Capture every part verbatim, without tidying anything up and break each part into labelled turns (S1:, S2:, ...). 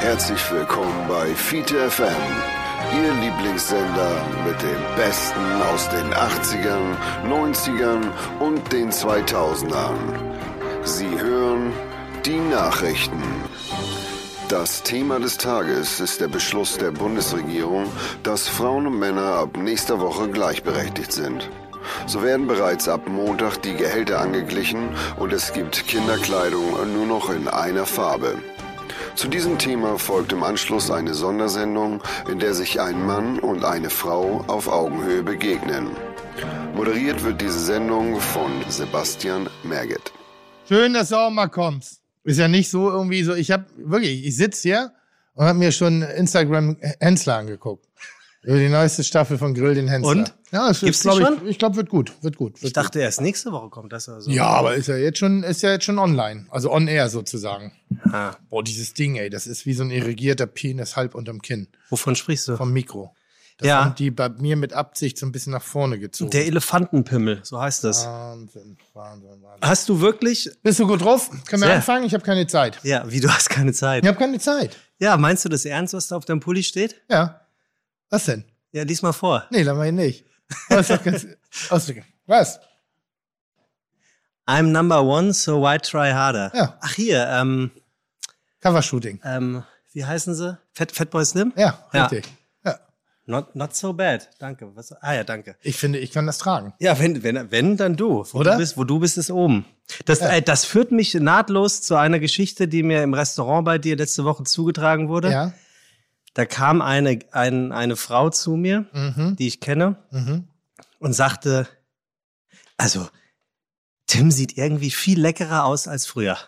S1: Herzlich willkommen bei Fiete F M, Ihr Lieblingssender mit dem Besten aus den achtzigern, neunzigern und den zweitausendern. Sie hören die Nachrichten. Das Thema des Tages ist der Beschluss der Bundesregierung, dass Frauen und Männer ab nächster Woche gleichberechtigt sind. So werden bereits ab Montag die Gehälter angeglichen und es gibt Kinderkleidung nur noch in einer Farbe. Zu diesem Thema folgt im Anschluss eine Sondersendung, in der sich ein Mann und eine Frau auf Augenhöhe begegnen. Moderiert wird diese Sendung von Sebastian Merget.
S2: Schön, dass du auch mal kommst. Ist ja nicht so irgendwie so, ich habe wirklich, ich sitze hier und habe mir schon Instagram Hensler angeguckt. Über die neueste Staffel von Grill den Hensler.
S3: Und?
S2: Ja, es
S3: Gibt's
S2: ist, glaub
S3: die
S2: ich,
S3: schon?
S2: ich glaube, wird gut, wird gut. Wird
S3: Ich dachte
S2: gut.
S3: erst nächste Woche kommt das oder so.
S2: Ja, aber ist ja jetzt schon, ist ja jetzt schon online. Also on air sozusagen.
S3: Ah.
S2: Boah, dieses Ding, ey, das ist wie so ein irrigierter Penis halb unterm Kinn.
S3: Wovon sprichst du?
S2: Vom Mikro. Das
S3: Ja.
S2: haben die bei mir mit Absicht so ein bisschen nach vorne gezogen.
S3: Der Elefantenpimmel, so heißt das.
S2: Wahnsinn, Wahnsinn, Wahnsinn.
S3: Hast du wirklich...
S2: Bist du gut drauf? Können wir
S3: Sehr.
S2: anfangen? Ich habe keine Zeit.
S3: Ja, wie, du hast keine Zeit.
S2: Ich habe keine Zeit.
S3: Ja, meinst du das ernst, was da auf deinem Pulli steht?
S2: Ja. Was denn?
S3: Ja, lies mal vor.
S2: Nee, dann mach ich nicht. Was? Was?
S3: I'm number one, so why try harder?
S2: Ja.
S3: Ach hier, ähm,
S2: Covershooting.
S3: ähm, wie heißen sie? Fat, Fatboy Slim?
S2: Ja,
S3: Ja.
S2: richtig. Ja.
S3: Not, not so bad. Danke. Was, ah ja, danke.
S2: Ich finde, ich kann das tragen.
S3: Ja, wenn, wenn, wenn dann du. Wo
S2: Oder?
S3: Du bist, wo du bist, ist oben. Das,
S2: Ja.
S3: äh, das führt mich nahtlos zu einer Geschichte, die mir im Restaurant bei dir letzte Woche zugetragen wurde.
S2: Ja.
S3: Da kam eine, ein, eine Frau zu mir,
S2: Mhm.
S3: die ich kenne,
S2: Mhm.
S3: und sagte, also, Tim sieht irgendwie viel leckerer aus als früher.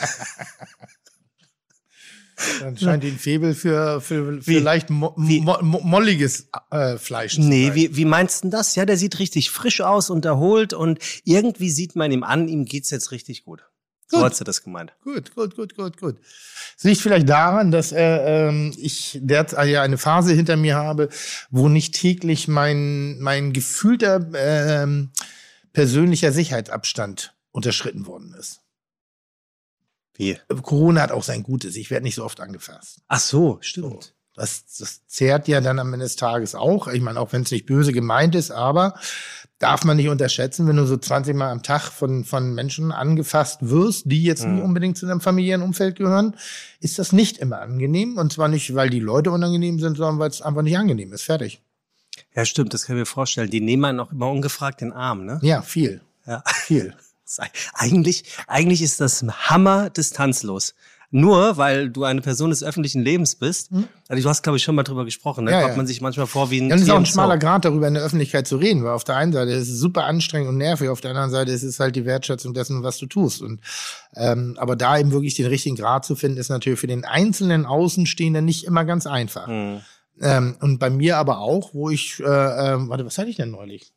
S2: Dann scheint die ein Faible für, für, für
S3: Wie?
S2: leicht mo
S3: Wie?
S2: mo mo molliges äh, Fleisch zu
S3: Nee,
S2: sein.
S3: wie, wie meinst du denn das? Ja, der sieht richtig frisch aus und erholt und irgendwie sieht man ihm an, ihm geht's jetzt richtig gut. So
S2: Gut.
S3: hat sie das gemeint.
S2: Gut, gut, gut, gut, gut. Es liegt vielleicht daran, dass äh, ähm, ich derzeit ja eine Phase hinter mir habe, wo nicht täglich mein, mein gefühlter ähm, persönlicher Sicherheitsabstand unterschritten worden ist.
S3: Wie?
S2: Corona hat auch sein Gutes. Ich werde nicht so oft angefasst.
S3: Ach so, stimmt.
S2: Das, das zehrt ja dann am Ende des Tages auch. Ich meine, auch wenn es nicht böse gemeint ist, aber darf man nicht unterschätzen, wenn du so zwanzig Mal am Tag von, von Menschen angefasst wirst, die jetzt
S3: Mhm.
S2: nicht unbedingt zu deinem familiären Umfeld gehören, ist das nicht immer angenehm. Und zwar nicht, weil die Leute unangenehm sind, sondern weil es einfach nicht angenehm ist. Fertig.
S3: Ja, stimmt, das kann ich mir vorstellen. Die nehmen einen auch immer ungefragt den Arm, ne?
S2: Ja, viel.
S3: Ja.
S2: Viel.
S3: Eigentlich, eigentlich ist das Hammer distanzlos. Nur, weil du eine Person des öffentlichen Lebens bist.
S2: Mhm.
S3: Also du hast, glaube ich, schon mal drüber gesprochen. Da
S2: Ja,
S3: kommt
S2: ja.
S3: man sich manchmal vor wie ein
S2: Dann ist
S3: Tier
S2: auch ein
S3: im Zoo.
S2: schmaler Grat, darüber in der Öffentlichkeit zu reden, weil auf der einen Seite ist es super anstrengend und nervig, auf der anderen Seite ist es halt die Wertschätzung dessen, was du tust. Und ähm, aber da eben wirklich den richtigen Grat zu finden, ist natürlich für den einzelnen Außenstehenden nicht immer ganz einfach.
S3: Hm.
S2: Ähm, und bei mir aber auch, wo ich, äh, ähm, warte, was hatte ich denn neulich?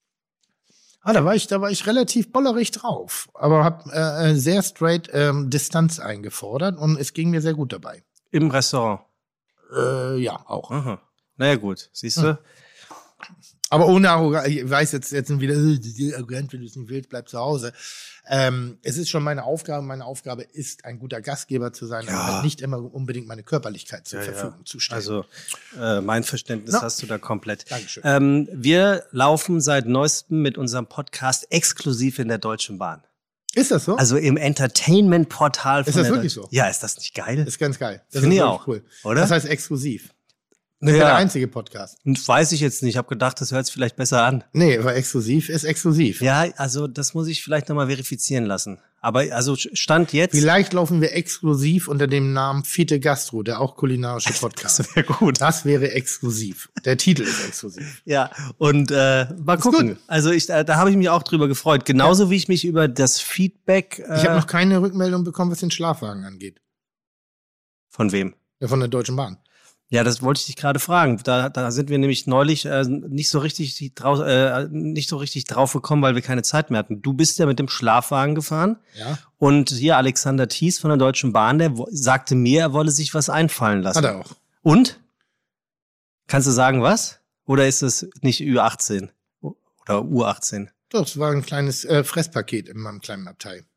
S2: Ah, da war ich, da war ich relativ bollerig drauf, aber habe äh, sehr straight ähm, Distanz eingefordert und es ging mir sehr gut dabei.
S3: Im Restaurant.
S2: Äh, ja, auch.
S3: Aha. Naja, gut. Siehst du?
S2: Aber ohne Arroganz, ich weiß jetzt, jetzt sind wieder, äh, arrogant, wenn du es nicht willst, bleib zu Hause. Ähm, es ist schon meine Aufgabe, meine Aufgabe ist, ein guter Gastgeber zu sein,
S3: Ja.
S2: aber halt nicht immer unbedingt meine Körperlichkeit zur
S3: Ja,
S2: Verfügung
S3: ja.
S2: zu stellen.
S3: Also, äh, mein Verständnis
S2: Na.
S3: hast du da komplett.
S2: Dankeschön.
S3: Ähm, wir laufen seit neuestem mit unserem Podcast exklusiv in der Deutschen Bahn.
S2: Ist das so?
S3: Also im Entertainment-Portal von
S2: Ist das
S3: der
S2: wirklich
S3: Deu-
S2: so?
S3: Ja, ist das nicht geil?
S2: Das ist ganz geil. Das
S3: Finde
S2: ist
S3: ich
S2: wirklich
S3: auch,
S2: cool.
S3: oder?
S2: Das heißt exklusiv. Das ist der
S3: Ja,
S2: einzige Podcast.
S3: weiß ich jetzt nicht. Ich habe gedacht, das hört sich vielleicht besser an.
S2: Nee, aber exklusiv ist exklusiv.
S3: Ja, also das muss ich vielleicht nochmal verifizieren lassen. Aber also Stand jetzt.
S2: Vielleicht laufen wir exklusiv unter dem Namen Fiete Gastro, der auch kulinarische Podcast.
S3: Das wäre gut.
S2: Das wäre exklusiv. Der Titel ist exklusiv.
S3: Ja, und äh, mal gucken.
S2: gut.
S3: Also ich, da, da habe ich mich auch drüber gefreut. Genauso wie ich mich über das Feedback äh,
S2: Ich habe noch keine Rückmeldung bekommen, was den Schlafwagen angeht.
S3: von wem?
S2: Ja, von der Deutschen Bahn.
S3: Ja, das wollte ich dich gerade fragen. Da, da sind wir nämlich neulich äh, nicht so richtig drauf, äh, nicht so richtig drauf gekommen, weil wir keine Zeit mehr hatten. Du bist ja mit dem Schlafwagen gefahren.
S2: Ja.
S3: Und hier Alexander Thies von der Deutschen Bahn, der wo- sagte mir, er wolle sich was einfallen lassen.
S2: Hat er auch.
S3: Und? Kannst du sagen, was? Oder ist es nicht Ü achtzehn? Oder U achtzehn?
S2: Doch, es war ein kleines äh, Fresspaket in meinem kleinen Abteil.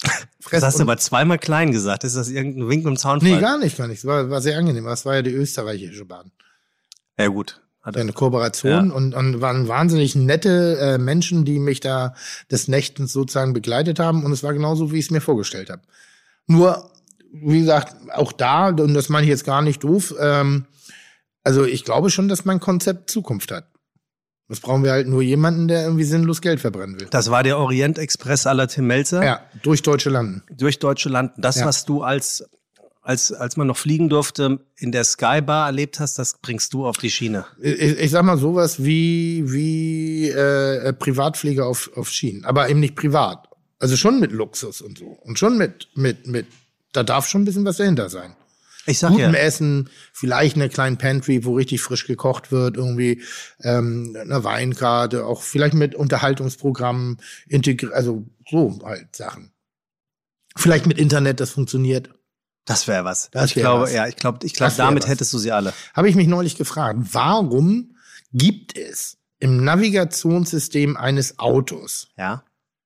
S3: Das hast du aber zweimal klein gesagt. Ist das irgendein Wink und Zaunfall?
S2: Nee, gar nicht, gar nicht. Es war, war sehr angenehm. Das war ja die österreichische Bahn.
S3: Ja, gut. Hat
S2: eine Kooperation
S3: ja.
S2: und, und waren wahnsinnig nette äh, Menschen, die mich da des Nächtens sozusagen begleitet haben. Und es war genauso, wie ich es mir vorgestellt habe. Nur, wie gesagt, auch da, und das meine ich jetzt gar nicht doof, ähm, also ich glaube schon, dass mein Konzept Zukunft hat. Das brauchen wir halt nur jemanden, der irgendwie sinnlos Geld verbrennen will.
S3: Das war der Orient-Express à la Tim Melzer?
S2: Ja, durch deutsche Landen.
S3: Durch deutsche Landen. Das, ja. was du als, als, als man noch fliegen durfte, in der Skybar erlebt hast, das bringst du auf die Schiene.
S2: Ich, ich sag mal sowas wie, wie äh, Privatflieger auf, auf Schienen, aber eben nicht privat. Also schon mit Luxus und so. Und schon mit, mit, mit, da darf schon ein bisschen was dahinter sein.
S3: Ich sag
S2: Gutem
S3: ja.
S2: Essen, vielleicht eine kleine Pantry, wo richtig frisch gekocht wird, irgendwie ähm, eine Weinkarte, auch vielleicht mit Unterhaltungsprogrammen, integri- also so halt Sachen. Vielleicht mit Internet, das funktioniert.
S3: Das wäre was.
S2: Das
S3: ich
S2: wär
S3: glaube,
S2: was.
S3: ja, ich glaube, ich glaube, damit was. hättest du sie alle.
S2: Habe ich mich neulich gefragt, warum gibt es im Navigationssystem eines Autos
S3: ja.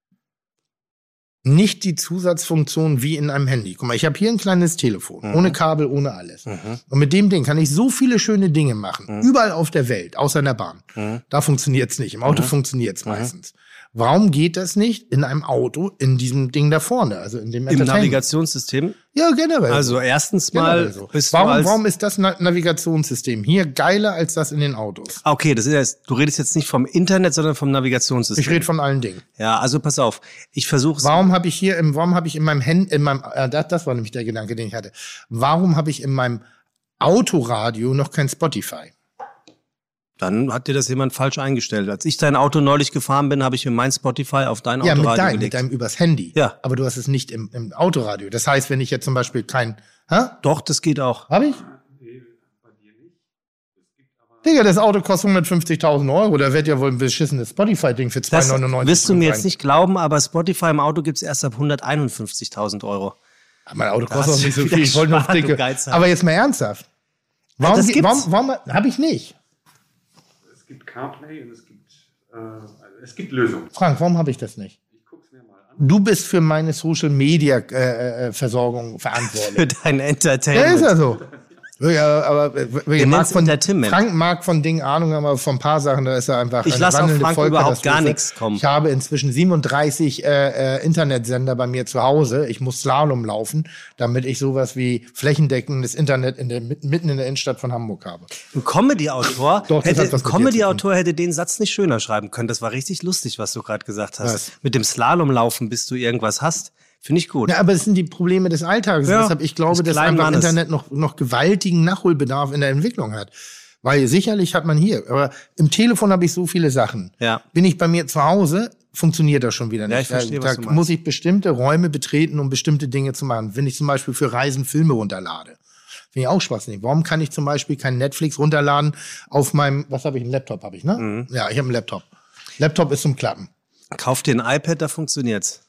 S2: nicht die Zusatzfunktion wie in einem Handy? Guck mal, ich habe hier ein kleines Telefon, mhm. ohne Kabel, ohne alles. Mhm. Und mit dem Ding kann ich so viele schöne Dinge machen, mhm. überall auf der Welt, außer in der Bahn. Mhm. Da funktioniert's nicht, im Auto mhm. funktioniert's mhm. meistens. Warum geht das nicht in einem Auto, in diesem Ding da vorne, also in dem
S3: Im Navigationssystem?
S2: Ja, generell.
S3: Also erstens mal
S2: so.
S3: bist
S2: warum,
S3: du als
S2: warum ist das Na- Navigationssystem hier geiler als das in den Autos?
S3: Okay, das ist jetzt, du redest jetzt nicht vom Internet, sondern vom Navigationssystem.
S2: Ich rede von allen Dingen.
S3: Ja, also pass auf, ich versuche.
S2: Warum habe ich hier im, warum habe ich in meinem Handy, in meinem, äh, das, das war nämlich der Gedanke, den ich hatte. Warum habe ich in meinem Autoradio noch kein Spotify?
S3: Dann hat dir das jemand falsch eingestellt. Als ich dein Auto neulich gefahren bin, habe ich mir mein Spotify auf dein
S2: ja,
S3: Autoradio
S2: mit deinem,
S3: gelegt.
S2: mit deinem übers Handy.
S3: Ja.
S2: Aber du hast es nicht im, im Autoradio. Das heißt, wenn ich jetzt zum Beispiel kein, hä?
S3: Doch, das geht auch.
S2: Habe ich? Digga, das Auto kostet hundertfünfzigtausend Euro. Da wird ja wohl ein beschissenes Spotify-Ding für zwei neunundneunzig.
S3: Das wirst du mir jetzt nicht glauben, aber Spotify im Auto gibt es erst ab hunderteinundfünfzigtausend Euro.
S2: Mein Auto kostet auch nicht so viel. Ich wollte nur dicke. Aber jetzt mal ernsthaft. Warum,
S3: das
S2: ge- warum, warum habe ich nicht?
S4: Es gibt CarPlay und es gibt, äh, es gibt Lösungen.
S2: Frank, warum habe ich das nicht?
S4: Ich guck's mir mal an.
S2: Du bist für meine Social-Media-Versorgung verantwortlich.
S3: Für dein
S2: Ja,
S3: Entertainment.
S2: ist ja so. Ja, aber
S3: Wir
S2: Marc
S3: nennen's
S2: von,
S3: Entertainment.
S2: Frank mag von Dingen Ahnung, aber von ein paar Sachen, da ist er einfach
S3: Ich
S2: eine
S3: lass auf
S2: wandelnde
S3: Frank überhaupt gar
S2: Vollkatastrophe.
S3: nichts kommen.
S2: Ich habe inzwischen siebenunddreißig äh, äh, Internetsender bei mir zu Hause. Ich muss Slalom laufen, damit ich sowas wie flächendeckendes Internet in der, mitten in der Innenstadt von Hamburg habe.
S3: Ein Comedy-Autor
S2: Doch, das
S3: hätte,
S2: hat was
S3: ein
S2: mit
S3: Comedy-Autor hätte den Satz nicht schöner schreiben können. Das war richtig lustig, was du gerade gesagt hast.
S2: Was?
S3: Mit dem Slalomlaufen, bis du irgendwas hast. Finde ich gut.
S2: Ja, aber es sind die Probleme des Alltags.
S3: Ja,
S2: Deshalb, ich glaube,
S3: des
S2: dass
S3: kleinen
S2: einfach
S3: Mannes.
S2: Internet noch, noch gewaltigen Nachholbedarf in der Entwicklung hat. Weil sicherlich hat man hier, aber im Telefon habe ich so viele Sachen.
S3: Ja.
S2: Bin ich bei mir zu Hause, funktioniert das schon wieder nicht.
S3: Ja, ich verstehe,
S2: da
S3: was
S2: da
S3: du meinst.
S2: muss ich bestimmte Räume betreten, um bestimmte Dinge zu machen. Wenn ich zum Beispiel für Reisen Filme runterlade. Finde ich auch schwachsinnig. Warum kann ich zum Beispiel kein Netflix runterladen auf meinem, was habe ich, einen Laptop habe ich, ne?
S3: Mhm.
S2: Ja, ich habe einen Laptop. Laptop ist zum Klappen.
S3: Kauf dir ein iPad, da funktioniert's.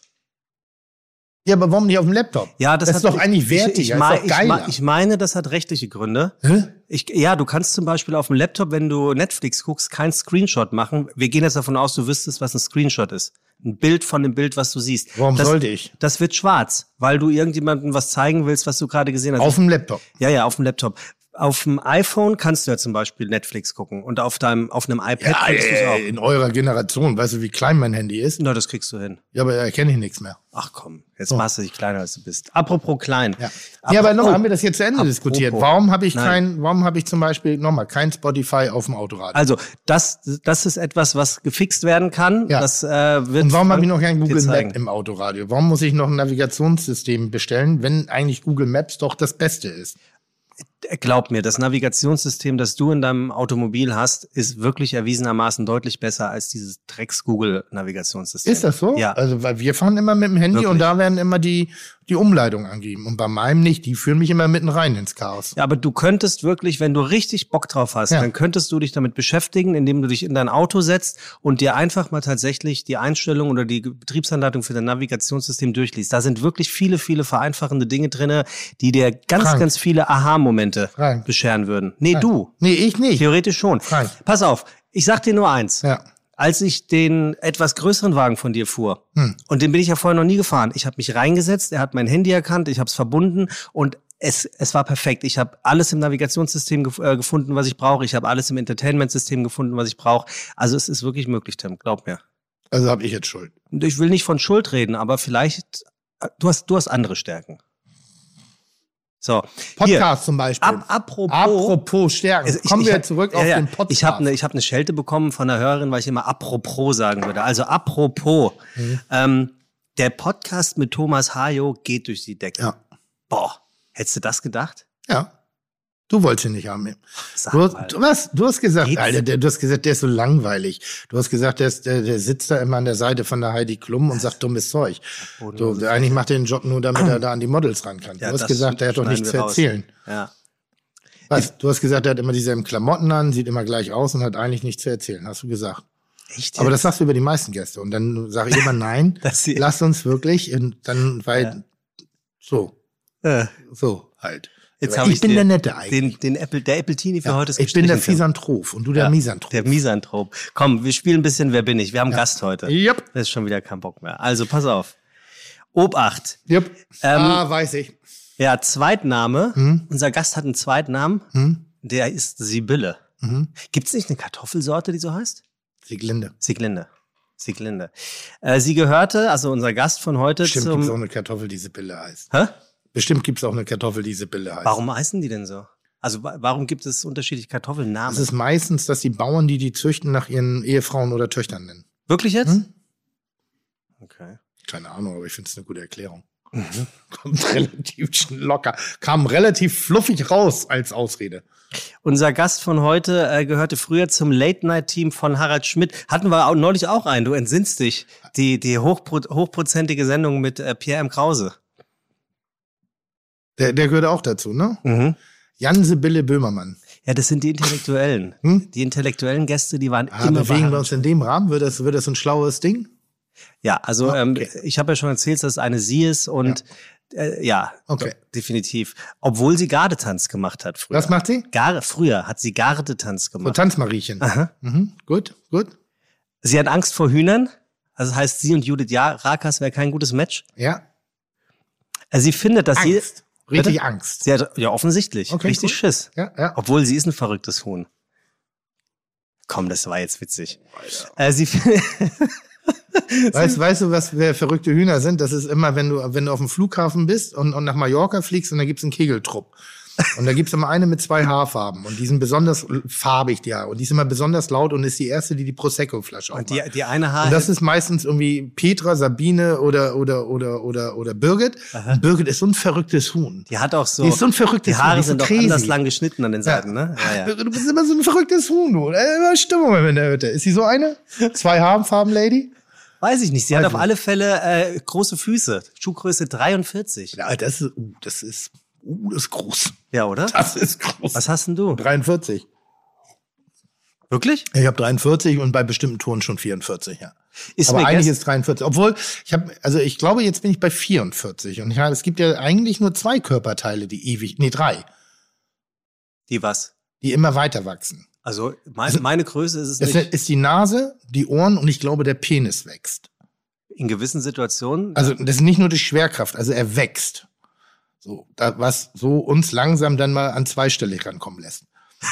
S2: Ja, aber warum nicht auf dem Laptop?
S3: Ja, das,
S2: das
S3: hat,
S2: ist doch eigentlich wertiger,
S3: Ich, ich,
S2: ist
S3: mein,
S2: doch
S3: ich,
S2: geiler.
S3: mein- ich meine, das hat rechtliche Gründe.
S2: Hä?
S3: Ich, ja, du kannst zum Beispiel auf dem Laptop, wenn du Netflix guckst, keinen Screenshot machen. Wir gehen jetzt davon aus, du wüsstest, was ein Screenshot ist. Ein Bild von dem Bild, was du siehst.
S2: Warum
S3: das,
S2: sollte ich?
S3: Das wird schwarz, weil du irgendjemandem was zeigen willst, was du gerade gesehen hast.
S2: Auf dem Laptop.
S3: Ja, ja, auf dem Laptop. Auf dem iPhone kannst du ja zum Beispiel Netflix gucken und auf deinem, auf einem iPad
S2: Ja,
S3: kriegst du es auch.
S2: ey, in eurer Generation, weißt du, wie klein mein Handy ist?
S3: Na, das kriegst du hin.
S2: Ja, aber da erkenne ich nichts mehr.
S3: Ach komm, jetzt machst du dich kleiner, als du bist. Apropos klein.
S2: Ja, ja aber nochmal,
S3: Oh.
S2: haben wir das jetzt zu Ende
S3: Apropos.
S2: diskutiert. Warum habe ich
S3: Nein.
S2: kein, warum habe ich zum Beispiel, nochmal, kein Spotify auf dem Autoradio?
S3: Also, das, das ist etwas, was gefixt werden kann.
S2: Ja.
S3: Das äh, wird
S2: Und warum habe
S3: Frank
S2: ich noch kein
S3: dir
S2: Google
S3: zeigen.
S2: Maps im Autoradio? Warum muss ich noch ein Navigationssystem bestellen, wenn eigentlich Google Maps doch das Beste ist?
S3: Glaub mir, das Navigationssystem, das du in deinem Automobil hast, ist wirklich erwiesenermaßen deutlich besser als dieses Drecks-Google-Navigationssystem.
S2: Ist das so?
S3: Ja.
S2: Also, weil wir fahren immer mit dem Handy
S3: Wirklich?
S2: und da werden immer die, die Umleitungen angegeben. Und bei meinem nicht. Die führen mich immer mitten rein ins Chaos.
S3: Ja, aber du könntest wirklich, wenn du richtig Bock drauf hast,
S2: Ja.
S3: dann könntest du dich damit beschäftigen, indem du dich in dein Auto setzt und dir einfach mal tatsächlich die Einstellung oder die Betriebsanleitung für dein Navigationssystem durchliest. Da sind wirklich viele, viele vereinfachende Dinge drinne, die dir ganz,
S2: Frank.
S3: ganz viele Aha-Momente
S2: Frank.
S3: bescheren würden. Nee,
S2: Frank.
S3: du.
S2: Nee, ich nicht.
S3: Theoretisch schon.
S2: Frank.
S3: Pass auf, ich sag dir nur eins.
S2: Ja.
S3: als ich den etwas größeren Wagen von dir fuhr,
S2: Hm.
S3: und den bin ich ja vorher noch nie gefahren, ich habe mich reingesetzt, er hat mein Handy erkannt, ich habe es verbunden und es, es war perfekt. Ich habe alles im Navigationssystem gef- äh, gefunden, was ich brauche. Ich habe alles im Entertainment-System gefunden, was ich brauche. Also es ist wirklich möglich, Tim, glaub mir.
S2: Also habe ich jetzt Schuld.
S3: Und ich will nicht von Schuld reden, aber vielleicht, äh, du hast, du hast andere Stärken. So,
S2: Podcast zum Beispiel.
S3: Ab, apropos,
S2: Apropos Stärken.
S3: Also ich-
S2: Kommen
S3: ich
S2: wir
S3: hab-
S2: zurück
S3: ja,
S2: auf
S3: ja.
S2: den Podcast.
S3: Ich habe eine ich hab ne Schelte bekommen von einer Hörerin, weil ich immer apropos sagen würde. Also apropos.
S2: Mhm.
S3: Ähm, der Podcast mit Thomas Hayo geht durch die Decke.
S2: Ja.
S3: Boah, hättest du das gedacht?
S2: Ja. Du wolltest ihn nicht haben.
S3: Sag
S2: Du
S3: mal.
S2: hast, du, was? Du hast gesagt,
S3: Geht's?
S2: Alter, der, du hast gesagt, der ist so langweilig. Du hast gesagt, der, ist, der, der sitzt da immer an der Seite von der Heidi Klum und sagt dummes Zeug. So, der eigentlich macht er den Job nur, damit er da an die Models ran kann.
S3: Ja,
S2: du hast
S3: das
S2: gesagt, der hat doch
S3: schneiden
S2: nichts
S3: wir
S2: zu
S3: raus.
S2: erzählen.
S3: Ja.
S2: Was? Du hast gesagt, der hat immer dieselben Klamotten an, sieht immer gleich aus und hat eigentlich nichts zu erzählen, hast du gesagt.
S3: Echt?
S2: Aber das
S3: jetzt?
S2: sagst du über die meisten Gäste. Und dann sage ich immer nein,
S3: Dass sie-
S2: lass uns wirklich, und dann, weil,
S3: Ja.
S2: so,
S3: Äh,
S2: so halt.
S3: Jetzt
S2: Aber
S3: hab
S2: ich,
S3: ich
S2: bin
S3: dir
S2: der Nette eigentlich.
S3: den, den Apple, der Appletini für
S2: Ja,
S3: heute ist
S2: ich bin der
S3: gestrichen, Tim.
S2: Misanthrop und du der
S3: Ja,
S2: Misanthrop.
S3: Der Misanthrop. Komm, wir spielen ein bisschen Wer bin ich? Wir haben einen Gast heute.
S2: Yep.
S3: Das ist schon wieder kein Bock mehr. Also, pass auf. Obacht.
S2: Yep.
S3: Ähm,
S2: ah, weiß ich.
S3: Ja, Zweitname.
S2: Hm?
S3: Unser Gast hat einen Zweitnamen.
S2: Hm?
S3: Der ist Sibylle.
S2: Mhm.
S3: Gibt's nicht eine Kartoffelsorte, die so heißt?
S2: Sieglinde.
S3: Sieglinde. Sieglinde. Äh, sie gehörte, also unser Gast von heute,
S2: Bestimmt gibt es auch
S3: zum...
S2: eine Kartoffel, die Sibylle heißt.
S3: Hä?
S2: Bestimmt gibt es auch eine Kartoffel, die Sibylle heißt.
S3: Warum heißen die denn so? Also wa- warum gibt es unterschiedliche Kartoffelnamen?
S2: Es ist meistens, dass die Bauern, die die züchten, nach ihren Ehefrauen oder Töchtern nennen.
S3: Wirklich jetzt?
S2: Hm?
S3: Okay.
S2: Keine Ahnung, aber ich finde es eine gute Erklärung.
S3: Mhm.
S2: Kommt relativ locker. Kam relativ fluffig raus als Ausrede.
S3: Unser Gast von heute äh, gehörte früher zum Late-Night-Team von Harald Schmidt. Hatten wir auch, neulich auch einen, du entsinnst dich. Die, die hochpro hochprozentige Sendung mit äh, Pierre M. Krause.
S2: Der, der gehört auch dazu, ne?
S3: Mhm.
S2: Jan Sibylle Böhmermann.
S3: Ja, das sind die Intellektuellen.
S2: Hm?
S3: Die intellektuellen Gäste, die waren
S2: Ah,
S3: immer bei
S2: bewegen wir
S3: Harald
S2: uns in dem Rahmen? Wird das, wird das ein schlaues Ding?
S3: Ja, also
S2: Ah,
S3: ähm,
S2: okay.
S3: ich habe ja schon erzählt, dass es eine sie ist und ja, äh, ja
S2: Okay.
S3: definitiv. Obwohl sie Gardetanz gemacht hat früher.
S2: Was macht sie?
S3: Gar, früher hat sie Gardetanz
S2: So
S3: gemacht.
S2: Tanzmariechen.
S3: Aha.
S2: Mhm. Gut, gut.
S3: Sie hat Angst vor Hühnern. Also heißt, sie und Judith ja, Rakas wäre kein gutes Match.
S2: Ja.
S3: Also sie findet, dass sie...
S2: Angst. Richtig
S3: Bitte?
S2: Angst.
S3: Sie hat, ja, offensichtlich.
S2: Okay,
S3: richtig
S2: gut.
S3: Schiss.
S2: Ja, ja.
S3: Obwohl sie ist ein verrücktes Huhn. Komm, das war jetzt witzig. Äh, sie,
S2: Weißt, weißt du, was wer verrückte Hühner sind? Das ist immer, wenn du, wenn du auf dem Flughafen bist und, und nach Mallorca fliegst und da gibt's einen Kegeltrupp. Und da gibt's immer eine mit zwei Haarfarben und die sind besonders farbig, ja. Und die ist immer besonders laut und ist die erste, die die Prosecco-Flasche
S3: und
S2: aufmacht.
S3: die, die eine Haar...
S2: Und das ist meistens irgendwie Petra, Sabine oder oder oder oder oder Birgit. Und Birgit ist so ein verrücktes Huhn.
S3: die hat auch so...
S2: Die ist so ein verrücktes
S3: Die Haare
S2: Huhn, die ist so
S3: sind doch
S2: crazy.
S3: anders lang geschnitten an den Seiten, ne? Ja, ja.
S2: Birgit, du bist immer so ein verrücktes Huhn, du. Äh, Immer Stimmung in der Hütte. Ist sie so eine? Zwei Haarfarben-Lady?
S3: Weiß ich nicht. Sie
S2: Weiß
S3: hat auf
S2: nicht.
S3: alle Fälle äh, große Füße. Schuhgröße dreiundvierzig.
S2: Ja, das ist, uh, das ist, uh, das ist groß.
S3: Ja, oder?
S2: Das ist groß.
S3: Was hast denn du?
S2: dreiundvierzig.
S3: Wirklich?
S2: Ich habe dreiundvierzig und bei bestimmten Touren schon vierundvierzig, ja.
S3: Ist
S2: Aber
S3: mir
S2: eigentlich
S3: gest-
S2: ist dreiundvierzig. Obwohl, ich habe, also ich glaube, jetzt bin ich bei vierundvierzig. Und ja, es gibt ja eigentlich nur zwei Körperteile, die ewig, nee, drei,
S3: Die was?
S2: die immer weiter wachsen.
S3: Also mein, meine Größe ist es
S2: Das
S3: nicht.
S2: ist die Nase, die Ohren und ich glaube, der Penis wächst.
S3: In gewissen Situationen.
S2: Also das ist nicht nur die Schwerkraft, also er wächst. So, da, was so uns langsam dann mal an zweistellig rankommen lässt.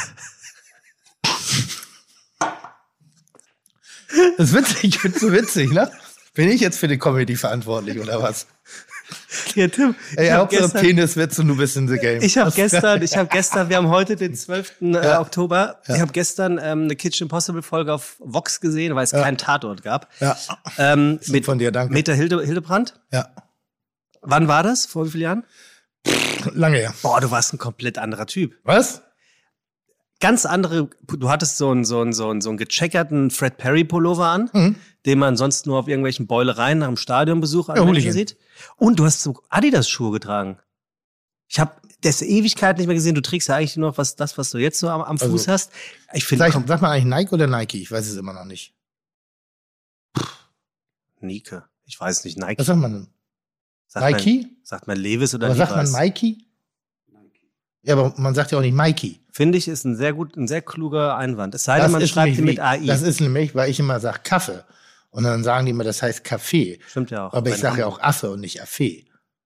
S2: Das ist witzig, ich find's so witzig, ne? Bin ich jetzt für die Comedy verantwortlich oder was?
S3: Ja, Tim,
S2: Ey,
S3: ich habe
S2: Hauptsache
S3: gestern,
S2: Peniswitz und du bist in the game.
S3: ich hab
S2: Das-
S3: gestern, ich habe gestern, wir haben heute den zwölften Äh,
S2: Ja.
S3: Oktober. Ich habe gestern ähm, eine Kitchen Impossible Folge auf Vox gesehen, weil es keinen Tatort gab.
S2: Ja,
S3: Ähm,
S2: mit von dir, danke.
S3: mit der Hilde, Hildebrandt.
S2: Ja,
S3: Wann war das? Vor wie vielen Jahren?
S2: lange her.
S3: Boah, du warst ein komplett anderer Typ.
S2: Was?
S3: Ganz andere, du hattest so einen, so einen, so einen, so einen gecheckerten Fred Perry Pullover an,
S2: Mhm.
S3: den man sonst nur auf irgendwelchen Beulereien nach dem Stadionbesuch an
S2: Ja,
S3: Menschen
S2: Hooligan.
S3: sieht. Und du hast so Adidas-Schuhe getragen. Ich habe das Ewigkeit nicht mehr gesehen. Du trägst ja eigentlich nur noch was, das, was du jetzt so am, am Fuß
S2: Also,
S3: hast. Ich finde,
S2: Sag, sag mal eigentlich Nike oder Nike? Ich weiß es immer noch nicht.
S3: Nike. Ich weiß nicht, Nike.
S2: Was sagt man denn?
S3: Sagt
S2: Nike?
S3: Man, sagt man Levis oder
S2: Oder sagt man
S3: Levi's?
S2: Mikey? Ja, aber man sagt ja auch nicht Mikey.
S3: Finde ich, ist ein sehr gut, ein sehr kluger Einwand. Es sei denn,
S2: Das
S3: man
S2: ist
S3: schreibt
S2: nämlich
S3: sie mit
S2: wie-
S3: A I.
S2: Das ist nämlich, weil ich immer sage Kaffee. Und dann sagen die immer, das heißt Kaffee.
S3: Stimmt ja auch.
S2: Aber ich
S3: Bei
S2: sage ja
S3: Hamburg.
S2: auch Affe und nicht Affe.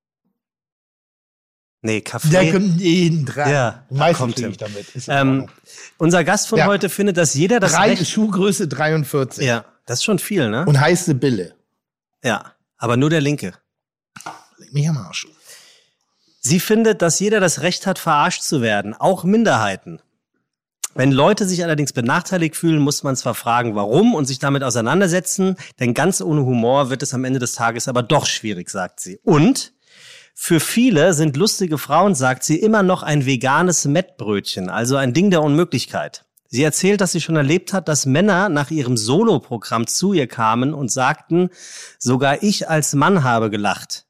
S3: Nee, Kaffee.
S2: Da kommt jeden dran.
S3: Ja,
S2: Meistens
S3: kommt
S2: kriege
S3: hin.
S2: ich damit. Ist in
S3: Ähm,
S2: Ordnung.
S3: unser Gast von
S2: Ja.
S3: heute findet, dass jeder das
S2: Drei,
S3: Recht...
S2: Schuhgröße dreiundvierzig.
S3: Ja, das ist schon viel, ne?
S2: Und heiße Bille.
S3: Ja, aber nur der Linke.
S2: Leg mich am Arsch.
S3: Sie findet, dass jeder das Recht hat, verarscht zu werden, auch Minderheiten. Wenn Leute sich allerdings benachteiligt fühlen, muss man zwar fragen, warum und sich damit auseinandersetzen, denn ganz ohne Humor wird es am Ende des Tages aber doch schwierig, sagt sie. Und für viele sind lustige Frauen, sagt sie, immer noch ein veganes Mettbrötchen, also ein Ding der Unmöglichkeit. Sie erzählt, dass sie schon erlebt hat, dass Männer nach ihrem Soloprogramm zu ihr kamen und sagten, sogar ich als Mann habe gelacht.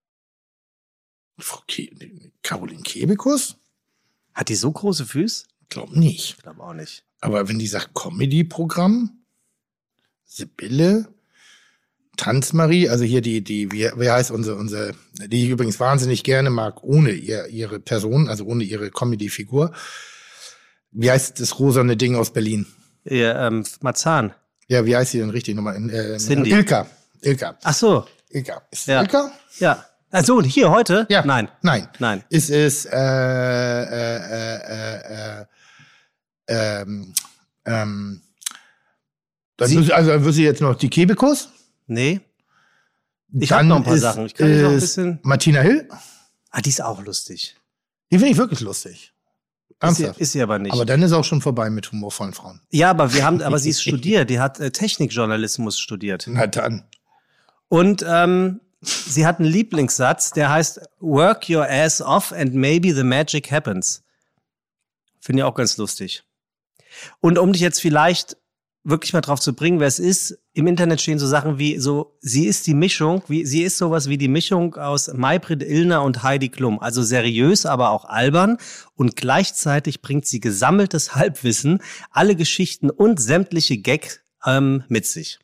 S2: Frau Ke Caroline Kebekus?
S3: Hat die so große Füße?
S2: Glaub nicht.
S3: Ich glaube auch nicht.
S2: Aber wenn die sagt Comedy-Programm, Sibylle, Tanzmarie, also hier die, die, wie, wie heißt unsere, unsere, die ich übrigens wahnsinnig gerne mag, ohne ihr, ihre Person, also ohne ihre Comedy-Figur. Wie heißt das rosane Ding aus Berlin?
S3: Ihr, ähm, Marzahn.
S2: Ja, wie heißt sie denn richtig nochmal? Äh,
S3: Cindy.
S2: Ilka. Ilka.
S3: Ach so,
S2: Ilka. Ist
S3: Ja.
S2: Ilka?
S3: ja. Also hier heute?
S2: Ja.
S3: Nein.
S2: Nein.
S3: Nein.
S2: Es ist, äh, äh, äh, äh, ähm, ähm, dann
S3: Sie-
S2: müssen, also dann wirst du jetzt noch die Kebekus.
S3: Nee. Ich
S2: Dann
S3: hab noch ein paar
S2: ist,
S3: Sachen. Ich kann dich noch ein
S2: ist
S3: bisschen-
S2: Martina Hill.
S3: Ah, die ist auch lustig.
S2: Die finde ich wirklich lustig.
S3: Ist sie,
S2: Ernsthaft.
S3: ist sie aber nicht.
S2: Aber dann ist auch schon vorbei mit humorvollen Frauen.
S3: ja, aber wir haben, aber sie ist studiert. Die hat äh, Technikjournalismus studiert.
S2: Na dann.
S3: Und ähm, sie hat einen Lieblingssatz, der heißt "Work your ass off and maybe the magic happens." Finde ich auch ganz lustig. Und um dich jetzt vielleicht wirklich mal drauf zu bringen, wer es ist, im Internet stehen so Sachen wie so, sie ist die Mischung, wie sie ist sowas wie die Mischung aus Maybrit Illner und Heidi Klum. Also seriös, aber auch albern. Und gleichzeitig bringt sie gesammeltes Halbwissen, alle Geschichten und sämtliche Gag ähm, mit sich.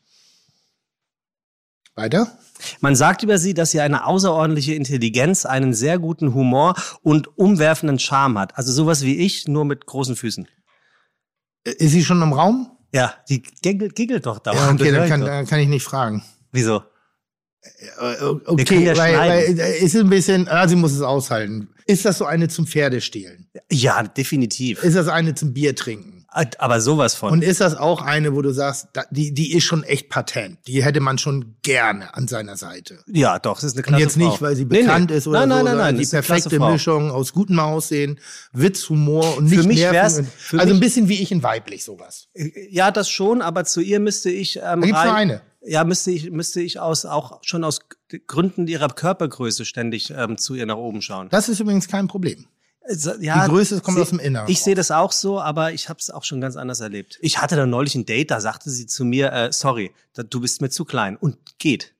S2: Weiter?
S3: Man sagt über sie, dass sie eine außerordentliche Intelligenz, einen sehr guten Humor und umwerfenden Charme hat. Also sowas wie ich, nur mit großen Füßen.
S2: Ist sie schon im Raum?
S3: Ja, die giggelt, giggelt doch dauernd.
S2: Ja, okay,
S3: das hör
S2: dann
S3: ich
S2: kann,
S3: doch.
S2: dann kann ich nicht fragen.
S3: Wieso?
S2: Äh,
S3: können
S2: Okay,
S3: ja
S2: weil, weil
S3: schneiden.
S2: äh, ist ein bisschen, ah, sie muss es aushalten. Ist das so eine zum Pferdestehlen?
S3: Ja, definitiv.
S2: Ist das eine zum Bier trinken?
S3: Aber sowas von.
S2: Und ist das auch eine, wo du sagst, da- die, die ist schon echt patent. Die hätte man schon gerne an seiner Seite.
S3: ja, doch, das ist eine
S2: Und
S3: klasse
S2: jetzt
S3: Frau.
S2: nicht, weil sie
S3: Nee,
S2: bekannt
S3: nee.
S2: ist oder
S3: nein,
S2: so,
S3: nein, nein,
S2: sondern
S3: nein,
S2: die
S3: das ist eine klasse
S2: perfekte
S3: Frau.
S2: Mischung aus gutem Aussehen, Witz, Humor und nicht
S3: Für mich
S2: nerven.
S3: wär's-
S2: und,
S3: für
S2: also ein
S3: mich-
S2: bisschen wie ich in weiblich sowas.
S3: Ja, das schon, aber zu ihr müsste ich ähm,
S2: Da gibt's
S3: rein-
S2: nur eine.
S3: Ja, müsste ich, müsste ich aus, auch schon aus Gründen ihrer Körpergröße ständig ähm, zu ihr nach oben schauen.
S2: Das ist übrigens kein Problem.
S3: Also, ja,
S2: Die Größe kommt
S3: sie-
S2: aus dem Inneren
S3: Ich
S2: raus.
S3: sehe das auch so, aber ich habe es auch schon ganz anders erlebt. Ich hatte da neulich ein Date, da sagte sie zu mir, äh, sorry, da, du bist mir zu klein. Und geht.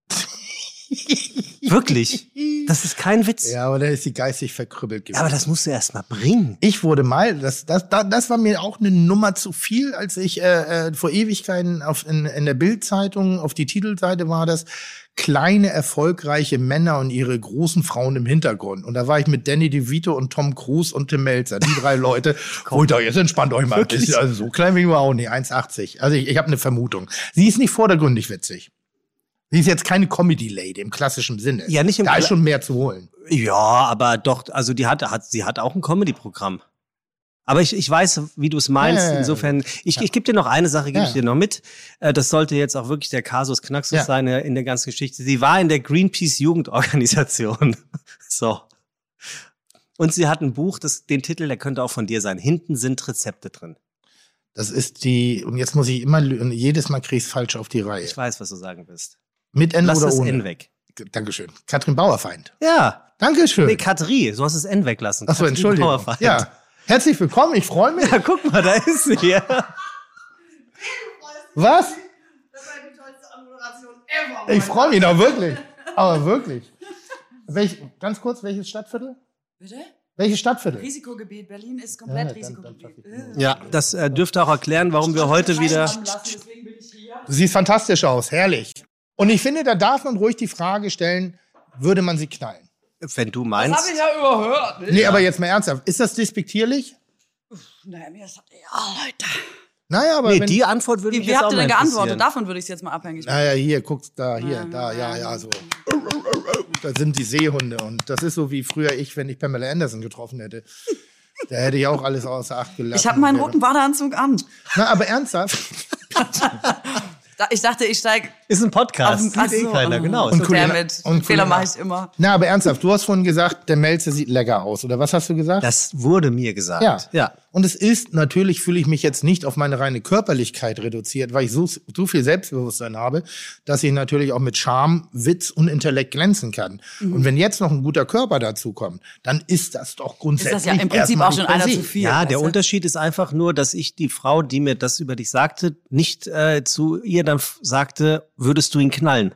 S3: Wirklich. Das ist kein Witz.
S2: Ja, aber dann ist sie geistig verkrüppelt gewesen.
S3: Ja, aber das musst du erst mal bringen.
S2: Ich wurde mal, das, das, das, das war mir auch eine Nummer zu viel, als ich äh, äh, vor Ewigkeiten auf, in, in der Bild-Zeitung, auf die Titelseite war das, kleine, erfolgreiche Männer und ihre großen Frauen im Hintergrund. Und da war ich mit Danny DeVito und Tom Cruise und Tim Melzer, die drei Leute. Wo ich dachte, jetzt entspannt euch mal. Das ist, also so klein bin ich auch nicht, eins achtzig. Also ich, ich habe eine Vermutung. Sie ist nicht vordergründig witzig. Sie ist jetzt keine Comedy-Lady im klassischen Sinne.
S3: Ja, nicht im
S2: Da ist
S3: Kla-
S2: schon mehr zu holen.
S3: Ja, aber doch, also die hat, hat sie hat auch ein Comedy-Programm. Aber ich, ich weiß, wie du es meinst.
S2: Ja, ja, ja.
S3: Insofern, ich, ich gebe dir noch eine Sache, gebe
S2: Ja.
S3: ich dir noch mit. Äh, Das sollte jetzt auch wirklich der Kasus Knaxus
S2: Ja.
S3: sein äh, in der ganzen Geschichte. Sie war in der Greenpeace-Jugendorganisation. So. Und sie hat ein Buch, das, den Titel, der könnte auch von dir sein. Hinten sind Rezepte drin.
S2: Das ist die, und jetzt muss ich immer, lü- jedes Mal krieg's falsch auf die Reihe.
S3: Ich weiß, was du sagen willst.
S2: Mit N
S3: Lass
S2: oder
S3: das
S2: ohne?
S3: N weg.
S2: Dankeschön. Katrin Bauerfeind.
S3: Ja.
S2: Dankeschön.
S3: Nee, Katri, du hast das N weglassen.
S2: Achso,
S3: Katrin
S2: Entschuldigung.
S3: Bauerfeind.
S2: Ja. Herzlich willkommen, ich freue mich.
S3: Ja, guck mal, da ist sie. Ja.
S2: Was?
S5: Das war die tollste Anmoderation ever.
S2: Ich freue mich doch wirklich. Aber wirklich. Welch, ganz kurz, welches Stadtviertel?
S5: Bitte?
S2: Welches Stadtviertel?
S5: Risikogebiet. Berlin ist komplett
S2: Ja, dann-
S5: Risikogebiet.
S2: dann
S3: Ja, das äh, dürfte auch erklären, warum wir heute wieder.
S5: Lassen, deswegen bin ich hier.
S2: Du siehst fantastisch aus, herrlich. Und ich finde, da darf man ruhig die Frage stellen, würde man sie knallen?
S3: Wenn du
S5: Das
S3: meinst.
S5: habe ich ja überhört. Ne?
S2: Nee, aber jetzt mal ernsthaft. Ist das despektierlich?
S5: Naja, mir ist das egal, Leute.
S2: Naja, aber
S3: Nee,
S2: wenn,
S3: die Antwort würde
S5: Wie,
S3: mich
S5: wie
S3: jetzt
S5: habt
S3: auch
S5: ihr
S3: mal
S5: denn geantwortet?
S3: interessieren.
S5: Davon würde ich es jetzt mal abhängig machen.
S2: naja, hier, guckst da, hier, da, ja, ja, so. Da sind die Seehunde und das ist so wie früher ich, wenn ich Pamela Anderson getroffen hätte. Da hätte ich auch alles außer Acht gelassen.
S5: Ich habe meinen roten Badeanzug an.
S2: Na, aber ernsthaft.
S5: Da- Ich dachte, ich steige
S3: Ist ein Podcast,
S5: auf den
S3: sieht eh keiner, genau.
S2: Und
S5: Und der
S2: Kulina-
S5: mit.
S2: und
S5: Fehler
S2: Kulina-
S5: mache ich immer.
S2: Na, aber ernsthaft, du hast vorhin gesagt, der Melzer sieht lecker aus. Oder was hast du gesagt?
S3: Das wurde mir gesagt.
S2: Ja.
S3: ja.
S2: Und es ist, natürlich fühle ich mich jetzt nicht auf meine reine Körperlichkeit reduziert, weil ich so, so viel Selbstbewusstsein habe, dass ich natürlich auch mit Charme, Witz und Intellekt glänzen kann.
S5: Mhm.
S2: Und wenn jetzt noch ein guter Körper dazu kommt, dann ist das doch
S5: Ist
S2: grundsätzlich
S5: das ja im Prinzip
S2: erstmal
S5: auch schon
S2: nicht per
S5: einer
S2: se.
S5: zu viel.
S3: Ja,
S5: weißt
S3: der
S5: du?
S3: Unterschied ist einfach nur, dass ich die Frau, die mir das über dich sagte, nicht äh, zu ihr dann f- sagte, würdest du ihn knallen?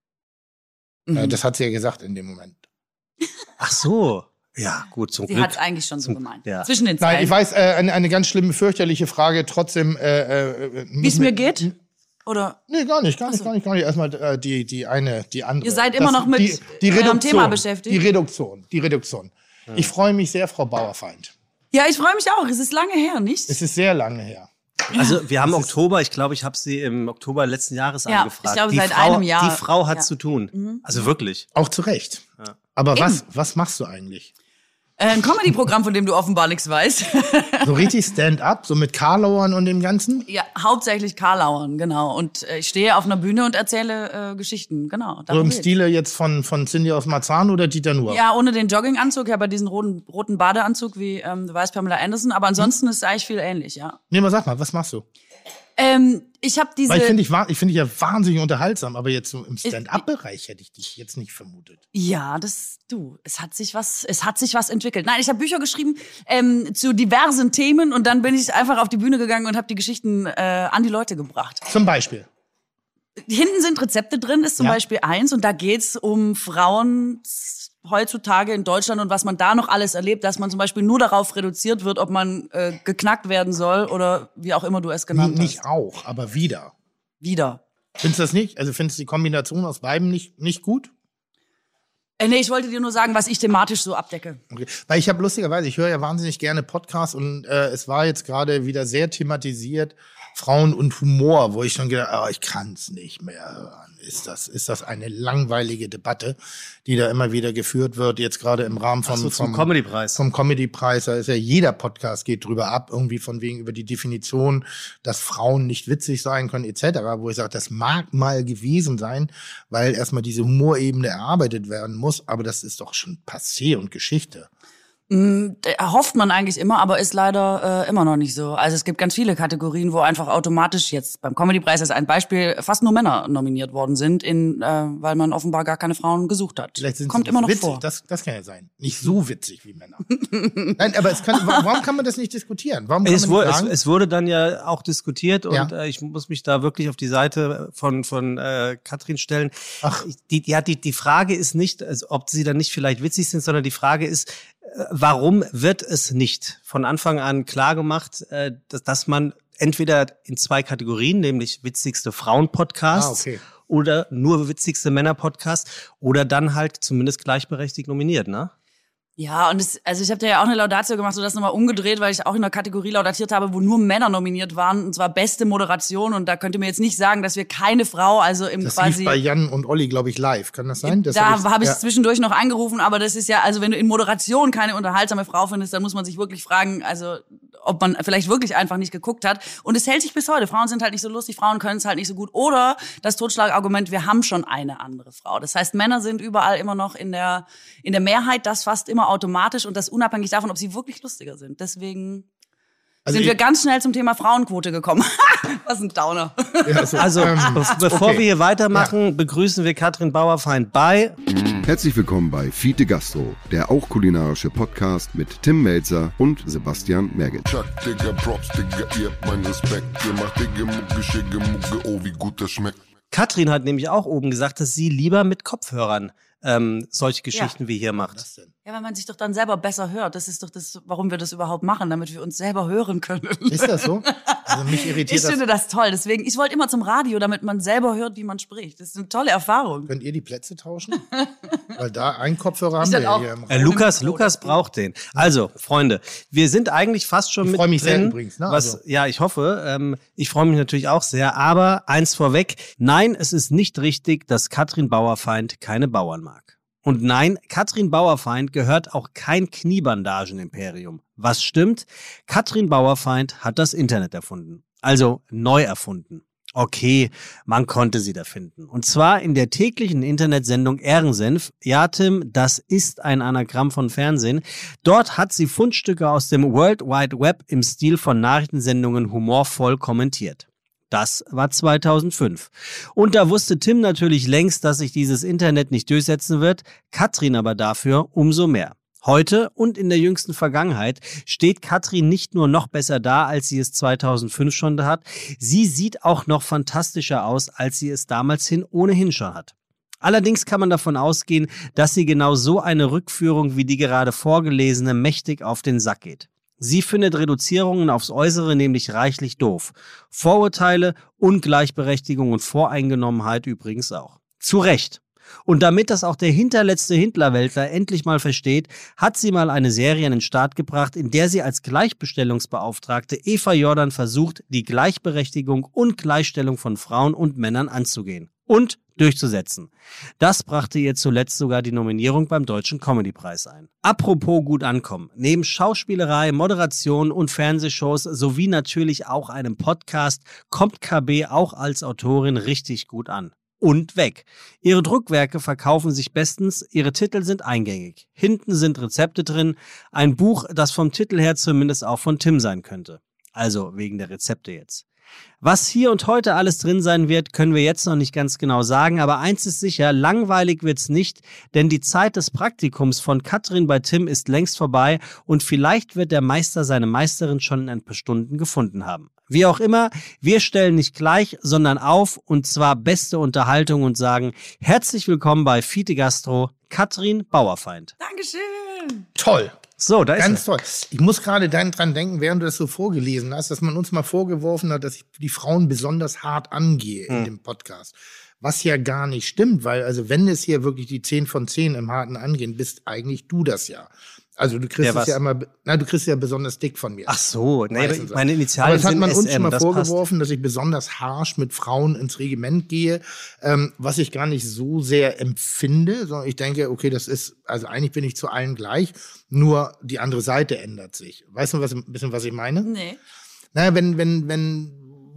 S2: Ja, das hat sie ja gesagt in dem Moment.
S3: Ach so. Ja, gut, zum
S5: Sie
S3: Glück.
S5: hat es eigentlich schon so
S3: Zum-
S5: gemeint.
S3: ja.
S5: Zwischen den
S2: Nein,
S5: Zeilen.
S2: ich weiß, äh, eine, eine ganz schlimme, fürchterliche Frage, trotzdem. Äh, äh,
S5: Wie es mir geht? Oder?
S2: Nee, gar nicht, gar nicht,
S5: Ach so.
S2: gar nicht, gar nicht. Erstmal äh, die, die eine, die andere.
S5: Ihr seid immer noch mit
S2: die, die
S5: eurem
S2: Reduktion,
S5: Thema beschäftigt.
S2: Die Reduktion, die Reduktion. Ich freue mich sehr, Frau Bauerfeind.
S5: Ja, ich freue mich auch. Es ist lange her, nicht?
S2: Es ist sehr lange her.
S3: Also wir haben Oktober, ich glaube, ich habe sie im Oktober letzten Jahres
S5: Ja,
S3: angefragt.
S5: ich glaube,
S3: die
S5: seit
S3: Frau,
S5: einem Jahr.
S3: Die Frau hat
S5: Ja.
S3: zu tun. Also wirklich.
S2: Auch zu Recht. Aber was, was machst du eigentlich?
S5: Äh, Ein Comedy-Programm, von dem du offenbar nichts weißt.
S2: So richtig Stand-up, so mit Karlauern und dem Ganzen?
S5: Ja, hauptsächlich Karlauern, genau. Und äh, ich stehe auf einer Bühne und erzähle äh, Geschichten, genau.
S2: So
S5: darum
S2: im
S5: geht's.
S2: Stile jetzt von, von Cindy aus Marzahn oder Dieter Nuhr?
S5: Ja, ohne den Jogginganzug, ich habe ja diesen roten, roten Badeanzug wie, ähm, du weißt, Pamela Anderson. Aber ansonsten ist es eigentlich viel ähnlich, ja.
S2: Nee, mal sag mal, was machst du?
S5: Ähm, ich habe diese...
S2: Weil ich finde dich, wa- ich find dich ja wahnsinnig unterhaltsam, aber jetzt so im Stand-up-Bereich hätte ich dich jetzt nicht vermutet.
S5: Ja, das du. Es hat sich was, es hat sich was entwickelt. Nein, ich habe Bücher geschrieben ähm, zu diversen Themen und dann bin ich einfach auf die Bühne gegangen und habe die Geschichten äh, an die Leute gebracht.
S2: Zum Beispiel.
S5: Hinten sind Rezepte drin, ist zum
S2: Ja.
S5: Beispiel eins und da geht's um Frauen heutzutage in Deutschland und was man da noch alles erlebt, dass man zum Beispiel nur darauf reduziert wird, ob man äh, geknackt werden soll oder wie auch immer du es
S2: Nee,
S5: genannt
S2: nicht
S5: hast.
S2: auch, aber wieder.
S5: Wieder.
S2: Findest du das nicht? Also findest du die Kombination aus beidem nicht, nicht gut?
S5: Äh, nee, ich wollte dir nur sagen, was ich thematisch so abdecke.
S2: Okay. Weil ich habe lustigerweise, ich höre ja wahnsinnig gerne Podcasts und äh, es war jetzt gerade wieder sehr thematisiert, Frauen und Humor, wo ich schon gedacht habe, oh, ich kann es nicht mehr hören. Ist das, ist das eine langweilige Debatte, die da immer wieder geführt wird, jetzt gerade im Rahmen vom,
S3: Ach so, zum
S2: vom
S3: Comedy-Preis.
S2: Vom Comedy-Preis, da ist ja jeder Podcast geht drüber ab, irgendwie von wegen über die Definition, dass Frauen nicht witzig sein können, et cetera, wo ich sage, das mag mal gewesen sein, weil erstmal diese Humorebene erarbeitet werden muss, aber das ist doch schon passé und Geschichte.
S5: Mm, Erhofft man eigentlich immer, aber ist leider äh, immer noch nicht so. Also es gibt ganz viele Kategorien, wo einfach automatisch jetzt beim Comedy-Preis ist ein Beispiel fast nur Männer nominiert worden sind, in, äh, weil man offenbar gar keine Frauen gesucht hat.
S2: Vielleicht sind
S5: Kommt
S2: sie
S5: immer noch
S2: witzig,
S5: vor.
S2: Das, das kann ja sein. Nicht so witzig wie Männer. Nein, aber es kann, wa- warum kann man das nicht diskutieren? Warum kann
S3: Es,
S2: man
S3: wurde,
S2: nicht
S3: es,
S2: sagen,
S3: es wurde dann ja auch diskutiert und
S2: Ja.
S3: äh, ich muss mich da wirklich auf die Seite von von äh, Katrin stellen.
S2: Ach.
S3: Die, ja, die, die Frage ist nicht, also, ob sie dann nicht vielleicht witzig sind, sondern die Frage ist, äh, warum wird es nicht von Anfang an klar gemacht, äh, dass, dass man entweder in zwei Kategorien, nämlich witzigste Frauen-Podcasts
S2: Ah, okay.
S3: oder nur witzigste Männer-Podcasts oder dann halt zumindest gleichberechtigt nominiert, ne?
S5: Ja, und es, also ich habe da ja auch eine Laudatio gemacht, so das nochmal umgedreht, weil ich auch in einer Kategorie laudatiert habe, wo nur Männer nominiert waren, und zwar beste Moderation. Und da könnt ihr mir jetzt nicht sagen, dass wir keine Frau, also im
S2: das
S5: quasi...
S2: lief bei Jan und Olli, glaube ich, live. Kann das sein? Das
S5: da
S2: hab
S5: habe ich
S2: ja.
S5: zwischendurch noch angerufen, aber das ist ja, also wenn du in Moderation keine unterhaltsame Frau findest, dann muss man sich wirklich fragen, also ob man vielleicht wirklich einfach nicht geguckt hat. Und es hält sich bis heute. Frauen sind halt nicht so lustig, Frauen können es halt nicht so gut. Oder das Totschlagargument, wir haben schon eine andere Frau. Das heißt, Männer sind überall immer noch in der, in der Mehrheit, das fast immer automatisch und das unabhängig davon, ob sie wirklich lustiger sind. Deswegen
S2: Also
S5: sind
S2: ich-
S5: wir ganz schnell zum Thema Frauenquote gekommen. Was ein Downer.
S2: Ja, so,
S3: Also,
S2: ähm,
S3: be bevor
S2: okay.
S3: wir hier weitermachen, begrüßen wir Katrin Bauerfeind bei
S1: Herzlich willkommen bei Fiete Gastro, der auch kulinarische Podcast mit Tim Melzer und Sebastian Merget.
S6: Chuck, Digga, Props, Digga, ihr habt meinen Respekt. Ihr macht Digga, Mucke, Schicke, Mucke, oh, wie gut das schmeckt.
S3: Katrin hat nämlich auch oben gesagt, dass sie lieber mit Kopfhörern ähm, solche Geschichten wie hier macht.
S2: Was denn?
S5: Ja, weil man sich doch dann selber besser hört. Das ist doch das, warum wir das überhaupt machen, damit wir uns selber hören können.
S2: Ist das so? Also mich irritiert
S5: Ich
S2: das.
S5: finde das toll. Deswegen, ich wollte immer zum Radio, damit man selber hört, wie man spricht. Das ist eine tolle Erfahrung.
S2: Könnt ihr die Plätze tauschen? Weil da einen Kopfhörer haben
S5: Ich
S2: wir
S5: dann
S2: ja
S5: auch-
S2: hier im
S3: Äh,
S2: Raum.
S3: Lukas, Lukas braucht den. Also, Freunde, wir sind eigentlich fast schon
S2: Ich
S3: mit
S2: freu mich sehr
S3: drin.
S2: übrigens, ne?
S3: Was,
S2: Also.
S3: Ja, ich hoffe. Ähm, ich freue mich natürlich auch sehr. Aber eins vorweg. Nein, es ist nicht richtig, dass Katrin Bauerfeind keine Bauern mag. Und nein, Katrin Bauerfeind gehört auch kein Kniebandagen-Imperium. Was stimmt? Katrin Bauerfeind hat das Internet erfunden. Also neu erfunden. Okay, man konnte sie da finden. Und zwar in der täglichen Internetsendung Ehrensenf. Ja, Tim, das ist ein Anagramm von Fernsehen. Dort hat sie Fundstücke aus dem World Wide Web im Stil von Nachrichtensendungen humorvoll kommentiert. Das war zweitausendfünf. Und da wusste Tim natürlich längst, dass sich dieses Internet nicht durchsetzen wird, Katrin aber dafür umso mehr. Heute und in der jüngsten Vergangenheit steht Katrin nicht nur noch besser da, als sie es zweitausendfünf schon hat, sie sieht auch noch fantastischer aus, als sie es damals hin ohnehin schon hat. Allerdings kann man davon ausgehen, dass sie genau so eine Rückführung wie die gerade vorgelesene mächtig auf den Sack geht. Sie findet Reduzierungen aufs Äußere nämlich reichlich doof. Vorurteile, Ungleichberechtigung und Voreingenommenheit übrigens auch. Zu Recht. Und damit das auch der hinterletzte Hitlerweltler endlich mal versteht, hat sie mal eine Serie an den Start gebracht, in der sie als Gleichbestellungsbeauftragte Eva Jordan versucht, die Gleichberechtigung und Gleichstellung von Frauen und Männern anzugehen und durchzusetzen. Das brachte ihr zuletzt sogar die Nominierung beim Deutschen Comedypreis ein. Apropos gut ankommen. Neben Schauspielerei, Moderation und Fernsehshows sowie natürlich auch einem Podcast kommt K B auch als Autorin richtig gut an. Und weg. Ihre Druckwerke verkaufen sich bestens, ihre Titel sind eingängig. Hinten sind Rezepte drin, ein Buch, das vom Titel her zumindest auch von Tim sein könnte. Also wegen der Rezepte jetzt. Was hier und heute alles drin sein wird, können wir jetzt noch nicht ganz genau sagen, aber eins ist sicher, langweilig wird's nicht, denn die Zeit des Praktikums von Katrin bei Tim ist längst vorbei und vielleicht wird der Meister seine Meisterin schon in ein paar Stunden gefunden haben. Wie auch immer, wir stellen nicht gleich, sondern auf, und zwar beste Unterhaltung und sagen herzlich willkommen bei Fiete Gastro, Katrin Bauerfeind.
S5: Dankeschön.
S2: Toll.
S3: So, da ist
S2: Ganz
S3: er.
S2: toll. Ich muss gerade dann dran denken, während du das so vorgelesen hast, dass man uns mal vorgeworfen hat, dass ich die Frauen besonders hart angehe in
S3: Hm.
S2: dem Podcast. Was ja gar nicht stimmt, weil also wenn es hier wirklich die zehn von zehn im harten Angehen, bist eigentlich du das ja. Also du kriegst
S3: Ja,
S2: es
S3: was?
S2: ja immer, na, du kriegst ja besonders dick von mir.
S3: Ach so, nee,
S2: Meistens.
S3: meine
S2: Aber
S3: Initialien
S2: das hat
S3: sind
S2: man uns
S3: S
S2: schon
S3: M,
S2: mal
S3: das passt.
S2: vorgeworfen, dass ich besonders harsch mit Frauen ins Regiment gehe, ähm, was ich gar nicht so sehr empfinde, sondern ich denke, okay, das ist, also eigentlich bin ich zu allen gleich, nur die andere Seite ändert sich. Weißt du was, ein bisschen, was ich meine?
S5: Nee.
S2: Naja, wenn, wenn, wenn,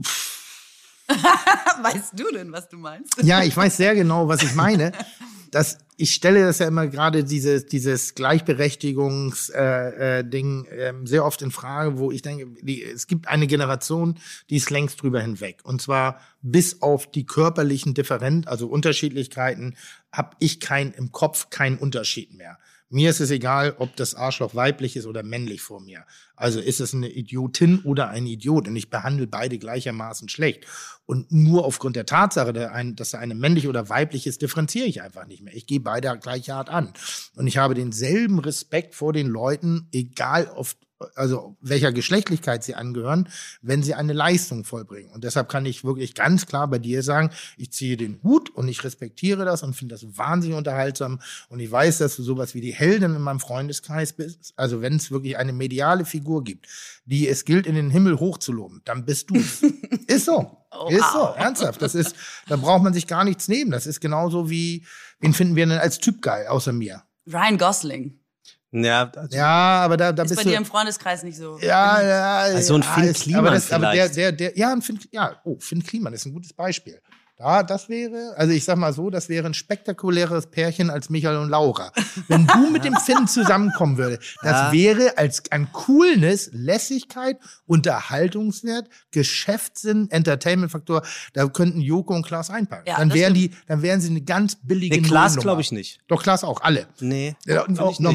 S5: Weißt du denn, was du meinst?
S2: ja, ich weiß sehr genau, was ich meine. Das, ich stelle das ja immer gerade dieses, dieses Gleichberechtigungs-Ding äh, äh, Ding, ähm, sehr oft in Frage, wo ich denke, die, es gibt eine Generation, die ist längst drüber hinweg. Und zwar bis auf die körperlichen Differenzen, also Unterschiedlichkeiten, habe ich kein, im Kopf keinen Unterschied mehr. Mir ist es egal, ob das Arschloch weiblich ist oder männlich vor mir. Also ist es eine Idiotin oder ein Idiot. Und ich behandle beide gleichermaßen schlecht. Und nur aufgrund der Tatsache, dass da eine männlich oder weiblich ist, differenziere ich einfach nicht mehr. Ich gehe beide gleich hart an. Und ich habe denselben Respekt vor den Leuten, egal auf also welcher Geschlechtlichkeit sie angehören, wenn sie eine Leistung vollbringen. Und deshalb kann ich wirklich ganz klar bei dir sagen, ich ziehe den Hut und ich respektiere das und finde das wahnsinnig unterhaltsam. Und ich weiß, dass du sowas wie die Heldin in meinem Freundeskreis bist. Also wenn es wirklich eine mediale Figur gibt, die es gilt, in den Himmel hochzuloben, dann bist du es. Ist so.
S5: Oh,
S2: ist so,
S5: wow.
S2: ernsthaft. Das ist, da braucht man sich gar nichts nehmen. Das ist genauso wie, wen finden wir denn als Typ geil, außer mir?
S5: Ryan Gosling.
S3: Ja, also,
S2: Ja, aber da, da
S5: Ist
S2: bist
S5: bei
S2: du.
S5: dir im Freundeskreis nicht so.
S2: Ja, ja.
S3: Also ein
S2: ja,
S3: Finn
S2: ist-
S3: Kliman
S2: aber das, aber der,
S3: vielleicht.
S2: der, der, ja, ein Finn, ja, oh, Finn Kliman ist ein gutes Beispiel. Ja, das wäre, also ich sag mal so, das wäre ein spektakuläres Pärchen als Michael und Laura. Wenn du mit dem Finn zusammenkommen würdest, das
S3: Ja.
S2: wäre als an Coolness, Lässigkeit, Unterhaltungswert, Geschäftssinn, Entertainment-Faktor, da könnten Joko und Klaas einpacken.
S5: Ja,
S2: dann
S5: das
S2: wären die, dann wären sie eine ganz billige
S3: nee, Klaas
S2: Nullnummer.
S3: glaube ich nicht.
S2: Doch, Klaas auch, alle.
S3: Nee.
S2: Ja,
S3: find
S2: oh,
S3: ich
S2: nochmal.
S3: nicht.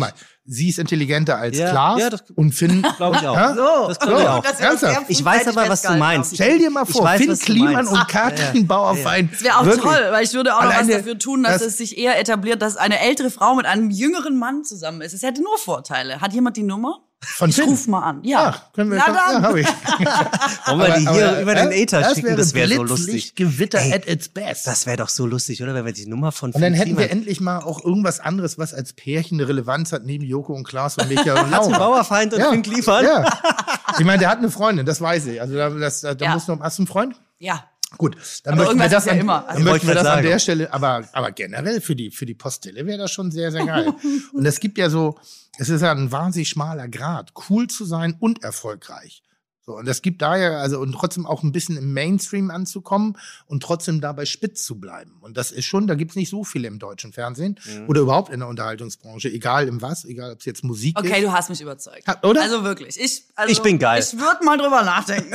S2: sie ist intelligenter als
S3: Ja,
S2: Klaas
S3: ja, das
S2: und Finn.
S3: Glaube ich auch.
S2: Hä?
S5: So,
S3: Das glaube ich auch.
S5: Das wird
S2: Ernsthaft?
S5: sehr
S3: Ich weiß aber, was du
S5: festgehalten.
S3: meinst.
S2: Stell dir mal
S3: Ich
S2: vor,
S3: weiß,
S2: Finn
S3: was du
S2: Kliman
S3: meinst.
S2: und Katrin Bauerfeind.
S5: Das wäre auch
S2: Wirklich.
S5: toll, weil ich würde auch noch
S2: Alleine
S5: was dafür tun, dass
S2: das-
S5: es sich eher etabliert, dass eine ältere Frau mit einem jüngeren Mann zusammen ist. Es hätte nur Vorteile. Hat jemand die Nummer?
S2: Von
S5: Ich
S2: Finn.
S5: ruf mal an. Ja.
S2: Ja, können wir.
S5: Na dann.
S2: Ja, hab ich.
S3: Wollen wir die hier über den Äther schicken? Das wäre so lustig.
S2: Gewitter
S3: Ey,
S2: at its best.
S3: Das wäre doch so lustig, oder? Wenn wir die Nummer von
S2: Und dann
S3: Finn
S2: hätten wir
S3: Kliman-
S2: endlich mal auch irgendwas anderes, was als Pärchen eine Relevanz hat, neben Joko und Klaas und Michael und
S3: Katrin
S2: Laura.
S3: Bauerfeind und
S2: Ja.
S3: Finn Kliman.
S2: Ja. Ich meine, der hat eine Freundin, das weiß ich. Also da, das, da
S5: Ja.
S2: muss noch, hast du einen Freund?
S5: Ja.
S2: Gut, dann
S5: Aber
S2: möchten wir
S5: irgendwas
S2: das
S5: ist ja
S2: an,
S5: immer.
S2: dann
S5: Also-
S2: möchten wir
S3: Wollte ich
S2: das an
S3: sagen.
S2: der Stelle, aber, aber generell für die, für die Postille wäre das schon sehr, sehr geil. Und es gibt ja so, es ist ja ein wahnsinnig schmaler Grad, cool zu sein und erfolgreich. So, und es gibt daher, also, und trotzdem auch ein bisschen im Mainstream anzukommen und trotzdem dabei spitz zu bleiben. Und das ist schon, da gibt's nicht so viele im deutschen Fernsehen oder überhaupt in der Unterhaltungsbranche, egal im was, egal ob es jetzt Musik
S5: Okay,
S2: ist.
S5: du hast mich überzeugt.
S2: Ha- oder?
S5: Also wirklich. Ich, also,
S3: Ich bin geil.
S5: Ich würde mal drüber nachdenken.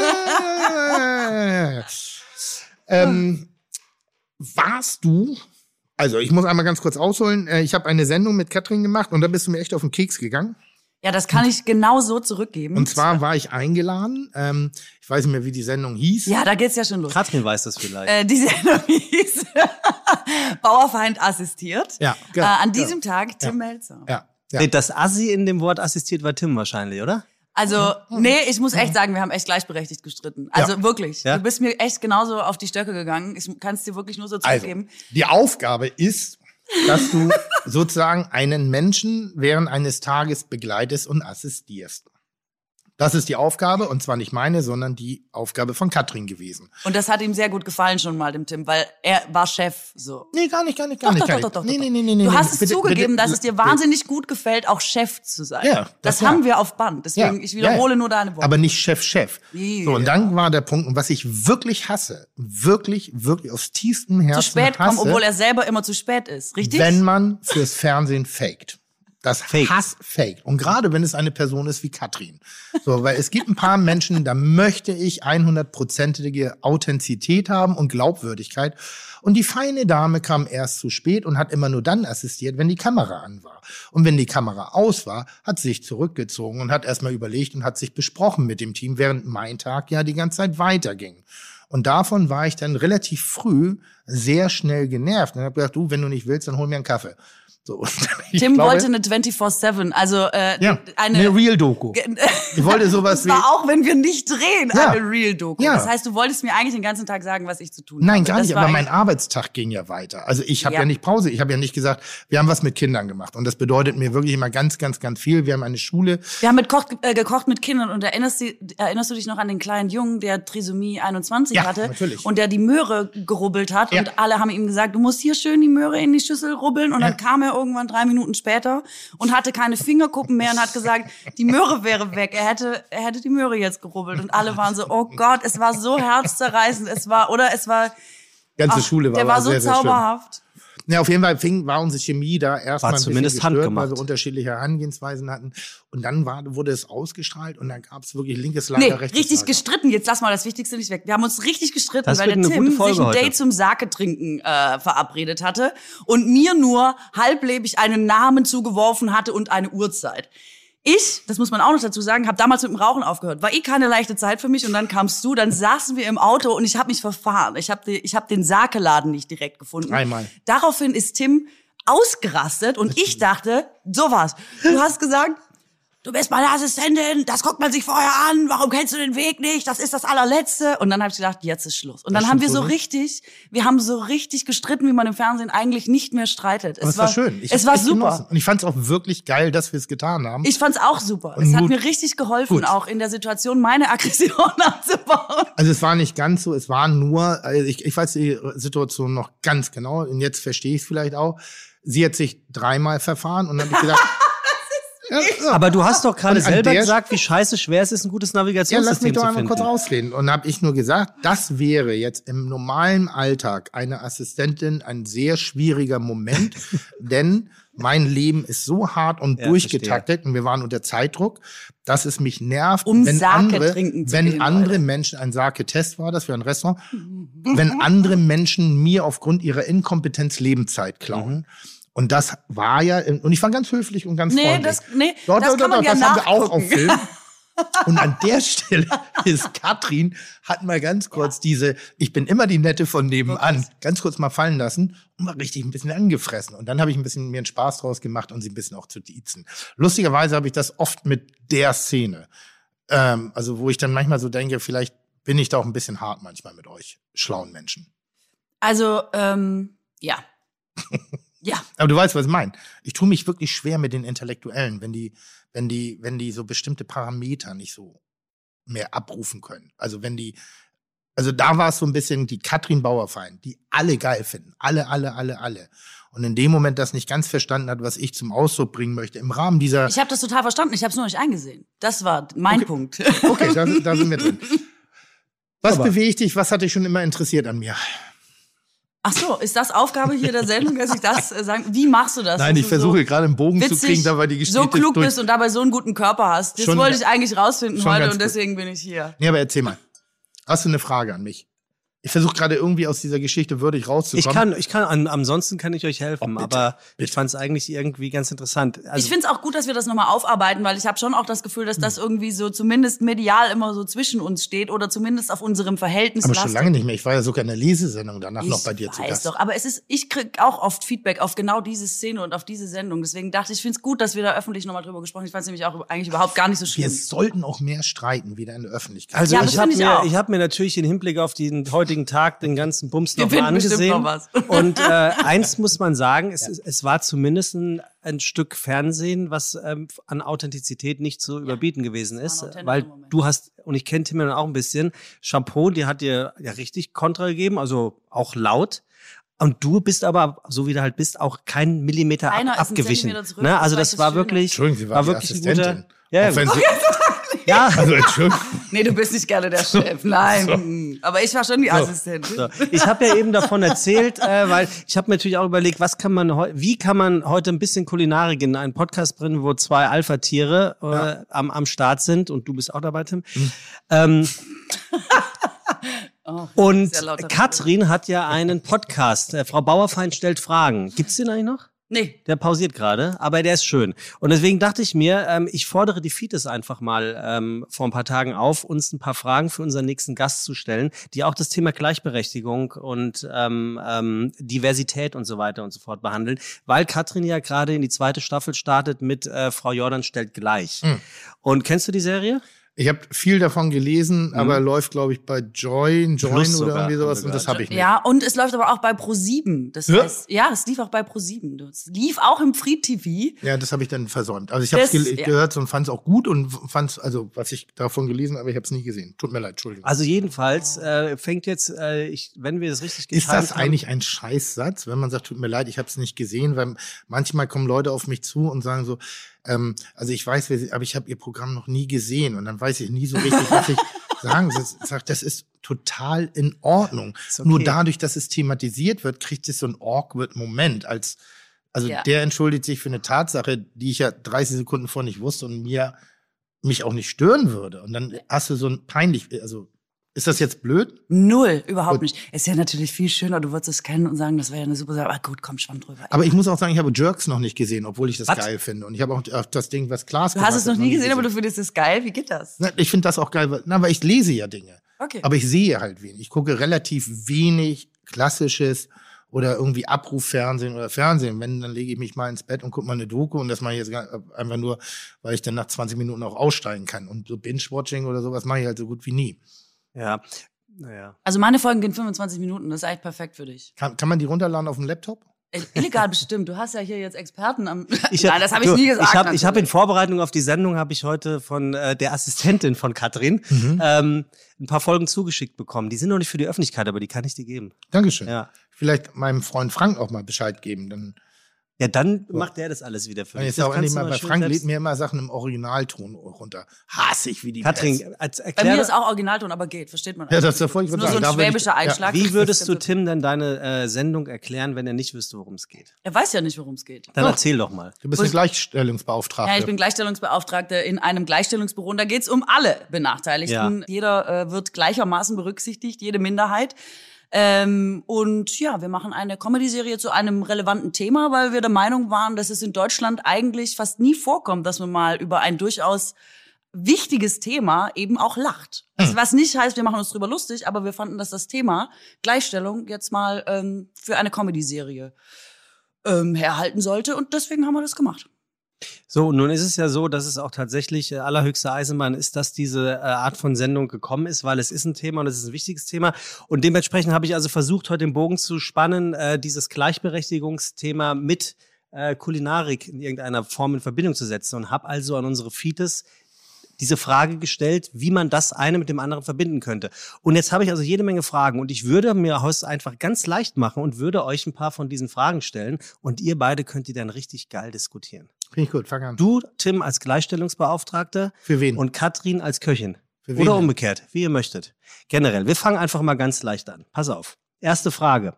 S2: ähm, warst du, also ich muss einmal ganz kurz ausholen, äh, ich habe eine Sendung mit Katrin gemacht und da bist du mir echt auf den Keks gegangen.
S5: Ja, das kann ich genau so zurückgeben.
S2: Und zwar war ich eingeladen, ähm, ich weiß nicht mehr, wie die Sendung hieß.
S5: Ja, da geht's ja schon los.
S3: Katrin weiß das vielleicht.
S5: Äh, die Sendung hieß Bauerfeind assistiert.
S2: Ja, genau,
S5: äh, an diesem Tag Tim
S2: Ja.
S5: Melzer.
S2: Ja, ja.
S3: Nee, das Assi in dem Wort assistiert war Tim wahrscheinlich, oder?
S5: Also, nee, ich muss echt sagen, wir haben echt gleichberechtigt gestritten. Also
S2: Ja.
S5: wirklich.
S3: Ja?
S5: Du bist mir echt genauso auf die Stöcke gegangen. Ich kann es dir wirklich nur so
S2: Also,
S5: zurückgeben.
S2: die Aufgabe ist, dass du sozusagen einen Menschen während eines Tages begleitest und assistierst. Das ist die Aufgabe, und zwar nicht meine, sondern die Aufgabe von Katrin gewesen.
S5: Und das hat ihm sehr gut gefallen schon mal, dem Tim, weil er war Chef, so.
S2: Nee, gar nicht, gar nicht, gar
S5: Doch,
S2: nicht.
S5: doch,
S2: gar
S5: doch,
S2: nicht.
S5: doch, doch,
S2: nee,
S5: doch.
S2: nee, nee, nee, nee,
S5: Du
S2: nee.
S5: hast es
S2: Bitte,
S5: zugegeben,
S2: bitte,
S5: dass es dir
S2: bitte.
S5: wahnsinnig gut gefällt, auch Chef zu sein.
S2: Ja,
S5: das
S2: das ja.
S5: haben wir auf Band. Deswegen,
S2: Ja,
S5: ich wiederhole
S2: ja.
S5: nur deine Worte.
S2: Aber nicht Chef, Chef.
S5: Ja.
S2: So, und dann war der Punkt, und was ich wirklich hasse, wirklich, wirklich aus tiefstem Herzen
S5: zu spät
S2: hasse,
S5: kommen, obwohl er selber immer zu spät ist. Richtig?
S2: wenn man fürs Fernsehen faked. Das
S3: Fake.
S2: Hass faked. Und gerade wenn es eine Person ist wie Katrin. So, weil es gibt ein paar Menschen, da möchte ich hundertprozentige Authentizität haben und Glaubwürdigkeit. Und die feine Dame kam erst zu spät und hat immer nur dann assistiert, wenn die Kamera an war. Und wenn die Kamera aus war, hat sie sich zurückgezogen und hat erstmal überlegt und hat sich besprochen mit dem Team, während mein Tag ja die ganze Zeit weiterging. Und davon war ich dann relativ früh sehr schnell genervt. Und habe gedacht, du, wenn du nicht willst, dann hol mir einen Kaffee. So, ich
S5: Tim
S2: glaube,
S5: wollte eine vierundzwanzig sieben, also äh,
S2: ja,
S5: eine,
S2: eine Real-Doku. Ich wollte sowas
S5: Und zwar
S2: wie-
S5: auch, wenn wir nicht drehen,
S2: Ja.
S5: eine Real-Doku.
S2: Ja.
S5: Das heißt, du wolltest mir eigentlich den ganzen Tag sagen, was ich zu tun
S2: Nein,
S5: habe.
S2: gar
S5: Das
S2: nicht,
S5: war
S2: aber mein
S5: eigentlich-
S2: Arbeitstag ging ja weiter. Also ich habe ja.
S5: Ja.
S2: nicht Pause, ich habe ja nicht gesagt, wir haben was mit Kindern gemacht. Und das bedeutet mir wirklich immer ganz, ganz, ganz viel. Wir haben eine Schule.
S5: Wir haben mit Koch, äh, gekocht mit Kindern und erinnerst, du, erinnerst du dich noch an den kleinen Jungen, der Trisomie einundzwanzig
S2: Ja,
S5: hatte
S2: natürlich.
S5: und der die Möhre gerubbelt hat
S2: Ja.
S5: und alle haben ihm gesagt, du musst hier schön die Möhre in die Schüssel rubbeln und dann kam er irgendwann drei Minuten später und hatte keine Fingerkuppen mehr und hat gesagt, die Möhre wäre weg. Er hätte, er hätte die Möhre jetzt gerubbelt und alle waren so, oh Gott, es war so herzzerreißend, es war, oder es war,
S2: Ganze
S5: ach,
S2: Schule war,
S5: der war
S2: war
S5: so
S2: sehr, sehr schlimm.
S5: zauberhaft.
S2: Ja, auf jeden Fall fing, war unsere Chemie da erstmal ein bisschen
S3: zumindest
S2: gestört, weil
S3: handgemacht.
S2: wir unterschiedliche Herangehensweisen hatten. Und dann war, wurde es ausgestrahlt und dann gab es wirklich linkes Lager,
S5: Nee,
S2: rechtes
S5: richtig
S2: Lager.
S5: gestritten. Jetzt lass mal das Wichtigste nicht weg. Wir haben uns richtig gestritten,
S3: Das
S5: weil
S3: wird
S5: der
S3: eine
S5: Tim
S3: gute Folge
S5: sich ein
S3: heute.
S5: Date zum Sake trinken äh, verabredet hatte und mir nur halblebig einen Namen zugeworfen hatte und eine Uhrzeit. Ich, das muss man auch noch dazu sagen, habe damals mit dem Rauchen aufgehört. War eh keine leichte Zeit für mich und dann kamst du, dann saßen wir im Auto und ich habe mich verfahren. Ich habe ich hab den Sakeladen nicht direkt gefunden.
S2: Einmal.
S5: Daraufhin ist Tim ausgerastet und ich dachte, so was. Du hast gesagt, du bist meine Assistentin, das guckt man sich vorher an, warum kennst du den Weg nicht, das ist das allerletzte. Und dann habe ich gedacht, jetzt ist Schluss. Und dann
S2: Das
S5: haben wir
S2: stimmt
S5: so
S2: so nicht.
S5: richtig, wir haben so richtig gestritten, wie man im Fernsehen eigentlich nicht mehr streitet.
S2: Aber es war schön. Ich
S5: es
S2: hab's
S5: war
S2: echt
S5: super.
S2: genossen. Und ich fand es auch wirklich geil, dass wir es getan haben.
S5: Ich fand's auch super.
S2: Und
S5: Es hat
S2: gut.
S5: mir richtig geholfen,
S2: Gut.
S5: auch in der Situation meine Aggression abzubauen.
S2: Also es war nicht ganz so, es war nur, also ich, ich weiß die Situation noch ganz genau und jetzt verstehe ich es vielleicht auch. Sie hat sich dreimal verfahren und dann habe ich gedacht, ja, ja.
S3: Aber du hast doch gerade
S2: Und an
S3: selber
S2: der-
S3: gesagt, wie scheiße schwer es ist, ein gutes
S2: Ja, lass mich
S3: Navigationssystem
S2: doch
S3: zu
S2: einmal
S3: finden.
S2: kurz ausreden. Und habe ich nur gesagt, das wäre jetzt im normalen Alltag einer Assistentin ein sehr schwieriger Moment, denn mein Leben ist so hart und
S3: Ja,
S2: durchgetaktet und wir waren unter Zeitdruck, dass es mich nervt,
S5: Um
S2: wenn
S5: Sake
S2: andere,
S5: trinken zu
S2: wenn
S5: gehen,
S2: andere
S5: Leute.
S2: Menschen, ein Sake-Test war das für ein Restaurant, wenn andere Menschen mir aufgrund ihrer Inkompetenz Lebenszeit klauen. Und das war ja, und ich war ganz höflich und ganz
S5: Nee,
S2: freundlich.
S5: das, nee,
S2: Dort,
S5: das
S2: dort,
S5: kann man
S2: dort,
S5: ja
S2: das haben wir auch auf
S5: nachgucken.
S2: Film. Und an der Stelle ist Katrin, hat mal ganz kurz ja. diese, ich bin immer die Nette von nebenan, Wirklich? ganz kurz mal fallen lassen und war richtig ein bisschen angefressen. Und dann habe ich ein bisschen mir einen Spaß draus gemacht und sie ein bisschen auch zu diezen. Lustigerweise habe ich das oft mit der Szene. Ähm, also wo ich dann manchmal so denke, vielleicht bin ich da auch ein bisschen hart manchmal mit euch, schlauen Menschen.
S5: Also, ähm, ja. Ja.
S2: Aber du weißt, was ich meine. Ich tue mich wirklich schwer mit den Intellektuellen, wenn die, wenn die, wenn die so bestimmte Parameter nicht so mehr abrufen können. Also wenn die, also da war es so ein bisschen die Katrin Bauerfeind, die alle geil finden. Alle, alle, alle, alle. Und in dem Moment das nicht ganz verstanden hat, was ich zum Ausdruck bringen möchte, im Rahmen dieser...
S5: Ich habe das total verstanden, ich habe es nur nicht eingesehen. Das war mein
S2: okay.
S5: Punkt.
S2: Okay, da, da sind wir drin. Was
S3: Aber.
S2: bewegt dich, was hat dich schon immer interessiert an mir?
S5: Ach so, ist das Aufgabe hier der Sendung, dass ich das äh, sagen? Wie machst du das?
S2: Nein, ich
S5: du
S2: versuche
S5: so
S2: gerade einen Bogen
S5: witzig,
S2: zu kriegen, dabei die Geschichte
S5: so klug
S2: durch.
S5: bist und dabei so einen guten Körper hast. Das
S2: Schon,
S5: wollte ich eigentlich rausfinden
S2: schon
S5: heute
S2: ganz
S5: und
S2: gut.
S5: deswegen bin ich hier.
S2: Nee, aber erzähl mal. Hast du eine Frage an mich? Ich versuche gerade irgendwie aus dieser Geschichte würdig rauszukommen.
S3: Ich kann, ich kann, an, ansonsten kann ich euch helfen,
S2: Oh, bitte,
S3: aber
S2: bitte.
S3: ich fand es eigentlich irgendwie ganz interessant. Also,
S5: Ich finde es auch gut, dass wir das nochmal aufarbeiten, weil ich habe schon auch das Gefühl, dass das irgendwie so zumindest medial immer so zwischen uns steht oder zumindest auf unserem Verhältnis
S2: aber schon
S5: lastet.
S2: lange nicht mehr. Ich war ja sogar in der Lesesendung danach noch bei dir
S5: Ich
S2: zu
S5: weiß
S2: Gast.
S5: doch, aber es ist, ich krieg auch oft Feedback auf genau diese Szene und auf diese Sendung. Deswegen dachte ich, ich finde es gut, dass wir da öffentlich nochmal drüber gesprochen haben. Ich fand es nämlich auch eigentlich überhaupt gar nicht so schlimm.
S2: Wir sollten auch mehr streiten, wieder in der Öffentlichkeit.
S3: Also
S5: Ja, das
S3: ich habe
S5: find ich
S3: mir,
S5: auch.
S3: ich hab mir natürlich im Hinblick auf den heutigen Tag den ganzen Bums
S5: Wir
S3: noch mal
S5: finden bestimmt
S3: angesehen.
S5: noch was.
S3: Und äh, eins muss man sagen, es, ist- es war zumindest ein, ein Stück Fernsehen, was ähm, an Authentizität nicht zu überbieten gewesen ist.
S5: ein authentischer
S3: Weil
S5: Moment.
S3: du hast, und ich kenne Tim auch ein bisschen, Chapeau, die hat dir ja richtig Kontra gegeben, also auch laut. Und du bist aber, so wie du halt bist, auch kein Millimeter ab,
S5: Keiner ist ein
S3: abgewichen.
S5: Zentimeter zurück,
S3: Ne? Also
S5: das war
S3: das
S5: das
S3: war
S5: Schöne.
S3: wirklich,
S2: Entschuldigung, sie war, die
S3: wirklich ein
S2: Assistentin.
S3: guter. Ja,
S2: Auch wenn sie,
S3: ja.
S2: also Entschuldigung.
S5: Nee, du bist nicht gerne der Chef. Nein. Aber ich war schon die Assistentin.
S3: So. Ich habe ja eben davon erzählt, äh, weil ich habe mir natürlich auch überlegt, was kann man heu- wie kann man heute ein bisschen Kulinarik in einen Podcast bringen, wo zwei Alpha-Tiere äh,
S2: Ja.
S3: am, am Start sind und du bist auch dabei, Tim. Ähm,
S5: Oh,
S3: und
S5: sehr lauter
S3: Katrin hat ja einen Podcast. Äh, Frau Bauerfeind stellt Fragen. Gibt's den eigentlich noch?
S5: Nee.
S3: Der pausiert gerade, aber der ist schön. Und deswegen dachte ich mir, ähm, ich fordere die Fides einfach mal ähm, vor ein paar Tagen auf, uns ein paar Fragen für unseren nächsten Gast zu stellen, die auch das Thema Gleichberechtigung und ähm, ähm, Diversität und so weiter und so fort behandeln, weil Katrin ja gerade in die zweite Staffel startet mit äh, Frau Jordan stellt gleich.
S2: Mhm.
S3: Und kennst du die Serie?
S2: Ich habe viel davon gelesen, aber läuft, glaube ich, bei Join, Join
S3: Plus
S2: oder
S3: sogar,
S2: irgendwie sowas.
S3: haben
S2: Und
S3: wir
S2: das habe ich nicht.
S5: Ja, und es läuft aber auch bei ProSieben. Das
S2: Ja?
S5: heißt, ja, es lief auch bei ProSieben. Es lief auch im Free T V.
S2: Ja, das habe ich dann versäumt. Also ich habe es
S5: Das-
S2: gel
S5: ja.
S2: gehört und fand es auch gut und fand es, also was ich davon gelesen habe, ich habe es nie gesehen. Tut mir leid, Entschuldigung.
S3: Also jedenfalls äh, fängt jetzt, äh, ich, wenn wir das richtig
S2: Ist das
S3: getimt haben-
S2: eigentlich ein Scheißsatz, wenn man sagt, tut mir leid, ich habe es nicht gesehen, weil manchmal kommen Leute auf mich zu und sagen so, ähm, also ich weiß, wer sie, aber ich habe ihr Programm noch nie gesehen und dann weiß ich nie so richtig, was ich sagen soll. Ich sag, das ist total in Ordnung.
S3: Ist okay.
S2: Nur dadurch, dass es thematisiert wird, kriegt es so einen awkward Moment als, also
S5: Ja.
S2: der entschuldigt sich für eine Tatsache, die ich ja dreißig Sekunden vor nicht wusste und mir mich auch nicht stören würde. Und dann hast du so ein peinlich, also ist das jetzt blöd?
S5: Null, überhaupt
S2: Gut.
S5: nicht. Ist ja natürlich viel schöner, du würdest es kennen und sagen, das wäre ja eine super Sache. Aber gut, komm, schwamm drüber.
S2: Aber ich muss auch sagen, ich habe Jerks noch nicht gesehen, obwohl ich das
S3: Was?
S2: geil finde. Und ich habe auch äh, das Ding, was Klaas
S5: du hast
S2: gemacht
S5: es noch
S2: hat,
S5: nie gesehen, aber du findest es geil. Wie geht das?
S2: Na, ich finde das auch geil, weil, na, weil ich lese ja Dinge.
S5: Okay.
S2: Aber ich sehe halt wenig. Ich gucke relativ wenig Klassisches oder irgendwie Abruffernsehen oder Fernsehen. Wenn, dann lege ich mich mal ins Bett und gucke mal eine Doku. Und das mache ich jetzt gar- einfach nur, weil ich dann nach zwanzig Minuten auch aussteigen kann. Und so Binge-Watching oder sowas mache ich halt so gut wie nie.
S3: Ja, naja.
S5: Also meine Folgen gehen fünfundzwanzig Minuten. Das ist eigentlich perfekt für dich.
S2: Kann, kann man die runterladen auf dem Laptop?
S5: Äh, Illegal bestimmt. Du hast ja hier jetzt Experten am.
S3: Ich
S5: Nein, das habe ich
S3: du,
S5: nie gesagt.
S3: Ich habe ich hab in
S5: natürlich.
S3: Vorbereitung auf die Sendung habe ich heute von äh, der Assistentin von Katrin
S2: Mhm.
S3: ähm, ein paar Folgen zugeschickt bekommen. Die sind noch nicht für die Öffentlichkeit, aber die kann ich dir geben.
S2: Dankeschön.
S3: Ja,
S2: Vielleicht meinem Freund Frank auch mal Bescheid geben. Dann
S3: ja dann macht der das alles wieder für
S2: Und
S3: mich.
S2: jetzt
S3: Das
S2: auch endlich
S3: kannst du
S2: mal, weil
S3: schön
S2: Frank
S3: selbst-
S2: lädt mir immer Sachen im Originalton runter. Hasse ich wie die
S3: Katrin,
S2: Pest.
S3: als,
S5: Bei
S3: erklär,
S5: mir ist auch Originalton, aber geht. Versteht man?
S2: Ja, das ist ja voll, ich
S5: ist
S2: würd
S5: nur so
S2: sagen,
S5: ein
S2: da würd ich-
S5: schwäbischer
S2: ja.
S5: Einschlag.
S3: wie würdest
S5: Das
S3: du
S5: ist ja-
S3: Tim denn deine äh, Sendung erklären, wenn er nicht wüsste, worum es geht?
S5: Er weiß ja nicht, worum es geht.
S3: Dann
S2: Doch.
S3: erzähl doch mal.
S2: Du bist eine Gleichstellungsbeauftragte.
S5: Ja, ich bin Gleichstellungsbeauftragte in einem Gleichstellungsbüro und da geht's um alle Benachteiligten.
S3: Ja.
S5: Jeder äh, wird gleichermaßen berücksichtigt, jede Minderheit. Ähm, und ja, wir machen eine Comedy-Serie zu einem relevanten Thema, weil wir der Meinung waren, dass es in Deutschland eigentlich fast nie vorkommt, dass man mal über ein durchaus wichtiges Thema eben auch lacht. Also was nicht heißt, wir machen uns drüber lustig, aber wir fanden, dass das Thema Gleichstellung jetzt mal ähm, für eine Comedy-Serie ähm, herhalten sollte. Und deswegen haben wir das gemacht.
S3: So, nun ist es ja so, dass es auch tatsächlich äh, allerhöchste Eisenbahn ist, dass diese äh, Art von Sendung gekommen ist, weil es ist ein Thema und es ist ein wichtiges Thema. Und dementsprechend habe ich also versucht, heute den Bogen zu spannen, äh, dieses Gleichberechtigungsthema mit äh, Kulinarik in irgendeiner Form in Verbindung zu setzen und habe also an unsere Fites diese Frage gestellt, wie man das eine mit dem anderen verbinden könnte. Und jetzt habe ich also jede Menge Fragen und ich würde mir heute einfach ganz leicht machen und würde euch ein paar von diesen Fragen stellen und ihr beide könnt die dann richtig geil diskutieren.
S2: Finde ich gut, fang an.
S3: Du, Tim, als Gleichstellungsbeauftragter.
S2: Für wen?
S3: Und Katrin als Köchin.
S2: Für wen
S3: Oder
S2: denn?
S3: umgekehrt, wie ihr möchtet. Generell, wir fangen einfach mal ganz leicht an. Pass auf. Erste Frage.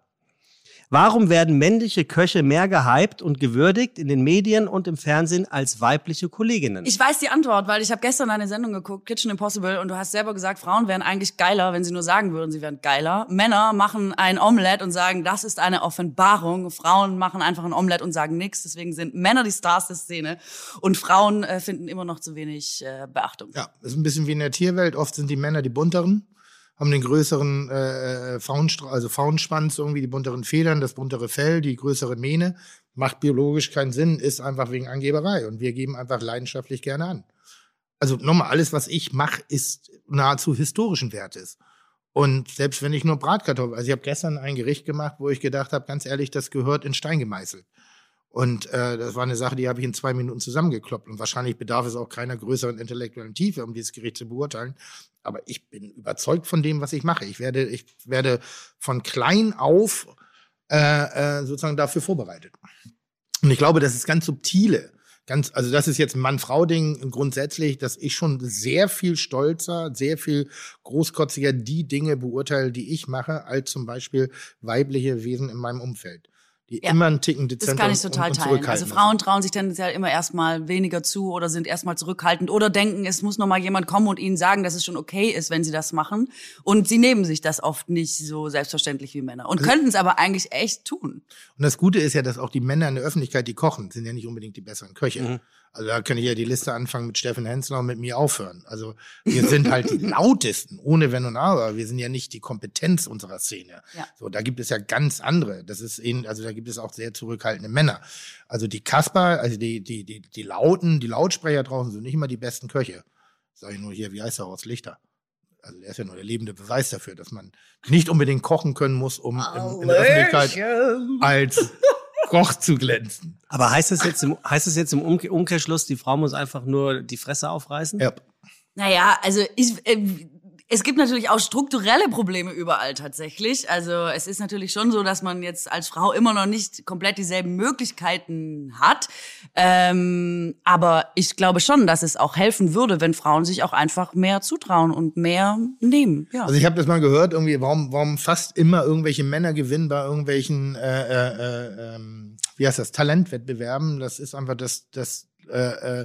S3: Warum werden männliche Köche mehr gehypt und gewürdigt in den Medien und im Fernsehen als weibliche Kolleginnen?
S5: Ich weiß die Antwort, weil ich habe gestern eine Sendung geguckt, Kitchen Impossible, und du hast selber gesagt, Frauen wären eigentlich geiler, wenn sie nur sagen würden, sie wären geiler. Männer machen ein Omelett und sagen, das ist eine Offenbarung. Frauen machen einfach ein Omelett und sagen nichts. Deswegen sind Männer die Stars der Szene und Frauen äh, finden immer noch zu wenig äh, Beachtung.
S2: Ja, ist ein bisschen wie in der Tierwelt. Oft sind die Männer die bunteren, haben den größeren äh, Faunenstra- also Faunenschwanz, irgendwie die bunteren Federn, das buntere Fell, die größere Mähne. Macht biologisch keinen Sinn, ist einfach wegen Angeberei. Und wir geben einfach leidenschaftlich gerne an. Also nochmal, alles, was ich mache, ist nahezu historischen Wertes. Und selbst wenn ich nur Bratkartoffeln, also ich habe gestern ein Gericht gemacht, wo ich gedacht habe, ganz ehrlich, das gehört in Stein gemeißelt. Und äh, das war eine Sache, die habe ich in zwei Minuten zusammengekloppt. Und wahrscheinlich bedarf es auch keiner größeren intellektuellen Tiefe, um dieses Gericht zu beurteilen. Aber ich bin überzeugt von dem, was ich mache. Ich werde, ich werde von klein auf äh, äh, sozusagen dafür vorbereitet. Und ich glaube, das ist ganz subtile. Ganz, also das ist jetzt ein Mann-Frau-Ding grundsätzlich, dass ich schon sehr viel stolzer, sehr viel großkotziger die Dinge beurteile, die ich mache, als zum Beispiel weibliche Wesen in meinem Umfeld. Die
S5: Ja,
S2: immer einen Ticken
S5: Das
S2: dezenter
S5: kann ich total
S2: und, und
S5: teilen. Also
S2: zurückhaltender
S5: Frauen trauen sich tendenziell immer erstmal weniger zu oder sind erstmal zurückhaltend oder denken, es muss noch mal jemand kommen und ihnen sagen, dass es schon okay ist, wenn sie das machen. Und sie nehmen sich das oft nicht so selbstverständlich wie Männer und könnten es aber eigentlich echt tun.
S2: Und das Gute ist ja, dass auch die Männer in der Öffentlichkeit, die kochen, sind ja nicht unbedingt die besseren Köche.
S3: Mhm.
S2: Also da kann ich ja die Liste anfangen mit Steffen Hensler und mit mir aufhören. Also wir sind halt die lautesten, ohne Wenn und Aber. Wir sind ja nicht die Kompetenz unserer Szene.
S5: Ja.
S2: So, da gibt es ja ganz andere. Das ist eben, also da gibt es auch sehr zurückhaltende Männer. Also die Kasper, also die, die, die, die Lauten, die Lautsprecher draußen sind nicht immer die besten Köche. Sag ich nur hier, wie heißt der Horst Lichter? Also der ist ja nur der lebende Beweis dafür, dass man nicht unbedingt kochen können muss, um in, in der Öffentlichkeit als Koch zu glänzen.
S3: Aber heißt es jetzt im, heißt es jetzt im Umke- Umkehrschluss, die Frau muss einfach nur die Fresse aufreißen?
S2: Ja.
S5: Naja, also ich, äh, es gibt natürlich auch strukturelle Probleme überall tatsächlich. Also es ist natürlich schon so, dass man jetzt als Frau immer noch nicht komplett dieselben Möglichkeiten hat. Ähm, aber ich glaube schon, dass es auch helfen würde, wenn Frauen sich auch einfach mehr zutrauen und mehr nehmen. Ja.
S2: Also ich habe das mal gehört, irgendwie, warum, warum fast immer irgendwelche Männer gewinnen bei irgendwelchen, äh, äh, äh, wie heißt das, Talentwettbewerben. Das ist einfach das, das, äh, äh,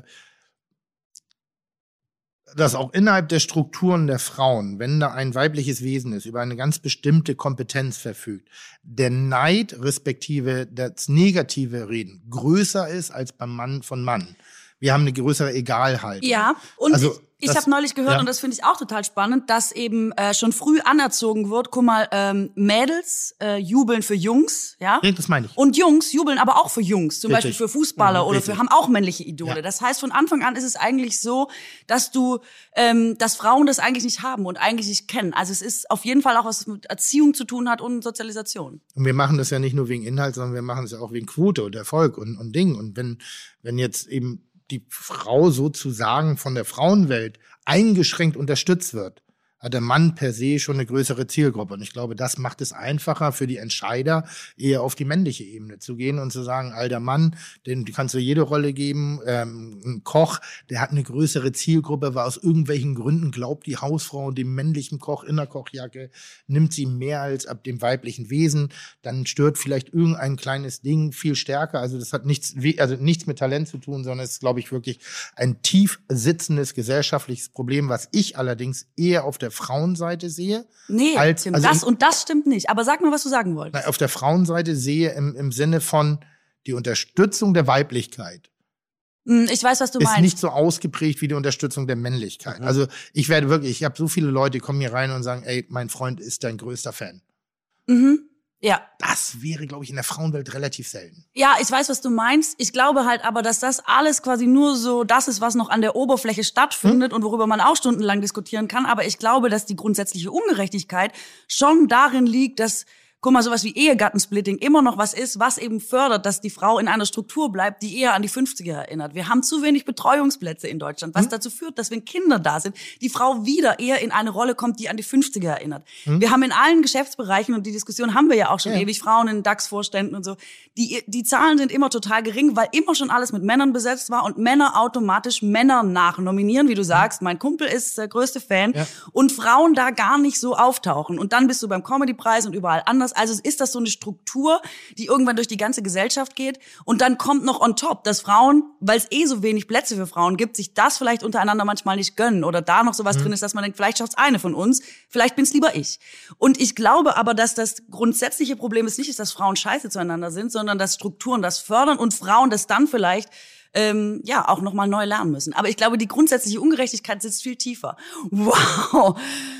S2: dass auch innerhalb der Strukturen der Frauen, wenn da ein weibliches Wesen ist, über eine ganz bestimmte Kompetenz verfügt, der Neid respektive das negative Reden größer ist als beim Mann von Mann. Wir haben eine größere Egalhaltung.
S5: Ja, und
S2: Also,
S5: ich, ich
S2: das-
S5: habe neulich gehört,
S2: ja.
S5: und das finde ich auch total spannend, dass eben äh, schon früh anerzogen wird, guck mal, ähm, Mädels äh, jubeln für Jungs, ja?
S2: Ja, das meine ich.
S5: Und Jungs jubeln aber auch für Jungs, zum
S2: Richtig.
S5: Beispiel für Fußballer
S2: Mhm,
S5: oder
S2: richtig.
S5: für, haben auch männliche Idole.
S2: Ja.
S5: Das heißt, von Anfang an ist es eigentlich so, dass du, ähm, dass Frauen das eigentlich nicht haben und eigentlich nicht kennen. Also es ist auf jeden Fall auch was mit Erziehung zu tun hat und Sozialisation.
S2: Und wir machen das ja nicht nur wegen Inhalt, sondern wir machen es ja auch wegen Quote und Erfolg und, und Ding. Und wenn, wenn jetzt eben die Frau sozusagen von der Frauenwelt eingeschränkt unterstützt wird, hat der Mann per se schon eine größere Zielgruppe. Und ich glaube, das macht es einfacher für die Entscheider, eher auf die männliche Ebene zu gehen und zu sagen, alter Mann, den kannst du jede Rolle geben. Ähm, ein Koch, der hat eine größere Zielgruppe, weil aus irgendwelchen Gründen glaubt die Hausfrau dem männlichen Koch in der Kochjacke, nimmt sie mehr als ab dem weiblichen Wesen. Dann stört vielleicht irgendein kleines Ding viel stärker. Also das hat nichts, also nichts mit Talent zu tun, sondern es ist, glaube ich, wirklich ein tief sitzendes gesellschaftliches Problem, was ich allerdings eher auf der Frauenseite sehe.
S5: Nee,
S2: als,
S5: Tim,
S2: also
S5: das
S2: im,
S5: und das stimmt nicht. Aber sag mal, was du sagen wolltest.
S2: auf der Frauenseite sehe im, im Sinne von die Unterstützung der Weiblichkeit.
S5: Ich weiß, was du
S2: ist
S5: meinst.
S2: nicht so ausgeprägt wie die Unterstützung der Männlichkeit. Mhm. Also ich werde wirklich, ich habe so viele Leute, die kommen hier rein und sagen, ey, mein Freund ist dein größter Fan.
S5: Mhm. Ja.
S2: Das wäre, glaube ich, in der Frauenwelt relativ selten.
S5: Ja, ich weiß, was du meinst. Ich glaube halt aber, dass das alles quasi nur so das ist, was noch an der Oberfläche stattfindet hm? und worüber man auch stundenlang diskutieren kann. Aber ich glaube, dass die grundsätzliche Ungerechtigkeit schon darin liegt, dass, guck mal, sowas wie Ehegattensplitting immer noch was ist, was eben fördert, dass die Frau in einer Struktur bleibt, die eher an die fünfziger erinnert. Wir haben zu wenig Betreuungsplätze in Deutschland, was hm? dazu führt, dass wenn Kinder da sind, die Frau wieder eher in eine Rolle kommt, die an die fünfziger erinnert. Hm? Wir haben in allen Geschäftsbereichen, und die Diskussion haben wir ja auch schon ja. ewig, Frauen in DAX-Vorständen und so, die, die Zahlen sind immer total gering, weil immer schon alles mit Männern besetzt war und Männer automatisch Männer nachnominieren, wie du sagst, mein Kumpel ist der größte Fan, ja. und Frauen da gar nicht so auftauchen. Und dann bist du beim Comedy-Preis und überall anders. Also ist das so eine Struktur, die irgendwann durch die ganze Gesellschaft geht. Und dann kommt noch on top, dass Frauen, weil es eh so wenig Plätze für Frauen gibt, sich das vielleicht untereinander manchmal nicht gönnen. Oder da noch sowas mhm. drin ist, dass man denkt, vielleicht schafft's eine von uns, vielleicht bin's lieber ich. Und ich glaube aber, dass das grundsätzliche Problem ist nicht, ist, dass Frauen scheiße zueinander sind, sondern dass Strukturen das fördern und Frauen das dann vielleicht ähm, ja auch nochmal neu lernen müssen. Aber ich glaube, die grundsätzliche Ungerechtigkeit sitzt viel tiefer. Wow.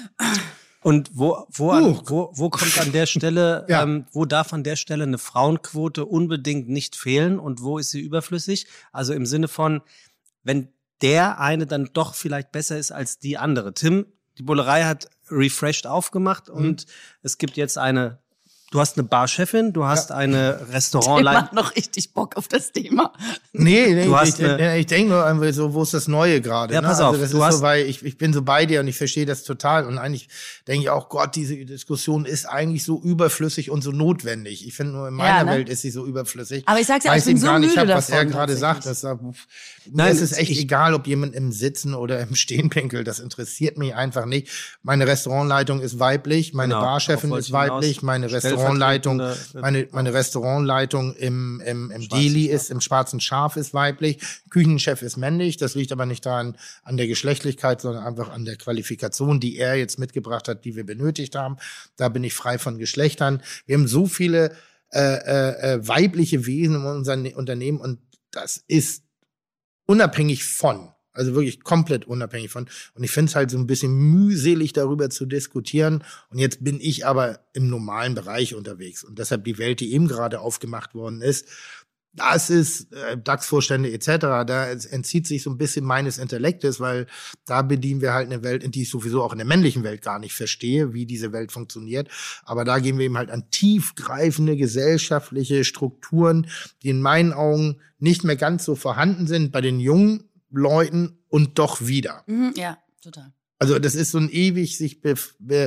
S3: Und wo, wo, an, wo, wo kommt an der Stelle, ja. ähm, wo darf an der Stelle eine Frauenquote unbedingt nicht fehlen und wo ist sie überflüssig? Also im Sinne von, wenn der eine dann doch vielleicht besser ist als die andere. Tim, die Bullerei hat refreshed aufgemacht mhm. und es gibt jetzt eine, du hast eine Barchefin, du hast ja. eine Restaurantleiterin.
S5: Ich hab noch richtig Bock auf das Thema.
S2: Nee, nee,
S3: du
S2: ich, ich, ich denke nur einfach so, wo ist das Neue gerade?
S3: Ja,
S2: ne?
S3: pass
S2: also
S3: auf.
S2: das
S3: du
S2: ist
S3: hast
S2: so, weil ich, ich bin so bei dir und ich verstehe das total. Und eigentlich denke ich auch, Gott, diese Diskussion ist eigentlich so überflüssig und so notwendig. Ich finde nur, in meiner ja, ne? Welt ist sie so überflüssig.
S5: Aber ich sag's ja, ich bin so
S2: gar nicht,
S5: müde
S2: hab,
S5: davon,
S2: was er gerade sagt. Das, Nein, es ist echt ich, egal, ob jemand im Sitzen oder im Stehen pinkelt. Das interessiert mich einfach nicht. Meine Restaurantleitung ist weiblich, meine
S3: genau,
S2: Barchefin ist weiblich, meine Restaurantleitung, meine, meine Restaurantleitung im, im, im Deli ist, im Schwarzen Schaf ist weiblich, Küchenchef ist männlich. Das liegt aber nicht daran, an der Geschlechtlichkeit, sondern einfach an der Qualifikation, die er jetzt mitgebracht hat, die wir benötigt haben. Da bin ich frei von Geschlechtern. Wir haben so viele äh, äh, weibliche Wesen in unserem Unternehmen und das ist unabhängig von, also wirklich komplett unabhängig von. Und ich finde es halt so ein bisschen mühselig, darüber zu diskutieren. Und jetzt bin ich aber im normalen Bereich unterwegs. Und deshalb die Welt, die eben gerade aufgemacht worden ist, das ist äh, DAX-Vorstände et cetera. Da entzieht sich so ein bisschen meines Intellektes, weil da bedienen wir halt eine Welt, in die ich sowieso auch in der männlichen Welt gar nicht verstehe, wie diese Welt funktioniert. Aber da gehen wir eben halt an tiefgreifende gesellschaftliche Strukturen, die in meinen Augen nicht mehr ganz so vorhanden sind bei den jungen Leuten und doch wieder.
S5: Mhm, ja, total.
S2: Also das ist so ein ewig sich be, be,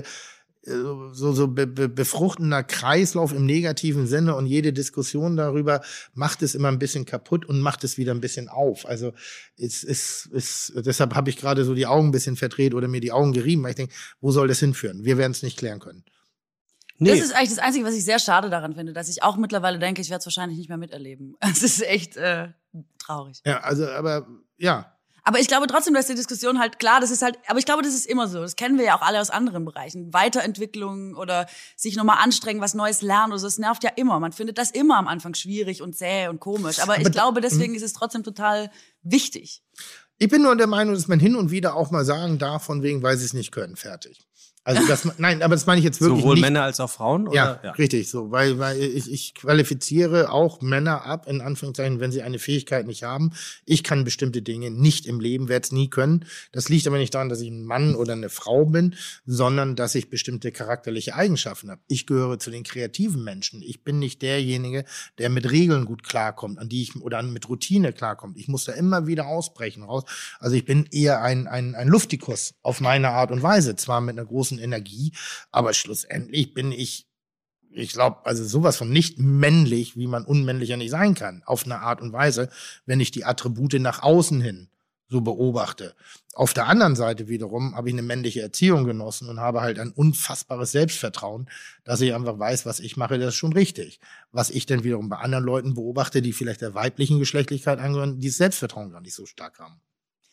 S2: so so be, be, befruchtender Kreislauf im negativen Sinne und jede Diskussion darüber macht es immer ein bisschen kaputt und macht es wieder ein bisschen auf. Also es ist es, deshalb habe ich gerade so die Augen ein bisschen verdreht oder mir die Augen gerieben, weil ich denke, wo soll das hinführen? Wir werden es nicht klären können.
S5: Nee. Das ist eigentlich das Einzige, was ich sehr schade daran finde, dass ich auch mittlerweile denke, ich werde es wahrscheinlich nicht mehr miterleben. Es ist echt äh, traurig.
S2: Ja, also aber ja.
S5: Aber ich glaube trotzdem, dass die Diskussion halt, klar, das ist halt, aber ich glaube, das ist immer so. Das kennen wir ja auch alle aus anderen Bereichen. Weiterentwicklung oder sich nochmal anstrengen, was Neues lernen oder so. Das nervt ja immer. Man findet das immer am Anfang schwierig und zäh und komisch. Aber, aber ich glaube, deswegen ist es trotzdem total wichtig.
S2: Ich bin nur der Meinung, dass man hin und wieder auch mal sagen darf, von wegen, weil sie es nicht können, fertig. Also das, nein, aber das meine ich jetzt wirklich
S3: Sowohl
S2: nicht.
S3: Männer als auch Frauen? Oder?
S2: Ja, ja, richtig so, weil weil ich, ich qualifiziere auch Männer ab, in Anführungszeichen, wenn sie eine Fähigkeit nicht haben. Ich kann bestimmte Dinge nicht im Leben, werde es nie können. Das liegt aber nicht daran, dass ich ein Mann oder eine Frau bin, sondern dass ich bestimmte charakterliche Eigenschaften habe. Ich gehöre zu den kreativen Menschen. Ich bin nicht derjenige, der mit Regeln gut klarkommt, an die ich oder mit Routine klarkommt. Ich muss da immer wieder ausbrechen raus. Also ich bin eher ein ein ein Luftikus auf meine Art und Weise, zwar mit einer großen Energie, aber schlussendlich bin ich, ich glaube, also sowas von nicht männlich, wie man unmännlicher nicht sein kann, auf eine Art und Weise, wenn ich die Attribute nach außen hin so beobachte. Auf der anderen Seite wiederum habe ich eine männliche Erziehung genossen und habe halt ein unfassbares Selbstvertrauen, dass ich einfach weiß, was ich mache, das ist schon richtig. Was ich dann wiederum bei anderen Leuten beobachte, die vielleicht der weiblichen Geschlechtlichkeit angehören, die das Selbstvertrauen gar nicht so stark haben.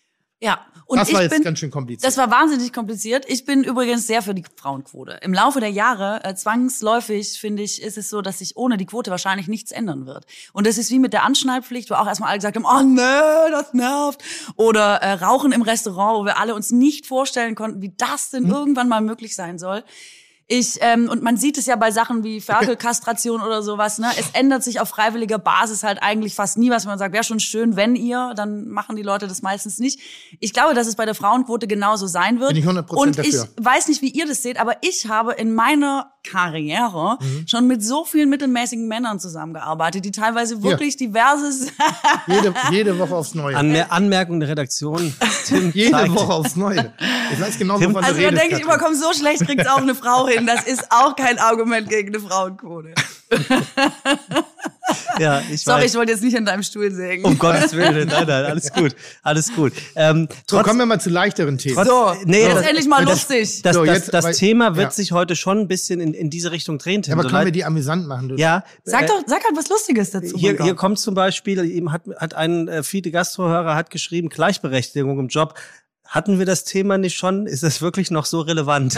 S5: Ja. Und
S2: das
S5: ich
S2: war jetzt
S5: bin,
S2: ganz schön kompliziert.
S5: Das war wahnsinnig kompliziert. Ich bin übrigens sehr für die Frauenquote. Im Laufe der Jahre, äh, zwangsläufig, finde ich, ist es so, dass sich ohne die Quote wahrscheinlich nichts ändern wird. Und das ist wie mit der Anschnallpflicht, wo auch erstmal alle gesagt haben, oh nee, das nervt. Oder äh, Rauchen im Restaurant, wo wir alle uns nicht vorstellen konnten, wie das denn hm. irgendwann mal möglich sein soll. Ich, ähm, und man sieht es ja bei Sachen wie Ferkelkastration oder sowas, ne? Es ändert sich auf freiwilliger Basis halt eigentlich fast nie, was man sagt, wäre schon schön, wenn ihr, dann machen die Leute das meistens nicht. Ich glaube, dass es bei der Frauenquote genauso sein wird.
S2: Bin ich hundert Prozent
S5: und ich
S2: dafür.
S5: weiß nicht, wie ihr das seht, aber ich habe in meiner Karriere mhm. schon mit so vielen mittelmäßigen Männern zusammengearbeitet, die teilweise wirklich ja. diverses...
S2: jede, jede Woche aufs Neue.
S3: Anmer- Anmerkung der Redaktion. Tim
S2: jede
S3: zeigt.
S2: Woche aufs Neue. Ich weiß genau,
S5: Tim,
S2: wovon
S5: also
S2: du
S5: man
S2: redest.
S5: denkt immer, komm, so schlecht kriegt's auch eine Frau hin. Das ist auch kein Argument gegen eine Frauenquote.
S3: Ja, ich
S5: Sorry,
S3: weiß.
S5: ich wollte jetzt nicht in deinem Stuhl sägen.
S3: Um Gottes Willen, nein, nein, alles gut, alles gut. Ähm,
S2: so,
S3: trotz,
S2: kommen wir mal zu leichteren Themen.
S3: trotz,
S5: So,
S3: nee,
S5: jetzt
S3: das,
S5: endlich mal
S3: das,
S5: lustig.
S3: Das,
S2: So,
S3: das,
S2: jetzt,
S3: das
S2: weil,
S3: Thema wird
S2: ja.
S3: sich heute schon ein bisschen in, in diese Richtung drehen, Tim.
S2: Aber
S3: so
S2: können
S3: leid-
S2: wir die amüsant machen? Du?
S3: Ja.
S5: Sag
S3: äh,
S5: doch, sag halt was Lustiges dazu.
S3: Hier,
S5: mein Gott.
S3: hier kommt zum Beispiel, eben hat, hat ein äh, Fide Gastrohörer hat geschrieben, Gleichberechtigung im Job. Hatten wir das Thema nicht schon? Ist das wirklich noch so relevant?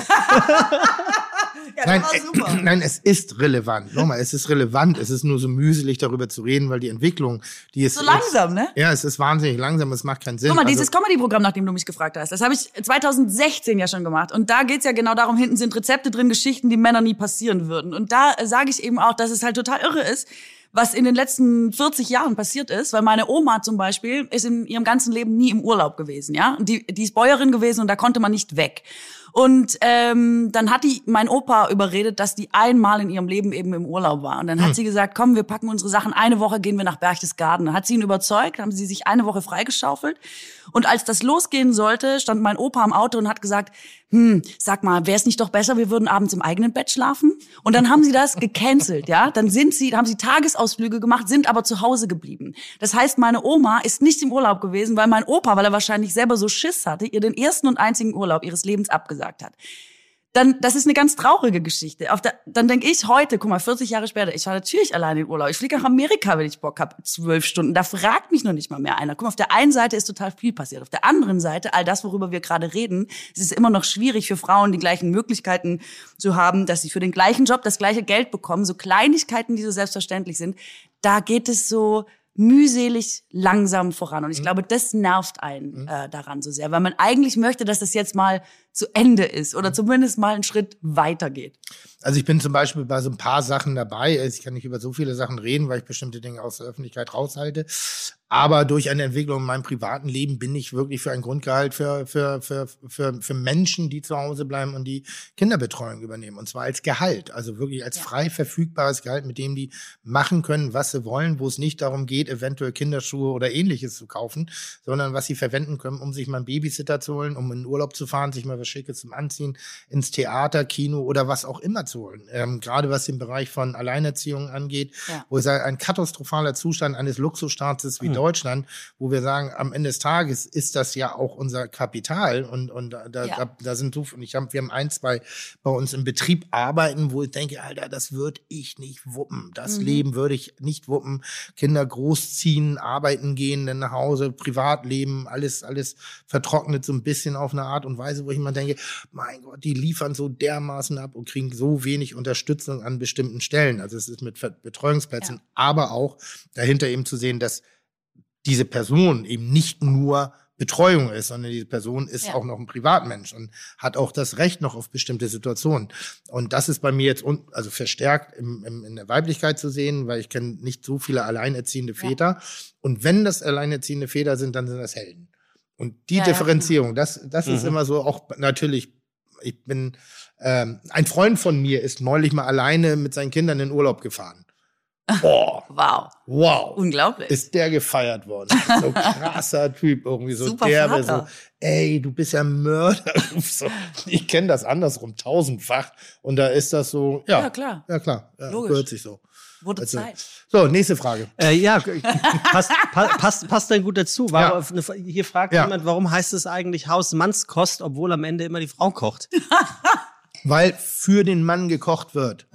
S5: Ja,
S2: Nein,
S5: das war super.
S2: äh, nein, es ist relevant. Nochmal, es ist relevant. Es ist nur so mühselig, darüber zu reden, weil die Entwicklung, die ist...
S5: So langsam, ne?
S2: Ja, es ist wahnsinnig langsam, es macht keinen Sinn.
S5: Guck mal,
S2: Also-
S5: dieses Comedy-Programm, nach dem du mich gefragt hast, das habe ich zwanzig sechzehn ja schon gemacht. Und da geht's ja genau darum, hinten sind Rezepte drin, Geschichten, die Männer nie passieren würden. Und da äh, sage ich eben auch, dass es halt total irre ist, was in den letzten vierzig Jahren passiert ist. Weil meine Oma zum Beispiel ist in ihrem ganzen Leben nie im Urlaub gewesen, ja. Und die, die ist Bäuerin gewesen und da konnte man nicht weg. Und ähm, dann hat die mein Opa überredet, dass die einmal in ihrem Leben eben im Urlaub war. Und dann hat
S2: Hm.
S5: sie gesagt, komm, wir packen unsere Sachen, eine Woche gehen wir nach Berchtesgaden. Dann hat sie ihn überzeugt, haben sie sich eine Woche freigeschaufelt. Und als das losgehen sollte, stand mein Opa am Auto und hat gesagt, hm, sag mal, wäre es nicht doch besser, wir würden abends im eigenen Bett schlafen? Und dann haben sie das gecancelt, ja. Dann sind sie, haben sie Tagesausflüge gemacht, sind aber zu Hause geblieben. Das heißt, meine Oma ist nicht im Urlaub gewesen, weil mein Opa, weil er wahrscheinlich selber so Schiss hatte, ihr den ersten und einzigen Urlaub ihres Lebens abgesagt hat. Dann, das ist eine ganz traurige Geschichte. Auf der, dann denke ich heute, guck mal, vierzig Jahre später, ich fahre natürlich alleine in Urlaub. Ich fliege nach Amerika, wenn ich Bock habe, zwölf Stunden. Da fragt mich noch nicht mal mehr einer. Guck mal, auf der einen Seite ist total viel passiert. Auf der anderen Seite, all das, worüber wir gerade reden, es ist immer noch schwierig für Frauen, die gleichen Möglichkeiten zu haben, dass sie für den gleichen Job das gleiche Geld bekommen. So Kleinigkeiten, die so selbstverständlich sind. Da geht es so mühselig langsam voran. Und ich glaube, das nervt einen äh, daran so sehr, weil man eigentlich möchte, dass das jetzt mal zu Ende ist oder zumindest mal einen Schritt weitergeht.
S2: Also ich bin zum Beispiel bei so ein paar Sachen dabei. Ich kann nicht über so viele Sachen reden, weil ich bestimmte Dinge aus der Öffentlichkeit raushalte. Aber durch eine Entwicklung in meinem privaten Leben bin ich wirklich für ein Grundgehalt für, für, für, für, für Menschen, die zu Hause bleiben und die Kinderbetreuung übernehmen. Und zwar als Gehalt, also wirklich als
S5: Ja.
S2: frei verfügbares Gehalt, mit dem die machen können, was sie wollen, wo es nicht darum geht, eventuell Kinderschuhe oder Ähnliches zu kaufen, sondern was sie verwenden können, um sich mal einen Babysitter zu holen, um in den Urlaub zu fahren, sich mal was Schickes zum Anziehen, ins Theater, Kino oder was auch immer zu holen. Ähm, gerade was den Bereich von Alleinerziehung angeht,
S5: Ja.
S2: wo ich sage, ein katastrophaler Zustand eines Luxusstaates wie Deutschland, wo wir sagen, am Ende des Tages ist das ja auch unser Kapital und, und da, da,
S5: Ja.
S2: da, da sind so, und ich hab, wir haben ein, zwei bei uns im Betrieb arbeiten, wo ich denke, Alter, das würde ich nicht wuppen. Das
S5: Mhm.
S2: Leben würde ich nicht wuppen. Kinder großziehen, arbeiten gehen, dann nach Hause, Privatleben, alles, alles vertrocknet so ein bisschen auf eine Art und Weise, wo ich immer denke, mein Gott, die liefern so dermaßen ab und kriegen so wenig Unterstützung an bestimmten Stellen. Also es ist mit Ver- Betreuungsplätzen,
S5: Ja.
S2: aber auch dahinter eben zu sehen, dass diese Person eben nicht nur Betreuung ist, sondern diese Person ist
S5: Ja.
S2: auch noch ein Privatmensch und hat auch das Recht noch auf bestimmte Situationen. Und das ist bei mir jetzt un also verstärkt im, im, in der Weiblichkeit zu sehen, weil ich kenne nicht so viele alleinerziehende
S5: Ja.
S2: Väter. Und wenn das alleinerziehende Väter sind, dann sind das Helden. Und die
S5: Ja, ja,
S2: Differenzierung, das, das ist
S3: Mhm.
S2: immer so auch natürlich, ich bin, ähm, ein Freund von mir ist neulich mal alleine mit seinen Kindern in Urlaub gefahren. Boah,
S5: Wow,
S2: wow.
S5: unglaublich.
S2: Ist der gefeiert worden. So krasser Typ irgendwie, so
S5: Super
S2: derbe, so,
S5: Vater.
S2: ey, du bist ja ein Mörder. So, ich kenne das andersrum, tausendfach. Und da ist das so, ja.
S5: Ja, klar.
S2: Ja, klar. Ja,
S5: Logisch.
S2: gehört sich so.
S5: Wurde
S2: Also,
S5: Zeit.
S2: so, nächste Frage.
S3: Äh, ja, passt, pa- passt, passt dann gut dazu. War, Hier fragt
S2: Ja.
S3: jemand, warum heißt es eigentlich Hausmannskost, obwohl am Ende immer die Frau kocht?
S2: Weil für den Mann gekocht wird.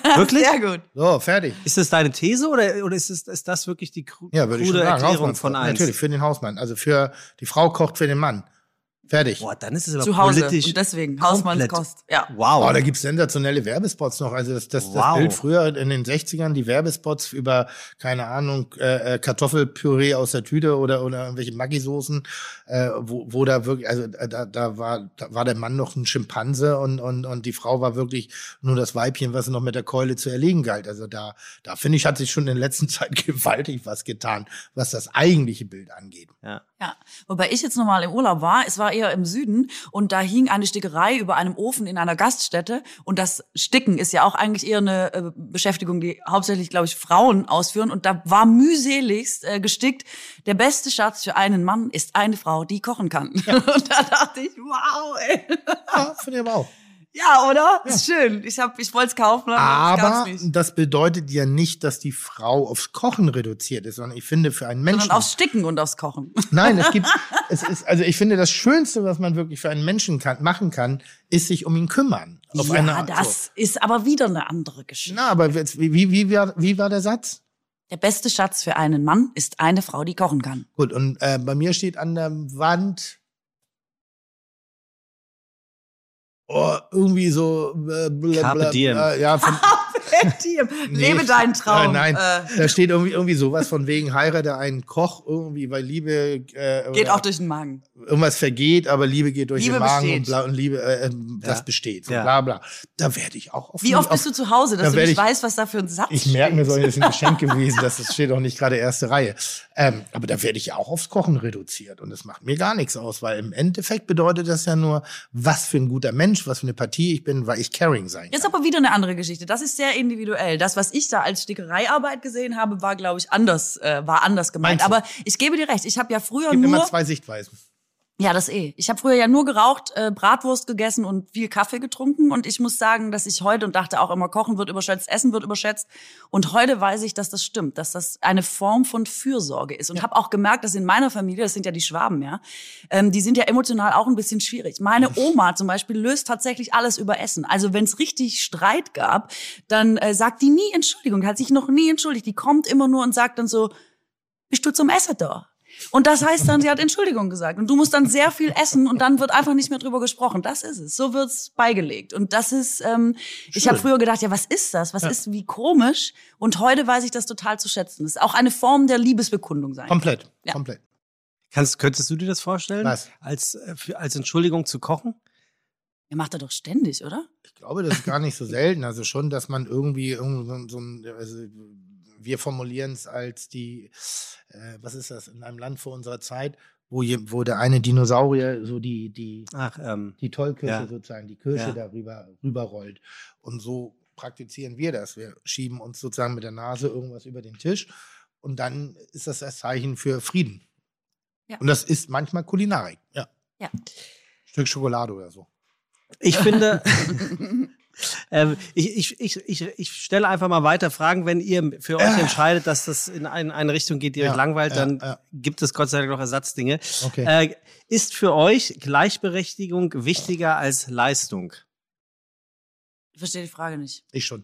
S3: Wirklich?
S5: Sehr gut.
S2: So, fertig.
S3: Ist das deine These oder, oder ist, es, ist das wirklich die kru-
S2: Ja, würde ich schon
S3: krude
S2: sagen.
S3: Erklärung
S2: Hausmann,
S3: von eins?
S2: Natürlich, für den Hausmann. Also für die Frau kocht für den Mann. Fertig.
S3: Boah, dann ist es aber
S5: Zu Hause.
S3: politisch.
S5: Und deswegen,
S3: komplett-
S5: Hausmannskost. Ja.
S3: Wow.
S2: Oh, da gibt's sensationelle Werbespots noch. Also das, das, das
S3: Wow.
S2: Bild früher in den sechzigern, die Werbespots über, keine Ahnung, äh, äh, Kartoffelpüree aus der Tüte oder oder irgendwelche Maggi-Soßen, äh, wo, wo da wirklich, also äh, da, da war da war der Mann noch ein Schimpanse und und und die Frau war wirklich nur das Weibchen, was noch mit der Keule zu erlegen galt. Also da da finde ich, hat sich schon in letzter Zeit gewaltig was getan, was das eigentliche Bild angeht.
S3: Ja.
S5: Ja, wobei ich jetzt nochmal im Urlaub war, es war eher im Süden und da hing eine Stickerei über einem Ofen in einer Gaststätte und das Sticken ist ja auch eigentlich eher eine äh, Beschäftigung, die hauptsächlich, glaube ich, Frauen ausführen und da war mühseligst äh, gestickt, der beste Schatz für einen Mann ist eine Frau, die kochen kann. Ja. Und da dachte ich, wow, ey.
S2: Ja, finde ich aber auch.
S5: Ja, oder? Ist schön. Ich hab, ich wollte es kaufen, aber es
S2: Aber
S5: gab's nicht.
S2: das bedeutet ja nicht, dass die Frau aufs Kochen reduziert ist, sondern ich finde für einen Menschen.
S5: Sondern aufs Sticken und aufs Kochen.
S2: Nein, es gibt, es ist, also ich finde, das Schönste, was man wirklich für einen Menschen kann, machen kann, ist sich um ihn kümmern. Auf
S5: Ja,
S2: eine Art,
S5: das
S2: so.
S5: ist aber wieder eine andere Geschichte.
S2: Na, aber jetzt, wie, wie, wie, war, wie war der Satz?
S5: Der beste Schatz für einen Mann ist eine Frau, die kochen kann.
S2: Gut, und äh, bei mir steht an der Wand oh, irgendwie so äh, bla,
S3: Carpe
S2: bla,
S3: diem.
S2: Äh, ja, von,
S5: Lebe deinen Traum.
S2: Äh, nein,
S5: Äh,
S2: da steht irgendwie, irgendwie sowas von wegen, heirate einen Koch irgendwie, weil Liebe äh,
S5: geht
S2: oder
S5: auch durch den Magen.
S2: irgendwas vergeht, aber Liebe geht durch
S5: Liebe
S2: den Magen
S5: besteht.
S2: und, bla, und Liebe, äh, das
S3: Ja.
S2: besteht, so
S3: Ja.
S2: bla bla. Da werde ich auch auf
S5: Wie oft
S2: auf,
S5: bist du zu Hause, dass
S2: da
S5: du
S2: werd
S5: nicht
S2: ich-
S5: weißt, was da für ein Satz
S2: Ich merke mir,
S5: steht?
S2: so, das ist ein Geschenk gewesen, das ist- steht auch nicht gerade erste Reihe. Ähm, aber da werde ich ja auch aufs Kochen reduziert und das macht mir gar nichts aus, weil im Endeffekt bedeutet das ja nur, was für ein guter Mensch, was für eine Partie ich bin, weil ich caring sein kann.
S5: Ist aber wieder eine andere Geschichte. Das ist sehr individuell. Das, was ich da als Stickereiarbeit gesehen habe, war, glaube ich, anders, äh, war anders gemeint.
S2: Meinst du?
S5: Aber ich gebe dir recht. Ich habe ja früher
S2: Es gibt
S5: nur
S2: immer zwei Sichtweisen.
S5: Ja, das eh. Ich habe früher ja nur geraucht, äh, Bratwurst gegessen und viel Kaffee getrunken. Und ich muss sagen, dass ich heute und dachte auch immer, Kochen wird überschätzt, Essen wird überschätzt. Und heute weiß ich, dass das stimmt, dass das eine Form von Fürsorge ist. Und habe auch gemerkt, dass in meiner Familie, das sind ja die Schwaben, ja, ähm, die sind ja emotional auch ein bisschen schwierig. Meine Oma zum Beispiel löst tatsächlich alles über Essen. Also wenn es richtig Streit gab, dann äh, sagt die nie Entschuldigung, hat sich noch nie entschuldigt. Die kommt immer nur und sagt dann so, bist du zum Essen da? Und das heißt dann, sie hat Entschuldigung gesagt. Und du musst dann sehr viel essen und dann wird einfach nicht mehr drüber gesprochen. Das ist es. So wird's beigelegt. Und das ist, ähm, ich habe früher gedacht, ja, was ist das? Was
S2: Ja.
S5: ist, wie komisch? Und heute weiß ich das total zu schätzen. Das ist auch eine Form der Liebesbekundung sein.
S2: Komplett,
S5: Ja.
S2: komplett.
S3: Kannst, könntest du dir das vorstellen?
S2: Was?
S3: Als, äh, für, als Entschuldigung zu kochen?
S5: Ihr macht das doch ständig, oder?
S2: Ich glaube, das ist gar nicht so selten. Also schon, dass man irgendwie irgend so, so ein, also wir formulieren es als die, äh, was ist das, in einem Land vor unserer Zeit, wo, je, wo der eine Dinosaurier so die, die,
S3: Ach, ähm,
S2: die Tollkirsche
S3: Ja.
S2: sozusagen, die Kirsche
S3: Ja.
S2: darüber rüberrollt. Und so praktizieren wir das. Wir schieben uns sozusagen mit der Nase irgendwas über den Tisch und dann ist das das Zeichen für Frieden.
S5: Ja.
S2: Und das ist manchmal Kulinarik. Ja.
S5: Ja.
S2: Stück Schokolade oder so.
S3: ich finde, ähm, ich, ich, ich, ich, ich stelle einfach mal weiter Fragen. Wenn ihr für euch entscheidet, dass das in ein, eine Richtung geht, die
S2: Ja,
S3: euch langweilt,
S2: ja,
S3: dann
S2: ja.
S3: gibt es Gott sei Dank noch Ersatzdinge.
S2: Okay.
S3: Äh, ist für euch Gleichberechtigung wichtiger als Leistung?
S5: Ich verstehe die Frage nicht.
S2: Ich schon.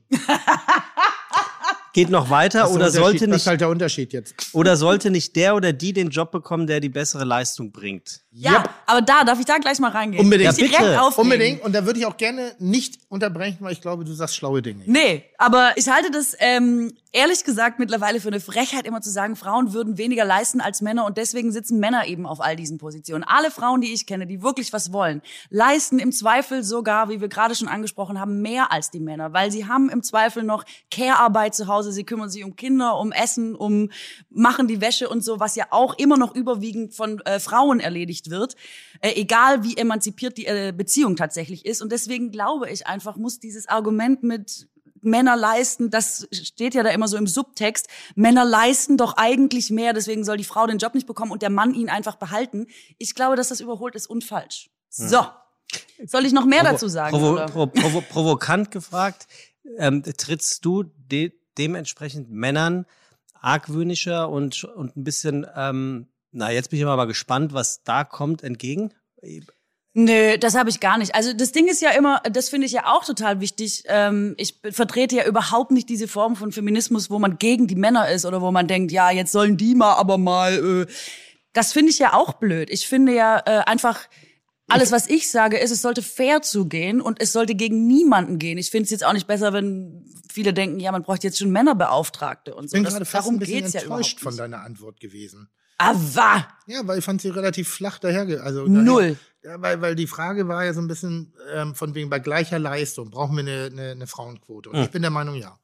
S3: Geht noch weiter
S2: Was ist der
S3: oder
S2: Unterschied?
S3: sollte
S2: Was
S3: nicht
S2: ist halt der Unterschied jetzt?
S3: oder sollte nicht der oder die den Job bekommen, der die bessere Leistung bringt?
S5: Ja,
S2: Yep.
S5: aber da, darf ich da gleich mal reingehen?
S2: Unbedingt.
S5: Direkt
S3: Ja, bitte.
S5: aufregen.
S2: Unbedingt. Und da würde ich auch gerne nicht unterbrechen, weil ich glaube, du sagst schlaue Dinge.
S5: Nee, aber ich halte das ähm, ehrlich gesagt mittlerweile für eine Frechheit, immer zu sagen, Frauen würden weniger leisten als Männer und deswegen sitzen Männer eben auf all diesen Positionen. Alle Frauen, die ich kenne, die wirklich was wollen, leisten im Zweifel sogar, wie wir gerade schon angesprochen haben, mehr als die Männer, weil sie haben im Zweifel noch Care-Arbeit zu Hause, sie kümmern sich um Kinder, um Essen, um machen die Wäsche und so, was ja auch immer noch überwiegend von äh, Frauen erledigt wird, äh, egal wie emanzipiert die äh, Beziehung tatsächlich ist. Und deswegen glaube ich einfach, muss dieses Argument mit Männer leisten, das steht ja da immer so im Subtext, Männer leisten doch eigentlich mehr, deswegen soll die Frau den Job nicht bekommen und der Mann ihn einfach behalten. Ich glaube, dass das überholt ist und falsch. So, soll ich noch mehr dazu sagen?
S3: Provo
S5: oder?
S3: provo provo provokant gefragt, ähm, trittst du de dementsprechend Männern argwöhnischer und, und ein bisschen, ähm, na, jetzt bin ich aber mal gespannt, was da kommt, entgegen?
S5: Nö, das habe ich gar nicht. Also das Ding ist ja immer, das finde ich ja auch total wichtig. Ähm, ich vertrete ja überhaupt nicht diese Form von Feminismus, wo man gegen die Männer ist oder wo man denkt, ja, jetzt sollen die mal aber mal. Äh. Das finde ich ja auch blöd. Ich finde ja äh, einfach, alles, was ich sage, ist, es sollte fair zugehen und es sollte gegen niemanden gehen. Ich finde es jetzt auch nicht besser, wenn viele denken, ja, man bräuchte jetzt schon Männerbeauftragte und so.
S2: Ich bin
S5: Das,
S2: gerade fast
S5: darum
S2: ein bisschen
S5: geht's ja
S2: enttäuscht
S5: überhaupt
S2: von
S5: nicht.
S2: deiner Antwort gewesen.
S5: Aber
S2: Ja, weil ich fand sie relativ flach daher. Also
S5: Null.
S2: Daher, ja, weil, weil die Frage war ja so ein bisschen ähm, von wegen, bei gleicher Leistung brauchen wir eine, eine, eine Frauenquote. Und
S3: Hm.
S2: ich bin der Meinung, ja.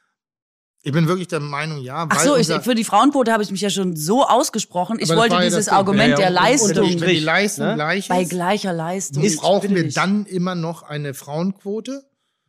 S2: Ich bin wirklich der Meinung, ja.
S5: Ach
S2: weil
S5: so, ich,
S2: unser,
S5: für die Frauenquote habe ich mich ja schon so ausgesprochen. Ich
S2: Aber das
S5: wollte
S2: war ja
S5: dieses
S2: das Ding.
S5: Argument
S3: Ja, ja,
S5: der
S3: und-
S5: Leistung.
S2: wenn die, wenn die Leistung
S3: ne?
S2: gleich
S5: Bei
S2: ist,
S5: gleicher Leistung.
S2: muss, brauchen wir
S5: Bitte nicht.
S2: dann immer noch eine Frauenquote?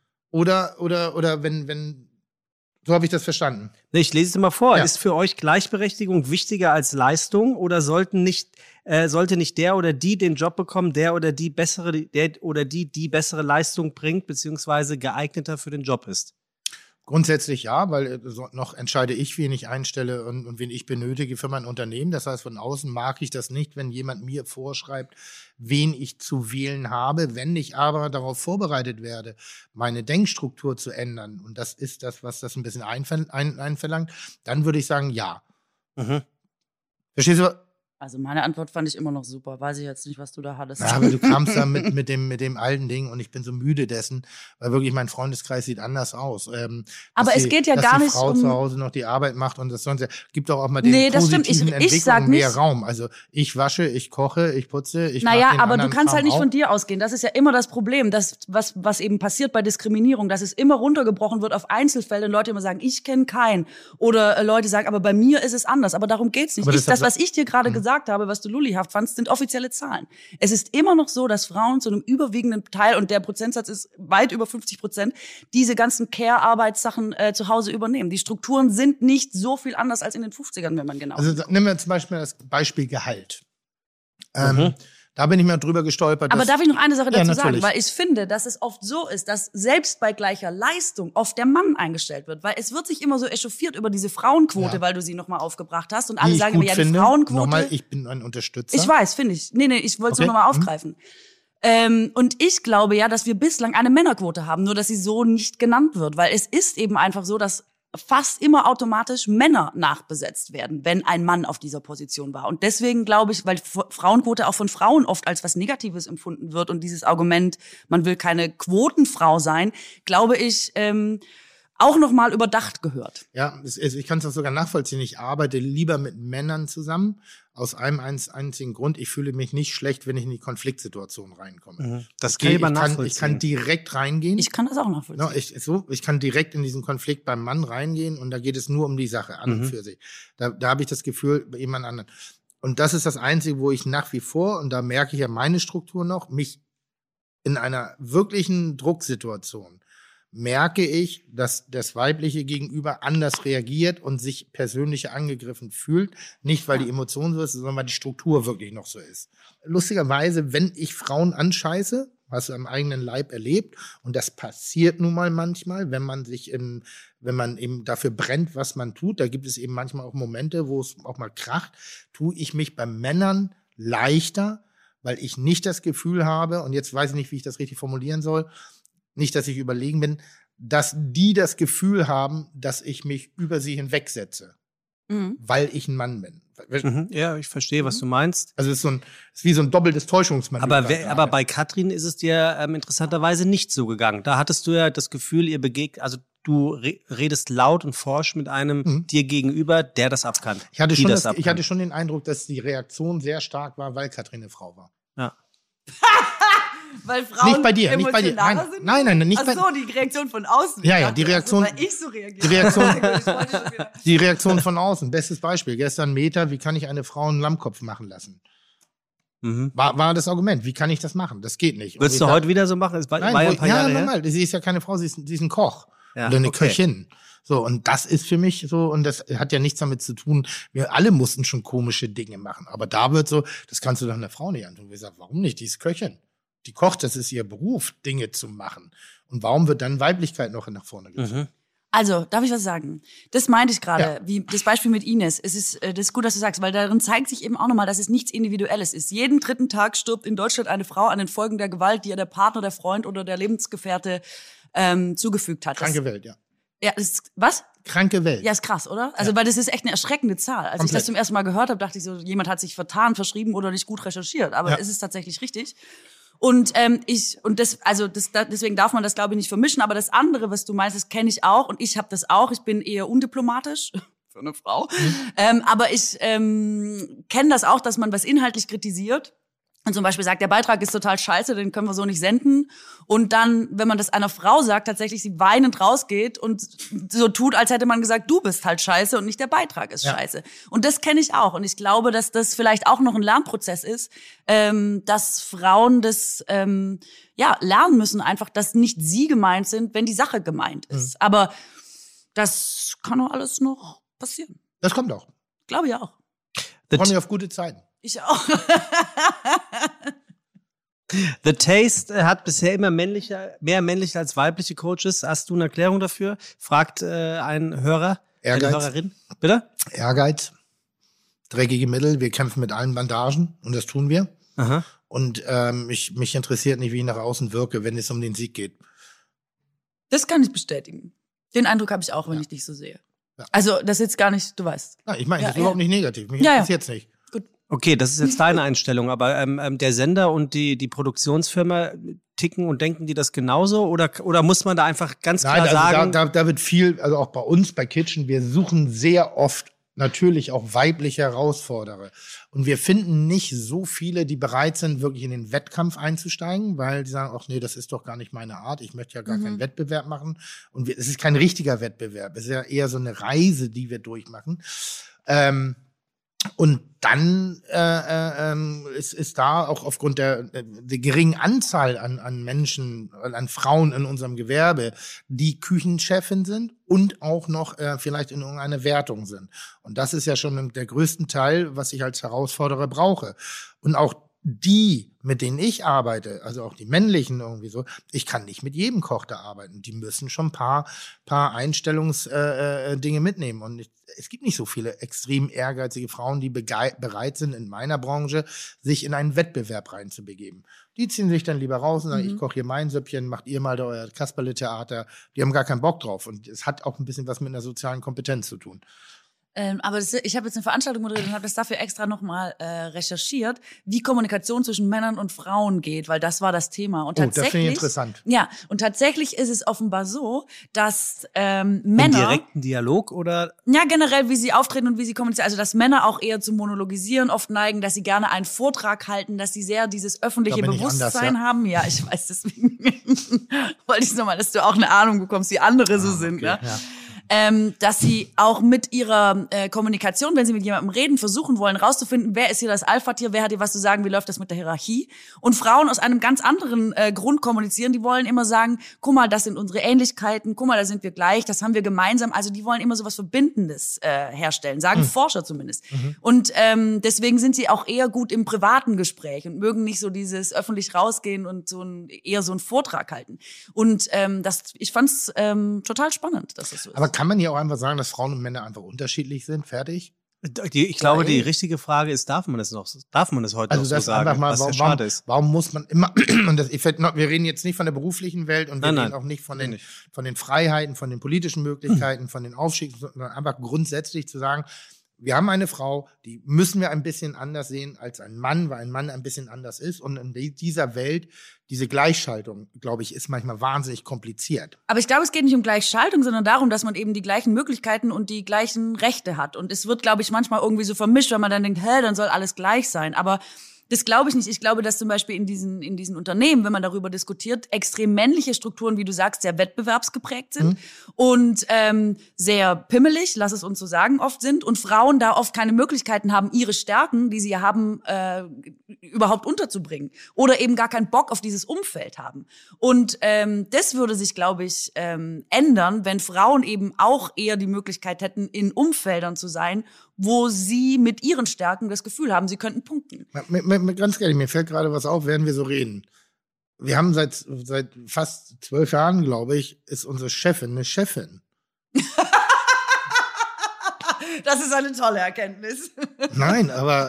S2: Oder, oder, oder wenn, wenn, so habe ich das verstanden.
S3: Nee, ich lese es mal vor.
S2: Ja.
S3: Ist für euch Gleichberechtigung wichtiger als Leistung oder sollten nicht, äh, sollte nicht der oder die den Job bekommen, der oder die bessere, der oder die die bessere Leistung bringt, beziehungsweise geeigneter für den Job ist?
S2: Grundsätzlich ja, weil äh, so, noch entscheide ich, wen ich einstelle und, und wen ich benötige für mein Unternehmen. Das heißt, von außen mag ich das nicht, wenn jemand mir vorschreibt, wen ich zu wählen habe. Wenn ich aber darauf vorbereitet werde, meine Denkstruktur zu ändern, und das ist das, was das ein bisschen einver ein einverlangt, dann würde ich sagen, ja.
S3: Mhm.
S2: Verstehst du?
S5: Also meine Antwort fand ich immer noch super. Weiß ich jetzt nicht, was du da hattest.
S2: Ja, aber du kamst da mit, mit, dem, mit dem alten Ding und ich bin so müde dessen, weil wirklich mein Freundeskreis sieht anders aus. Ähm,
S5: Aber
S2: dass
S5: es
S2: die,
S5: geht ja
S2: dass
S5: gar
S2: die
S5: nicht
S2: Frau
S5: um-
S2: zu Hause noch die Arbeit macht und das sonst gibt doch auch mal den
S5: Nee, das stimmt. Ich-
S2: positiven
S5: ich sag
S2: Entwicklungen mehr
S5: nicht-
S2: Raum. Also ich wasche, ich koche, ich putze, ich mach
S5: Naja,
S2: den
S5: aber du
S2: anderen
S5: kannst
S2: Kram
S5: halt nicht
S2: auch.
S5: von dir ausgehen. Das ist ja immer das Problem, das, was, was eben passiert bei Diskriminierung, dass es immer runtergebrochen wird auf Einzelfälle und Leute immer sagen, ich kenne keinen. Oder äh, Leute sagen, aber bei mir ist es anders. Aber darum geht's nicht.
S2: Aber
S5: Ich,
S2: deshalb
S5: das, was ich dir gerade gesagt habe, was du lullihaft fandst, sind offizielle Zahlen. Es ist immer noch so, dass Frauen zu einem überwiegenden Teil, und der Prozentsatz ist weit über fünfzig Prozent, diese ganzen Care-Arbeitssachen äh, zu Hause übernehmen. Die Strukturen sind nicht so viel anders als in den fünfzigern, wenn man genau
S2: Also
S5: hinguckt.
S2: nehmen wir zum Beispiel das Beispiel Gehalt. Ähm,
S3: Mhm.
S2: Da bin ich mal drüber gestolpert.
S5: Aber
S2: dass-
S5: darf ich noch eine Sache
S2: Ja,
S5: dazu sagen?
S2: natürlich.
S5: Weil ich finde, dass es oft so ist, dass selbst bei gleicher Leistung oft der Mann eingestellt wird. Weil es wird sich immer so echauffiert über diese Frauenquote,
S2: Ja.
S5: weil du sie nochmal aufgebracht hast. Und
S2: die
S5: alle
S2: ich
S5: sagen
S2: gut
S5: immer, ja, die
S2: finde.
S5: Frauenquote.
S2: Nochmal, ich bin ein Unterstützer.
S5: Ich weiß, finde ich. Nee, nee, ich wollte es
S2: Okay.
S5: nur nochmal
S2: Mhm.
S5: aufgreifen. Ähm, und ich glaube ja, dass wir bislang eine Männerquote haben, nur dass sie so nicht genannt wird. Weil es ist eben einfach so, dass fast immer automatisch Männer nachbesetzt werden, wenn ein Mann auf dieser Position war. Und deswegen glaube ich, weil F- Frauenquote auch von Frauen oft als was Negatives empfunden wird und dieses Argument, man will keine Quotenfrau sein, glaube ich, ähm, auch nochmal überdacht gehört.
S2: Ja, es, es, ich kann es auch sogar nachvollziehen. Ich arbeite lieber mit Männern zusammen, aus einem eins, einzigen Grund. Ich fühle mich nicht schlecht, wenn ich in die Konfliktsituation reinkomme.
S3: Mhm. Das
S2: Ich
S3: kann
S2: gehe-
S3: ich mal
S2: ich, kann, ich
S3: nachvollziehen.
S2: kann direkt reingehen.
S5: Ich kann das auch nachvollziehen.
S2: No, ich, so, ich kann direkt in diesen Konflikt beim Mann reingehen und da geht es nur um die Sache an und
S3: Mhm.
S2: für sich. Da, da habe ich das Gefühl bei jemand anderen. Und das ist das Einzige, wo ich nach wie vor, und da merke ich ja meine Struktur noch, mich in einer wirklichen Drucksituation merke ich, dass das weibliche Gegenüber anders reagiert und sich persönlich angegriffen fühlt. Nicht, weil die Emotion so ist, sondern weil die Struktur wirklich noch so ist. Lustigerweise, wenn ich Frauen anscheiße, hast du am eigenen Leib erlebt, und das passiert nun mal manchmal, wenn man sich im, wenn man eben dafür brennt, was man tut, da gibt es eben manchmal auch Momente, wo es auch mal kracht, tue ich mich bei Männern leichter, weil ich nicht das Gefühl habe, und jetzt weiß ich nicht, wie ich das richtig formulieren soll, nicht, dass ich überlegen bin, dass die das Gefühl haben, dass ich mich über sie hinwegsetze,
S5: Mhm.
S2: weil ich ein Mann bin.
S3: Mhm. Ja, ich verstehe, was du meinst.
S2: Also es ist, so ein, es ist wie so ein doppeltes Täuschungsmanöver.
S3: Aber, wer, aber bei Katrin ist es dir ähm, interessanterweise nicht so gegangen. Da hattest du ja das Gefühl, ihr begegnet, also du re redest laut und forsch mit einem
S2: Mhm.
S3: dir gegenüber, der das abkann.
S2: ich hatte,
S3: die
S2: schon
S3: das
S2: das, ich
S3: abkann.
S2: hatte schon den Eindruck, dass die Reaktion sehr stark war, weil Katrin eine Frau war.
S3: Ja.
S5: Weil Frauen
S2: Nicht bei dir, nicht bei dir.
S5: emotionaler
S2: Nein,
S5: sind?
S2: nein, nein, nicht
S5: Ach
S2: bei-
S5: so, die Reaktion von außen.
S2: Ja, ja,
S5: Ich
S2: die
S5: dachte,
S2: Reaktion-
S5: Also, weil ich so reagiere.
S2: Die Reaktion,
S5: Ich wollte schon wieder-
S2: die Reaktion von außen. Bestes Beispiel. Gestern Meta, wie kann ich eine Frau einen Lammkopf machen lassen?
S3: Mhm.
S2: War, war das Argument. Wie kann ich das machen? Das geht nicht. Und
S3: Würdest
S2: ich
S3: du
S2: sag-
S3: heute wieder so machen? Es war,
S2: Nein,
S3: war ja
S2: wo-
S3: ein paar
S2: ja,
S3: Jahre her.
S2: normal. Sie ist ja keine Frau, sie ist, sie ist ein Koch.
S3: Ja,
S2: oder eine
S3: okay.
S2: Köchin. So, und das ist für mich so, und das hat ja nichts damit zu tun, wir alle mussten schon komische Dinge machen. Aber da wird so, das kannst du doch einer Frau nicht antun. Wir sagen, warum nicht? Die ist Köchin. Die kocht, das ist ihr Beruf, Dinge zu machen. Und warum wird dann Weiblichkeit noch nach vorne gezogen?
S3: Mhm.
S5: Also, darf ich was sagen? Das meinte ich gerade,
S2: Ja.
S5: wie das Beispiel mit Ines. Es ist, äh, das ist gut, dass du sagst, weil darin zeigt sich eben auch nochmal, dass es nichts Individuelles ist. Jeden dritten Tag stirbt in Deutschland eine Frau an den Folgen der Gewalt, die ihr der Partner, der Freund oder der Lebensgefährte ähm, zugefügt hat.
S2: Kranke
S5: das,
S2: Welt, ja.
S5: Ja, das ist, was?
S2: Kranke Welt.
S5: Ja, ist krass, oder? Also,
S2: Ja.
S5: weil das ist echt eine erschreckende Zahl. Als ich
S2: Komplett.
S5: das zum ersten Mal gehört habe, dachte ich so, jemand hat sich vertan, verschrieben oder nicht gut recherchiert. Aber
S2: Ja.
S5: es ist tatsächlich richtig. Und ähm, ich und das also das da, deswegen darf man das glaube ich nicht vermischen, aber das andere, was du meinst, das kenne ich auch und ich habe das auch. Ich bin eher undiplomatisch für eine Frau, mhm. ähm, aber ich ähm, kenne das auch, dass man was inhaltlich kritisiert und zum Beispiel sagt, der Beitrag ist total scheiße, den können wir so nicht senden. Und dann, wenn man das einer Frau sagt, tatsächlich sie weinend rausgeht und so tut, als hätte man gesagt, du bist halt scheiße und nicht der Beitrag ist
S2: Ja.
S5: scheiße. Und das kenne ich auch. Und ich glaube, dass das vielleicht auch noch ein Lernprozess ist, ähm, dass Frauen das ähm, ja lernen müssen, einfach, dass nicht sie gemeint sind, wenn die Sache gemeint ist. Mhm. Aber das kann doch alles noch passieren.
S2: Das kommt auch.
S5: Glaube ich auch.
S2: Ich freue mich auf gute Zeiten.
S5: Ich auch.
S3: The Taste hat bisher immer männliche, mehr männliche als weibliche Coaches. Hast du eine Erklärung dafür? Fragt äh, ein Hörer,
S2: Ehrgeiz.
S3: eine Hörerin. Bitte?
S2: Ehrgeiz, dreckige Mittel. Wir kämpfen mit allen Bandagen und das tun wir.
S3: Aha.
S2: Und ähm, mich, mich interessiert nicht, wie ich nach außen wirke, wenn es um den Sieg geht.
S5: Das kann ich bestätigen. Den Eindruck habe ich auch, wenn
S2: Ja.
S5: ich dich so sehe.
S2: Ja.
S5: Also das ist jetzt gar nicht, du weißt.
S2: Nein, ich meine,
S5: Ja,
S2: das ist
S5: ja.
S2: überhaupt nicht negativ. Mich
S5: Ja, ja.
S2: interessiert es nicht.
S3: Okay, das ist jetzt deine Einstellung, aber ähm, ähm, der Sender und die, die Produktionsfirma ticken und denken die das genauso? Oder, oder muss man da einfach ganz klar
S2: Nein, also
S3: sagen?
S2: da, da, da wird viel, also auch bei uns bei Kitchen, wir suchen sehr oft natürlich auch weibliche Herausforderer. Und wir finden nicht so viele, die bereit sind, wirklich in den Wettkampf einzusteigen, weil die sagen, ach nee, das ist doch gar nicht meine Art, ich möchte ja gar
S5: Mhm.
S2: keinen Wettbewerb machen. Und wir, es ist kein richtiger Wettbewerb, es ist ja eher so eine Reise, die wir durchmachen. Ähm, Und dann äh, äh, ähm, ist, ist da auch aufgrund der, der geringen Anzahl an, an Menschen, an Frauen in unserem Gewerbe, die Küchenchefin sind und auch noch äh, vielleicht in irgendeiner Wertung sind. Und das ist ja schon der größte Teil, was ich als Herausforderer brauche. Und auch die, mit denen ich arbeite, also auch die männlichen irgendwie so, ich kann nicht mit jedem Koch da arbeiten. Die müssen schon ein paar, paar Einstellungsdinge äh, Dinge mitnehmen. Und ich, es gibt nicht so viele extrem ehrgeizige Frauen, die begei- bereit sind, in meiner Branche sich in einen Wettbewerb reinzubegeben. Die ziehen sich dann lieber raus und sagen,
S5: Mhm.
S2: ich koche hier mein Süppchen, macht ihr mal da euer Kasperle-Theater. Die haben gar keinen Bock drauf. Und es hat auch ein bisschen was mit einer sozialen Kompetenz zu tun.
S5: Ähm, aber das, ich habe jetzt eine Veranstaltung moderiert und habe das dafür extra nochmal äh, recherchiert, wie Kommunikation zwischen Männern und Frauen geht, weil das war das Thema. Und
S2: Oh, das finde
S5: tatsächlich,
S2: ich interessant.
S5: Ja, und tatsächlich ist es offenbar so, dass ähm,
S3: Im
S5: Männer,
S3: direkten Dialog oder?
S5: ja generell, wie sie auftreten und wie sie kommunizieren, also dass Männer auch eher zum Monologisieren oft neigen, dass sie gerne einen Vortrag halten, dass sie sehr dieses öffentliche
S2: Da bin ich
S5: Bewusstsein
S2: anders, ja.
S5: haben. Ja, ich weiß, deswegen wollte ich nochmal, dass du auch eine Ahnung bekommst, wie andere so sind.
S2: okay,
S5: Ja?
S2: ja.
S5: Ähm, dass sie auch mit ihrer äh, Kommunikation, wenn sie mit jemandem reden, versuchen wollen, rauszufinden, wer ist hier das Alpha-Tier, wer hat hier was zu sagen, wie läuft das mit der Hierarchie. Und Frauen aus einem ganz anderen äh, Grund kommunizieren, die wollen immer sagen, guck mal, das sind unsere Ähnlichkeiten, guck mal, da sind wir gleich, das haben wir gemeinsam. Also die wollen immer so was Verbindendes äh, herstellen, sagen
S2: Mhm.
S5: Forscher zumindest. Mhm. Und ähm, deswegen sind sie auch eher gut im privaten Gespräch und mögen nicht so dieses öffentlich rausgehen und so ein, eher so einen Vortrag halten. Und ähm, das, ich fand's ähm, total spannend, dass das so ist.
S2: Aber kann man hier auch einfach sagen, dass Frauen und Männer einfach unterschiedlich sind? Fertig?
S3: Die, ich glaube, die
S2: Ja,
S3: richtige Frage ist, darf man das noch, darf man das heute
S2: Also
S3: noch so
S2: das
S3: sagen?
S2: einfach mal,
S3: was
S2: warum,
S3: ja schade ist.
S2: warum muss man immer, und das, ich, wir reden jetzt nicht von der beruflichen Welt und wir
S3: Nein,
S2: reden
S3: nein.
S2: auch nicht von den,
S3: Nicht.
S2: von den Freiheiten, von den politischen Möglichkeiten, von den Aufstiegs, sondern einfach grundsätzlich zu sagen, wir haben eine Frau, die müssen wir ein bisschen anders sehen als ein Mann, weil ein Mann ein bisschen anders ist. Und in dieser Welt, diese Gleichschaltung, glaube ich, ist manchmal wahnsinnig kompliziert.
S5: Aber ich glaube, es geht nicht um Gleichschaltung, sondern darum, dass man eben die gleichen Möglichkeiten und die gleichen Rechte hat. Und es wird, glaube ich, manchmal irgendwie so vermischt, weil man dann denkt, hä, dann soll alles gleich sein. Aber das glaube ich nicht. Ich glaube, dass zum Beispiel in diesen, in diesen Unternehmen, wenn man darüber diskutiert, extrem männliche Strukturen, wie du sagst, sehr wettbewerbsgeprägt sind
S2: Mhm.
S5: und ähm, sehr pimmelig, lass es uns so sagen, oft sind und Frauen da oft keine Möglichkeiten haben, ihre Stärken, die sie ja haben, äh, überhaupt unterzubringen oder eben gar keinen Bock auf dieses Umfeld haben. Und ähm, das würde sich, glaube ich, ähm, ändern, wenn Frauen eben auch eher die Möglichkeit hätten, in Umfeldern zu sein, wo sie mit ihren Stärken das Gefühl haben, sie könnten punkten.
S2: Mit, mit, mit, ganz ehrlich, mir fällt gerade was auf, während wir so reden. Wir haben seit, seit fast zwölf Jahren, glaube ich, ist unsere Chefin eine Chefin.
S5: Das ist eine tolle Erkenntnis.
S2: Nein, aber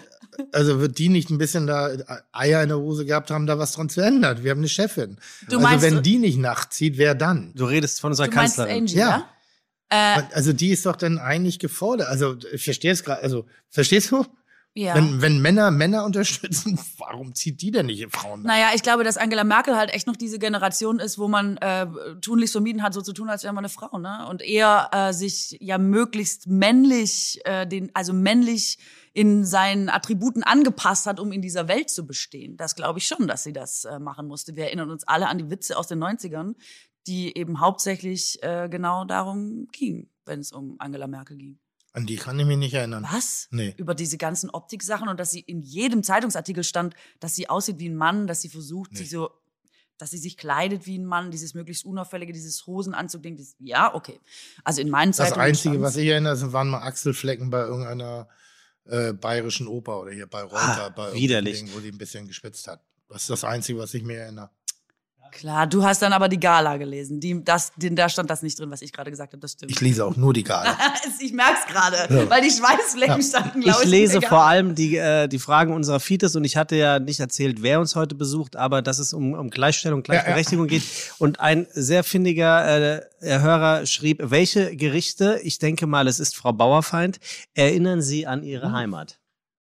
S2: also wird die nicht ein bisschen da Eier in der Hose gehabt haben, da was dran zu ändern? Wir haben eine Chefin.
S5: Du
S2: also
S5: meinst,
S2: wenn
S5: du-
S2: die nicht nachzieht, wer dann?
S3: Du redest von unserer
S5: Du meinst
S3: Kanzlerin.
S5: Angie,
S2: Ja.
S5: ja? Äh,
S2: Also die ist doch dann eigentlich gefordert. Also ich verstehe es gerade. Also verstehst du?
S5: ja.
S2: Wenn, wenn Männer Männer unterstützen, warum zieht die denn nicht in Frauen nach?
S5: Naja, ich glaube, dass Angela Merkel halt echt noch diese Generation ist, wo man äh, tunlichst vermieden hat, so zu tun, als wäre man eine Frau, ne? Und eher äh, sich ja möglichst männlich, äh, den, also männlich in seinen Attributen angepasst hat, um in dieser Welt zu bestehen. Das glaube ich schon, dass sie das äh, machen musste. Wir erinnern uns alle an die Witze aus den neunzigern, die eben hauptsächlich äh, genau darum gingen, wenn es um Angela Merkel ging.
S2: An die kann ich mich nicht erinnern.
S5: Was?
S2: Nee.
S5: Über diese ganzen Optiksachen und dass sie in jedem Zeitungsartikel stand, dass sie aussieht wie ein Mann, dass sie versucht,
S2: Nee.
S5: sich so, dass sie sich kleidet wie ein Mann, dieses möglichst unauffällige, dieses Hosenanzug-Ding. dieses- Ja, okay. Also in meinen
S2: Das
S5: Zeitungen
S2: Einzige,
S5: stand's.
S2: was ich erinnere, sind- waren mal Achselflecken bei irgendeiner äh, bayerischen Oper oder hier bei Reuter.
S3: Ah,
S2: bei
S3: widerlich.
S2: irgendeinem Ding, wo die ein bisschen geschwitzt hat. Das ist das Einzige, was ich mir erinnere.
S5: Klar, du hast dann aber die Gala gelesen. Die, das, den, da stand das nicht drin, was ich gerade gesagt habe. Das stimmt.
S2: Ich lese auch nur die Gala.
S5: ich merk's gerade,
S2: Ja.
S5: weil die Schweißflecken
S2: Ja.
S5: standen,
S3: Ich
S5: glaube ich.
S3: lese
S5: in der
S3: vor
S5: Gala.
S3: allem die, äh, die Fragen unserer Fites und ich hatte ja nicht erzählt, wer uns heute besucht, aber dass es um, um Gleichstellung, Gleichberechtigung geht. Und ein sehr findiger äh, Hörer schrieb, welche Gerichte, ich denke mal, es ist Frau Bauerfeind, erinnern Sie an Ihre Heimat?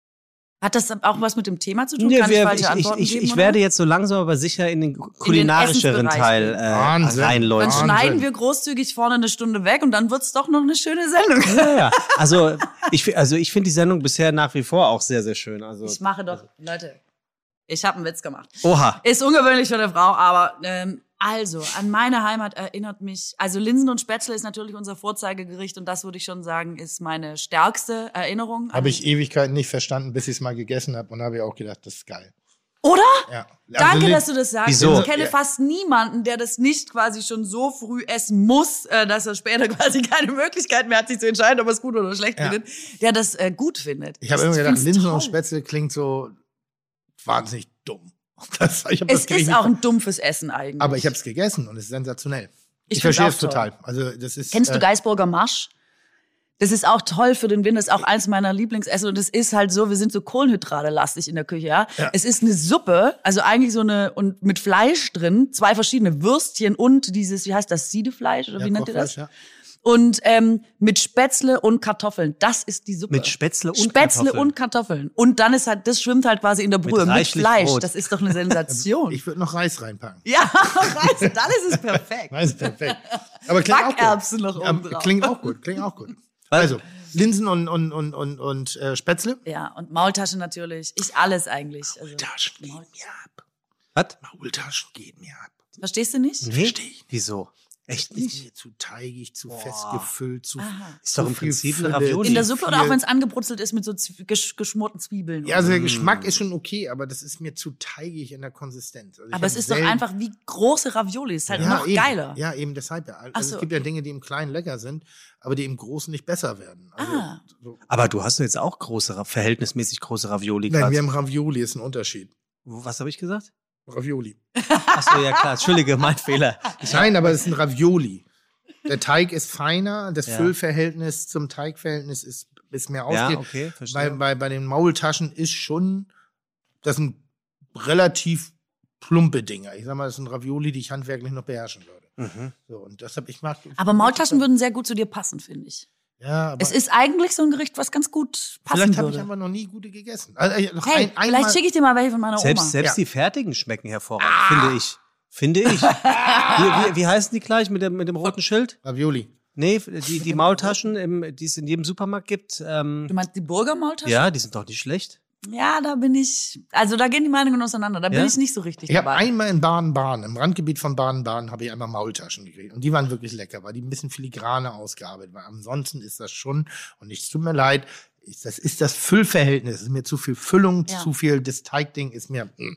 S5: Hat das auch was mit dem Thema zu tun?
S3: Nee,
S5: Kann ich
S3: wir,
S5: falsche
S3: ich, ich,
S5: Antworten
S3: ich,
S5: geben,
S3: ich
S5: oder?
S3: werde jetzt so langsam aber sicher in den kulinarischeren
S5: Essensbereich
S3: Teil
S5: gehen.
S3: äh,
S2: Wahnsinn.
S5: Dann
S3: reinläuten.
S2: Wahnsinn.
S5: schneiden wir großzügig vorne eine Stunde weg und dann wird's doch noch eine schöne Sendung.
S3: Ja, ja. Also ich, fi- also ich finde die Sendung bisher nach wie vor auch sehr, sehr schön. Also,
S5: Ich mache doch, Leute, ich habe einen Witz gemacht.
S3: oha.
S5: Ist ungewöhnlich für eine Frau, aber ähm, also, an meine Heimat erinnert mich, also Linsen und Spätzle ist natürlich unser Vorzeigegericht und das würde ich schon sagen, ist meine stärkste Erinnerung.
S2: Habe ich Ewigkeiten nicht verstanden, bis ich es mal gegessen habe. Und habe ich auch gedacht, das ist geil.
S5: Oder?
S2: Ja.
S5: Danke,
S2: Also,
S5: dass du das sagst.
S3: Wieso?
S5: Ich kenne
S2: Ja.
S5: fast niemanden, der das nicht quasi schon so früh essen muss, äh, dass er später quasi keine Möglichkeit mehr hat, sich zu entscheiden, ob er es gut oder schlecht
S2: Ja.
S5: findet, der das äh, gut findet.
S2: Ich habe
S5: Das-
S2: immer gedacht,
S5: find's
S2: Linsen
S5: toll.
S2: und Spätzle klingt so wahnsinnig dumm. Das, ich hab
S5: Es
S2: das Gericht
S5: ist
S2: nicht-
S5: auch ein dumpfes Essen eigentlich.
S2: Aber ich habe es gegessen und es ist sensationell.
S5: Ich
S2: Ich,
S5: find's
S2: verstehe
S5: auch
S2: es total.
S5: toll.
S2: Also das ist.
S5: Kennst du
S2: äh,
S5: Geisburger Marsch? Das ist auch toll für den Winter, das ist auch eins meiner Lieblingsessen und es ist halt so, wir sind so Kohlenhydrate-lastig in der Küche, ja?
S2: Ja.
S5: Es ist eine Suppe, also eigentlich so eine, und mit Fleisch drin, zwei verschiedene Würstchen und dieses, wie heißt das, Siedefleisch oder
S2: ja,
S5: wie nennt ihr das?
S2: Kochfleisch, ja.
S5: Und ähm, mit Spätzle und Kartoffeln, das ist die Suppe.
S3: Mit Spätzle und
S5: Spätzle
S3: Kartoffeln.
S5: und Kartoffeln. Und dann ist halt, das schwimmt halt quasi in der Brühe mit,
S3: reichlich
S5: Fleisch,
S3: Brot.
S5: das ist doch eine Sensation.
S2: Ich würde noch Reis reinpacken.
S5: ja, Reis, dann ist es perfekt.
S2: Reis ist perfekt. Aber klingt auch gut.
S5: Backerbsen noch
S2: Ja,
S5: oben drauf.
S2: klingt auch gut. Klingt auch gut. Also Linsen und und und und und äh, Spätzle.
S5: Ja, und Maultasche natürlich. Ich alles eigentlich. Also,
S2: Maultaschen gehen mir ab.
S3: Was?
S2: Maultaschen gehen mir ab.
S5: verstehst du nicht?
S3: Nee?
S2: Versteh ich.
S3: Wieso? Echt
S2: Ist
S3: nicht?
S2: mir zu teigig, zu fest gefüllt, zu.
S5: Aha.
S3: Ist doch
S2: zu
S3: im
S2: viel
S3: Prinzip eine
S2: Fülle.
S3: Ravioli.
S5: In der Suppe oder auch
S2: viel-
S5: wenn es angebrutzelt ist mit so zw- gesch geschmorten Zwiebeln.
S2: Ja, also der Geschmack ist schon okay, aber das ist mir zu teigig in der Konsistenz. Also ich
S5: aber es
S2: hab
S5: ist doch
S2: selten-
S5: einfach wie große Ravioli. Ist halt
S2: ja,
S5: noch
S2: eben.
S5: geiler.
S2: Ja, eben deshalb ja. Also
S5: Ach so,
S2: es gibt ja Dinge, die im Kleinen lecker sind, aber die im Großen nicht besser werden. Also,
S5: Ah.
S2: so.
S3: Aber du hast doch jetzt auch große, verhältnismäßig große Ravioli
S2: Nein,
S3: gerade.
S2: wir haben Ravioli, ist ein Unterschied.
S3: Was habe ich gesagt?
S2: Ravioli.
S3: Achso, ja klar. Entschuldige, mein Fehler.
S2: Nein, aber es ist ein Ravioli. Der Teig ist feiner, das
S3: Ja.
S2: Füllverhältnis zum Teigverhältnis ist, ist mehr
S3: Ja,
S2: ausgeht.
S3: okay,
S2: bei,
S3: verstehe.
S2: bei, bei den Maultaschen ist schon, das sind relativ plumpe Dinger. Ich sag mal, das sind Ravioli, die ich handwerklich noch beherrschen würde.
S3: Mhm.
S2: So, und deshalb, ich mag.
S5: Aber Maultaschen würden sehr gut zu dir passen, finde ich.
S2: Ja, aber
S5: Es ist eigentlich so ein Gericht, was ganz gut passen
S2: vielleicht habe ich
S5: würde.
S2: einfach noch nie gute gegessen. Also, äh, noch
S5: Hey,
S2: ein, einmal,
S5: vielleicht schicke ich dir mal welche von meiner
S3: Selbst,
S5: Oma.
S3: selbst
S2: Ja.
S3: die fertigen schmecken hervorragend, finde ich. Finde ich. wie, wie, wie heißen die gleich mit dem, mit dem roten Schild?
S2: Ravioli.
S3: Nee, die, die Maultaschen, im, die es in jedem Supermarkt gibt. Ähm,
S5: Du meinst die Burger Maultaschen?
S3: ja, die sind doch nicht schlecht.
S5: Ja, da bin ich, also da gehen die Meinungen auseinander. Da bin
S3: Ja?
S5: ich nicht so richtig
S2: Ich habe
S5: dabei.
S2: einmal in Baden-Baden, im Randgebiet von Baden-Baden, habe ich einmal Maultaschen gekriegt. Und die waren wirklich lecker, weil die ein bisschen filigraner ausgearbeitet waren. Ansonsten ist das schon, und es tut mir leid, ist, das ist das Füllverhältnis. Es ist mir zu viel Füllung,
S5: Ja.
S2: zu viel, das Teigding ist mir. Mm.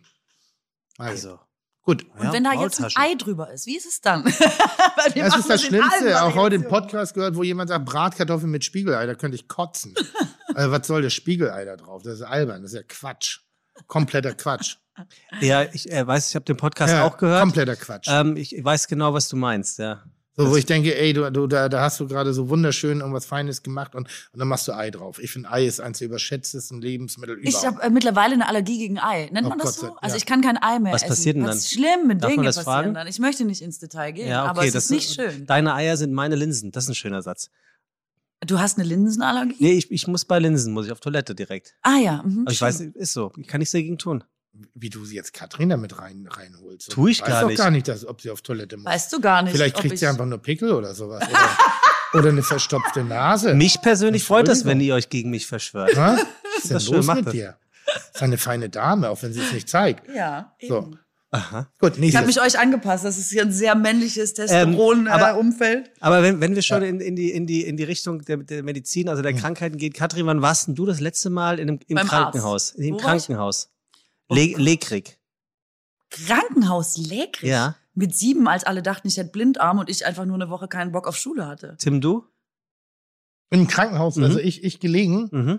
S2: Also,
S3: Also.
S2: gut.
S5: Und wenn da jetzt ein
S3: Maultaschen.
S5: Ei drüber ist, wie ist es dann? Weil wir
S2: Das
S5: machen
S2: ist das
S5: in allen
S2: Schlimmste. Auch heute im
S5: Variationen.
S2: Podcast gehört, wo jemand sagt, Bratkartoffeln mit Spiegelei, da könnte ich kotzen. Also, was soll das Spiegelei da drauf? Das ist albern, das ist ja Quatsch. Kompletter Quatsch.
S3: Ja, ich äh, weiß, ich habe den Podcast
S2: Ja,
S3: auch gehört.
S2: Kompletter Quatsch.
S3: Ähm, ich, ich weiß genau, was du meinst, ja.
S2: So, wo ich denke, ey, du, du da, da hast du gerade so wunderschön irgendwas Feines gemacht und, und dann machst du Ei drauf. Ich finde, Ei ist eins der überschätztesten Lebensmittel überhaupt.
S5: Ich habe äh, mittlerweile eine Allergie gegen Ei. Nennt
S2: Oh
S5: man das
S2: Gott sei-
S5: so? Also
S2: ja.
S5: ich kann kein Ei mehr
S3: Was
S5: essen.
S3: passiert denn
S5: Was
S3: dann?
S5: ist schlimm mit
S3: Darf man
S5: Dinge
S3: das
S5: passieren
S3: fragen?
S5: dann. Ich möchte nicht ins Detail gehen,
S3: Ja, okay,
S5: aber es
S3: das
S5: ist nicht schön.
S3: Deine Eier sind meine Linsen. Das ist ein schöner Satz.
S5: Du hast eine Linsenallergie?
S3: Nee, ich, ich muss bei Linsen, muss ich auf Toilette direkt.
S5: Ah ja. Mhm,
S3: Aber ich weiß, ist so. Ich kann nichts dagegen tun.
S2: Wie du sie jetzt Katrin damit rein, reinholst.
S3: Tu ich
S2: weiß
S3: gar
S2: doch
S3: nicht.
S2: gar nicht, dass, ob sie auf Toilette muss.
S5: Weißt du gar nicht.
S2: Vielleicht
S5: ob
S2: kriegt
S5: ich
S2: sie einfach nur Pickel oder sowas. Oder, oder eine verstopfte Nase.
S3: Mich persönlich freut das, wenn
S2: Entschuldigung.
S3: ihr euch gegen mich verschwört.
S2: Ha? Was ist denn
S3: Das ist schön,
S2: los
S3: mach
S2: mit
S3: das.
S2: dir? Das ist eine feine Dame, auch wenn sie es nicht zeigt.
S5: Ja,
S2: So.
S5: eben.
S3: Aha.
S2: Gut,
S5: Ich
S2: nächstes.
S5: habe mich euch angepasst. Das ist hier ein sehr männliches
S3: Ähm, aber-
S5: Testosteron-Umfeld.
S3: Aber wenn, wenn wir schon in, in, die, in, die, in die Richtung der, der Medizin, also der Krankheiten gehen, Katrin, wann warst denn du das letzte Mal in einem, im
S5: Beim
S3: Krankenhaus?
S5: Arzt.
S3: Im
S5: Wo war ich?
S3: Krankenhaus.
S5: Oh
S3: Le
S5: Gott.
S3: Lekrig.
S5: Krankenhaus Lägrig.
S3: Ja.
S5: Mit sieben, als alle dachten, ich hätte Blindarm und ich einfach nur eine Woche keinen Bock auf Schule hatte.
S3: Tim, du?
S2: Im Krankenhaus,
S3: Mhm.
S2: also ich, ich gelegen.
S3: Mhm.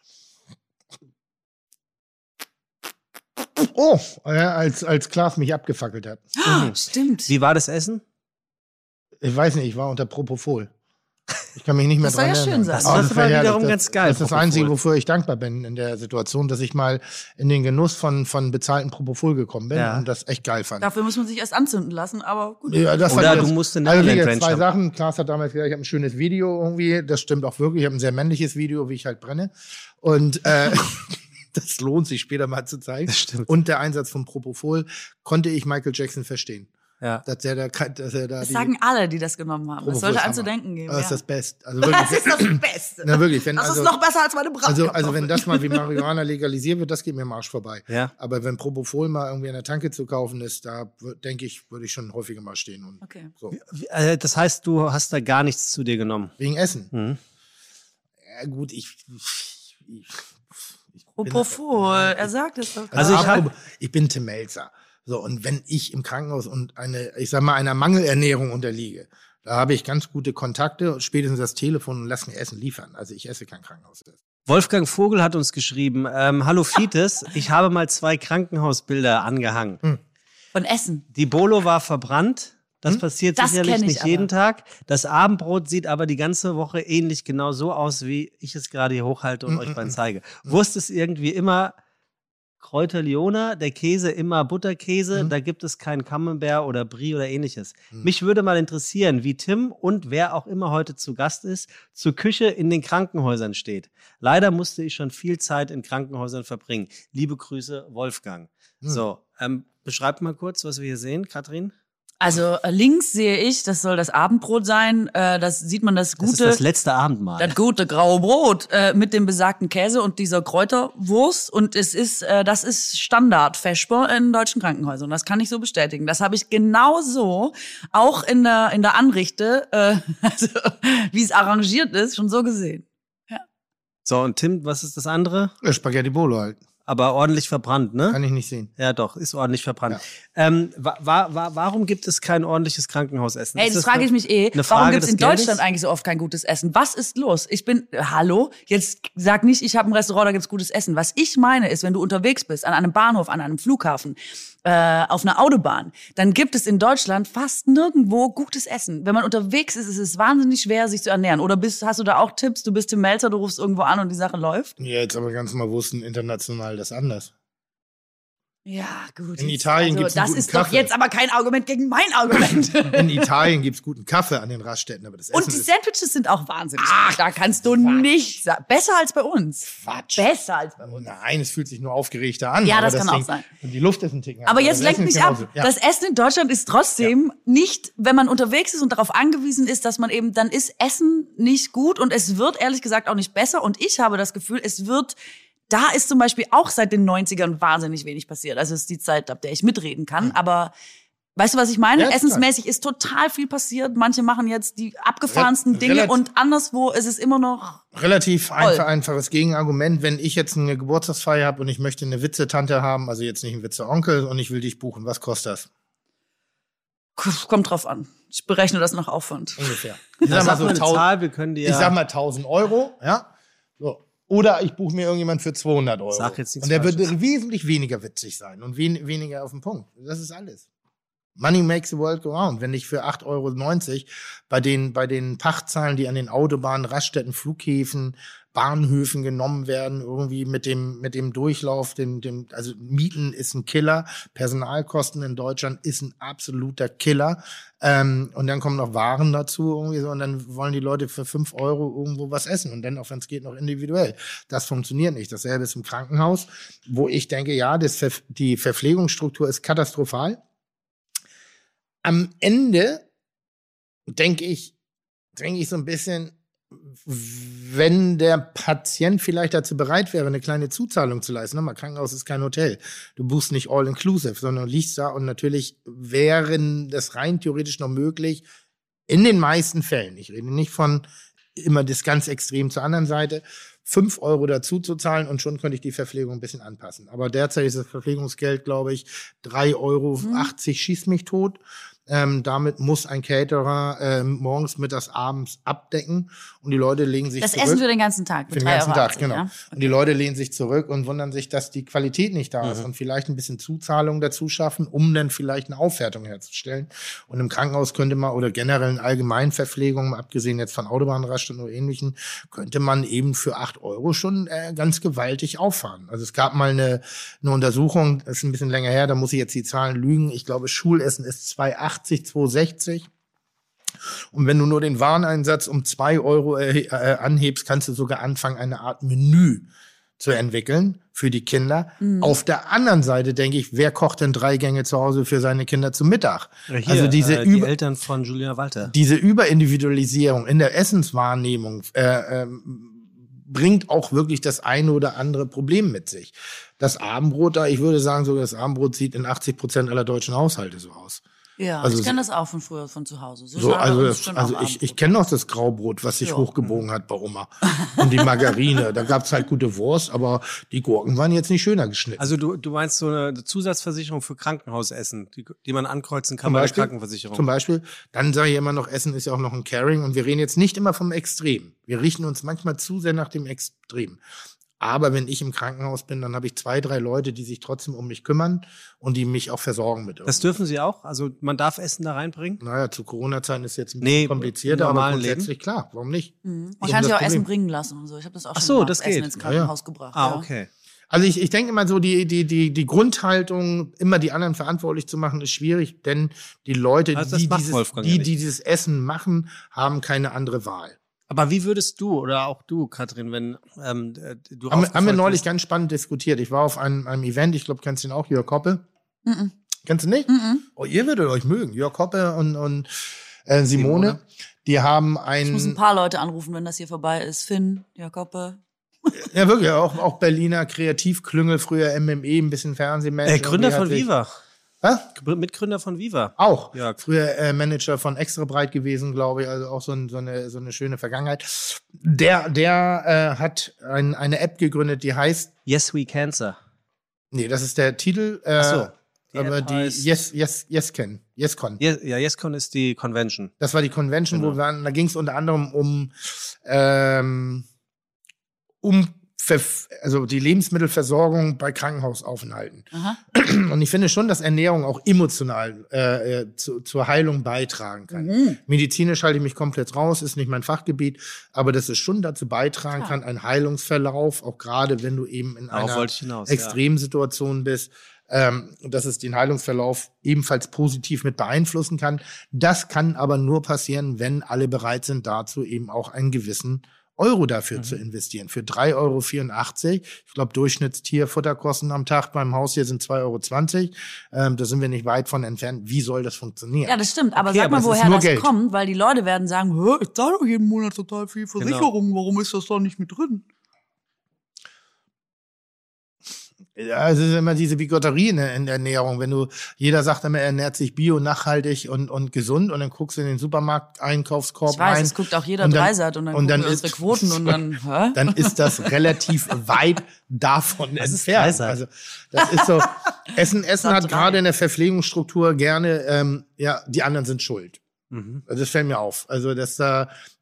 S2: Oh, ja, als, als Klaas mich abgefackelt hat.
S3: Mhm.
S5: Stimmt.
S3: Wie war das Essen?
S2: Ich weiß nicht, ich war unter Propofol. Ich kann mich nicht mehr
S5: Das soll
S2: dran
S5: ja schön
S2: erinnern.
S5: sein.
S3: Das
S2: Oh,
S3: ist
S2: war
S3: aber
S2: herrlich.
S3: wiederum
S2: das,
S3: ganz geil,
S2: Das ist das
S3: Propofol.
S2: Einzige, wofür ich dankbar bin in der Situation, dass ich mal in den Genuss von, von bezahlten Propofol gekommen bin
S3: Ja.
S2: und das echt geil fand.
S5: Dafür muss man sich erst anzünden lassen, aber gut.
S2: Ja, das
S3: Oder
S2: fand ich
S3: du
S2: jetzt-
S3: musst den
S2: also wie
S3: Neverland
S2: gesagt, zwei
S3: Ranch haben.
S2: Sachen. Klaas hat damals gesagt, ich habe ein schönes Video irgendwie. Das stimmt auch wirklich. Ich habe ein sehr männliches Video, wie ich halt brenne. Und äh, das lohnt sich später mal zu zeigen.
S3: Das stimmt.
S2: Und der Einsatz von Propofol konnte ich Michael Jackson verstehen.
S3: Ja.
S2: Dass er da, dass er da
S5: Das
S2: die
S5: sagen alle, die das genommen haben. Das
S2: Propofol
S5: sollte
S2: ist
S5: einem zu
S2: Hammer.
S5: denken geben.
S2: Das ist
S5: ja.
S2: das Beste. Also wirklich,
S5: Das ist das Beste.
S2: Na, wirklich, wenn,
S5: das
S2: also,
S5: ist noch besser als meine Bratkartoffeln.
S2: also, also wenn das mal wie Marihuana legalisiert wird, das geht mir am Arsch vorbei.
S3: Ja.
S2: Aber wenn Propofol mal irgendwie an der Tanke zu kaufen ist, da wür- denke ich, würde ich schon häufiger mal stehen. Und
S5: Okay.
S2: so.
S3: Wie- äh, Das heißt, du hast da gar nichts zu dir genommen.
S2: Wegen Essen.
S3: Mhm.
S2: Ja, gut, ich. ich, ich
S5: Propofol, er sagt es doch.
S3: Also ich
S2: apropos-
S3: hab-
S2: ich bin Tim Melzer. So, und wenn ich im Krankenhaus und eine, ich sag mal, einer Mangelernährung unterliege, da habe ich ganz gute Kontakte, spätestens das Telefon und lass mir Essen liefern. Also ich esse kein Krankenhausessen.
S3: Wolfgang Vogel hat uns geschrieben, ähm, hallo Fites, ich habe mal zwei Krankenhausbilder angehangen.
S5: Von Essen.
S3: Die Bolo war verbrannt. Das passiert
S5: Das
S3: sicherlich
S5: kenn ich
S3: nicht jeden
S5: aber.
S3: Tag. Das Abendbrot sieht aber die ganze Woche ähnlich genau so aus, wie ich es gerade hier hochhalte und
S2: Mm,
S3: euch
S2: mm,
S3: beiden
S2: mm.
S3: zeige. Wurst ist irgendwie immer Kräuterliona, der Käse immer Butterkäse,
S2: Mhm.
S3: da gibt es keinen Camembert oder Brie oder ähnliches.
S2: Mhm.
S3: Mich würde mal interessieren, wie Tim und wer auch immer heute zu Gast ist, zur Küche in den Krankenhäusern steht. Leider musste ich schon viel Zeit in Krankenhäusern verbringen. Liebe Grüße, Wolfgang.
S2: Mhm.
S3: So, ähm, beschreibt mal kurz, was wir hier sehen, Katrin.
S5: Also äh, links sehe ich, das soll das Abendbrot sein. Äh, das sieht man das
S3: Das ist
S5: gute,
S3: das letzte Abendmahl.
S5: das gute graue Brot äh, mit dem besagten Käse und dieser Kräuterwurst. Und es ist, äh, das ist Standard Vesper in deutschen Krankenhäusern. Das kann ich so bestätigen. Das habe ich genauso auch in der in der Anrichte, äh, also wie es arrangiert ist, schon so gesehen.
S3: So, und Tim, was ist das andere?
S2: Ja, Spaghetti Bolo halt.
S3: Aber ordentlich verbrannt, ne?
S2: Kann ich nicht sehen.
S3: Ja, doch, ist ordentlich verbrannt. Ähm, wa wa wa warum gibt es kein ordentliches Krankenhausessen?
S5: Hey,
S3: Ist
S5: das frage
S3: eine-
S5: ich mich eh.
S3: eine
S5: Warum
S3: Frage
S5: gibt's
S3: des
S5: in
S3: Geldes?
S5: Deutschland eigentlich so oft kein gutes Essen? Was ist los? Ich bin, äh, hallo? Jetzt sag nicht, ich habe ein Restaurant, da gibt's gutes Essen. Was ich meine ist, wenn du unterwegs bist, an einem Bahnhof, an einem Flughafen, äh, auf einer Autobahn, dann gibt es in Deutschland fast nirgendwo gutes Essen. Wenn man unterwegs ist, ist es wahnsinnig schwer, sich zu ernähren. Oder bist, hast du da auch Tipps? Du bist Tim Melzer, du rufst irgendwo an und die Sache läuft?
S2: Ja, jetzt aber ganz mal wussten, international das anders.
S5: Ja, gut.
S2: In
S5: jetzt-
S2: Italien
S5: also,
S2: gibt's einen
S5: das
S2: guten
S5: ist doch
S2: Kaffee.
S5: jetzt aber kein Argument gegen mein Argument.
S2: In Italien gibt's guten Kaffee an den Raststätten, aber das Essen
S5: Und die
S2: ist
S5: Sandwiches sind auch wahnsinnig gut. Da kannst du nicht sagen. Besser als bei uns.
S2: Quatsch.
S5: Besser als bei uns.
S2: Nein, es fühlt sich nur aufgeregter an.
S5: Ja,
S2: aber
S5: das kann auch
S2: Ding,
S5: sein.
S2: Und die Luft ist ein Ticken.
S5: Aber
S2: anders.
S5: jetzt
S2: Das
S5: lenkt
S2: Essen ist
S5: mich ab.
S2: genauso. Ja.
S5: Das Essen in Deutschland ist trotzdem nicht, wenn man unterwegs ist und darauf angewiesen ist, dass man eben, dann ist Essen nicht gut und es wird ehrlich gesagt auch nicht besser. Und ich habe das Gefühl, es wird, da ist zum Beispiel auch seit den neunzigern wahnsinnig wenig passiert. Also es ist die Zeit, ab der ich mitreden kann. Aber weißt du, was ich meine?
S2: Ja, total.
S5: Essensmäßig ist total viel passiert. Manche machen jetzt die abgefahrensten
S2: Re-
S5: Dinge
S2: relativ-
S5: und anderswo ist es immer noch.
S2: Relativ einfach, einfaches Gegenargument. Wenn ich jetzt eine Geburtstagsfeier habe und ich möchte eine Witze-Tante haben, also jetzt nicht einen Witze-Onkel und ich will dich buchen, was kostet das?
S5: Kommt drauf an. Ich berechne das nach Aufwand.
S2: Ungefähr. Ich
S3: Sag
S2: sag mal so
S3: mal eine
S2: tausend,
S3: Zahl, wir können dir
S2: ich sag mal tausend Euro, ja. So. Oder ich buche mir irgendjemand für zweihundert Euro.
S3: Sag jetzt nichts
S2: und der
S3: Falsches.
S2: würde wesentlich weniger witzig sein und wen, weniger auf den Punkt. Das ist alles. Money makes the world go round. Wenn ich für acht Euro neunzig bei den, bei den Pachtzahlen, die an den Autobahnen, Raststätten, Flughäfen, Bahnhöfen genommen werden, irgendwie mit dem, mit dem Durchlauf, dem, dem, also Mieten ist ein Killer, Personalkosten in Deutschland ist ein absoluter Killer, ähm, und dann kommen noch Waren dazu irgendwie so, und dann wollen die Leute für fünf Euro irgendwo was essen und dann, auch wenn es geht, noch individuell. Das funktioniert nicht. Dasselbe ist im Krankenhaus, wo ich denke, ja, das, die Verpflegungsstruktur ist katastrophal. Am Ende denke ich, denke ich so ein bisschen, wenn der Patient vielleicht dazu bereit wäre, eine kleine Zuzahlung zu leisten. Nochmal, Krankenhaus ist kein Hotel. Du buchst nicht all-inclusive, sondern liegst da, und natürlich wäre das rein theoretisch noch möglich, in den meisten Fällen, ich rede nicht von immer das ganz extrem zur anderen Seite, fünf Euro dazu zu zahlen, und schon könnte ich die Verpflegung ein bisschen anpassen. Aber derzeit ist das Verpflegungsgeld, glaube ich, drei Euro achtzig, mhm. schießt mich tot. Ähm, damit muss ein Caterer ähm, morgens, mittags, abends abdecken, und die Leute legen sich
S5: das
S2: zurück.
S5: Das Essen für den ganzen Tag.
S2: Für den ganzen Tag,
S5: achtzig,
S2: genau.
S5: Ja? Okay.
S2: Und die Leute lehnen sich zurück und wundern sich, dass die Qualität nicht da ist, mhm. und vielleicht ein bisschen Zuzahlung dazu schaffen, um dann vielleicht eine Aufwertung herzustellen. Und im Krankenhaus könnte man, oder generell in Allgemeinverpflegung, abgesehen jetzt von Autobahnraststätten oder Ähnlichem, könnte man eben für acht Euro schon äh, ganz gewaltig auffahren. Also es gab mal eine, eine Untersuchung, das ist ein bisschen länger her, da muss ich jetzt die Zahlen lügen. Ich glaube, Schulessen ist zwei achtzig, zwei sechzig. Und wenn du nur den Wareneinsatz um zwei Euro äh, äh, anhebst, kannst du sogar anfangen, eine Art Menü zu entwickeln für die Kinder. Mhm. Auf der anderen Seite denke ich, wer kocht denn drei Gänge zu Hause für seine Kinder zum Mittag?
S3: Ja, hier,
S2: also diese
S3: äh, die
S2: Über-
S3: Eltern von Julia Walter.
S2: Diese Überindividualisierung in der Essenswahrnehmung äh, ähm, bringt auch wirklich das eine oder andere Problem mit sich. Das Abendbrot da, ich würde sagen, sogar das Abendbrot sieht in achtzig Prozent aller deutschen Haushalte so aus.
S5: Ja,
S2: also
S5: ich kenne das auch von früher, von zu Hause. So,
S2: so, also das, also ich, ich kenne noch das Graubrot, was sich ja. hochgebogen hat bei Oma. Und die Margarine. Da gab's halt gute Wurst, aber die Gurken waren jetzt nicht schöner geschnitten.
S3: Also du, du meinst so eine Zusatzversicherung für Krankenhausessen, die, die man ankreuzen kann
S2: zum
S3: bei
S2: Beispiel,
S3: der Krankenversicherung.
S2: Zum Beispiel, dann sage ich immer noch, Essen ist ja auch noch ein Caring, und wir reden jetzt nicht immer vom Extrem. Wir richten uns manchmal zu sehr nach dem Extrem. Aber wenn ich im Krankenhaus bin, dann habe ich zwei, drei Leute, die sich trotzdem um mich kümmern und die mich auch versorgen mit.
S3: Das dürfen Sie auch? Also man darf Essen da reinbringen?
S2: Naja, zu Corona-Zeiten ist jetzt ein
S3: nee,
S2: bisschen komplizierter, aber grundsätzlich
S3: Leben?
S2: Klar, warum nicht?
S5: Mhm. Man kann sich auch Essen bringen lassen und so. Ich habe das auch
S3: Ach
S5: schon
S3: so,
S5: gemacht,
S3: das
S5: Essen
S3: geht.
S5: ins Krankenhaus
S2: ja, ja.
S5: gebracht.
S3: Ah,
S5: ja.
S3: okay.
S2: Also ich, ich denke immer so, die, die, die, die Grundhaltung, immer die anderen verantwortlich zu machen, ist schwierig, denn die Leute,
S3: also
S2: die,
S3: macht
S2: dieses,
S3: Wolfgang
S2: die
S3: ja
S2: dieses Essen machen, haben keine andere Wahl.
S3: Aber wie würdest du, oder auch du, Katrin, wenn ähm, du
S2: Haben, haben wir neulich
S3: bist?
S2: ganz spannend diskutiert. Ich war auf einem, einem Event, ich glaube, kennst du ihn auch, Jörg Hoppe?
S5: Mhm.
S2: Kennst du nicht?
S5: Mhm.
S2: Oh, ihr würdet euch mögen. Jörg Hoppe und, und äh, Simone, Simone, die haben ein...
S5: Ich muss ein paar Leute anrufen, wenn das hier vorbei ist. Finn, Jörg Hoppe.
S2: Ja, wirklich, auch, auch Berliner Kreativklüngel, früher M M E, ein bisschen Fernsehmensch.
S3: Äh, Gründer von Viva.
S2: Was?
S3: Mitgründer von Viva.
S2: Auch.
S3: Ja.
S2: Früher äh, Manager von Extra Breit gewesen, glaube ich. Also auch so, ein, so, eine, so eine schöne Vergangenheit. Der, der äh, hat ein, eine App gegründet, die heißt...
S3: Yes We Cancer.
S2: Nee, das ist der Titel. Äh,
S3: Ach so. Die
S2: aber
S3: App
S2: die
S3: heißt
S2: Yes, Yes, YesCon. YesCon.
S3: Yes, ja, YesCon ist die Convention.
S2: Das war die Convention,
S3: Genau.
S2: wo wir waren, da ging es unter anderem um, ähm, um Verf- also die Lebensmittelversorgung bei Krankenhausaufenthalten.
S5: Aha.
S2: Und ich finde schon, dass Ernährung auch emotional äh, äh, zu, zur Heilung beitragen kann.
S5: Mhm.
S2: Medizinisch halte ich mich komplett raus, ist nicht mein Fachgebiet, aber dass es schon dazu beitragen
S5: Klar.
S2: kann, ein Heilungsverlauf, auch gerade wenn du eben in
S3: Darauf
S2: einer
S3: wollte ich hinaus,
S2: Extremsituation bist, ähm, dass es den Heilungsverlauf ebenfalls positiv mit beeinflussen kann. Das kann aber nur passieren, wenn alle bereit sind, dazu eben auch einen gewissen Euro dafür mhm. zu investieren. Für drei Euro vierundachtzig. Ich glaube, Durchschnittstierfutterkosten am Tag beim Haustier sind zwei Euro zwanzig. Ähm, da sind wir nicht weit von entfernt. Wie soll das funktionieren?
S5: Ja, das stimmt. Aber
S2: Okay,
S5: sag
S2: aber
S5: mal,
S2: es ist
S5: woher
S2: nur
S5: das
S2: Geld.
S5: kommt, weil die Leute werden sagen, hä, ich zahle doch jeden Monat total viel Versicherung.
S3: Genau.
S5: Warum ist das da nicht mit drin?
S2: Ja, es ist immer diese Bigotterie in der, in der Ernährung. Wenn du, jeder sagt immer, er ernährt sich bio, nachhaltig und, und gesund, und dann guckst du in den Supermarkt-Einkaufskorb
S5: Ich weiß,
S2: rein.
S5: es guckt auch jeder
S2: und dann-
S5: Dreisat und dann
S2: und
S5: gucken
S2: dann
S5: wir unsere
S2: ist-
S5: Quoten und dann, hä?
S2: Dann ist das relativ weit davon
S3: Das ist
S2: entfernt.
S3: Dreisat.
S2: Also das ist so, Essen, Essen
S5: Sat
S2: hat
S5: drei.
S2: gerade in der Verpflegungsstruktur gerne, ähm, ja, die anderen sind schuld.
S3: Mhm.
S2: Also das fällt mir auf. Also dass da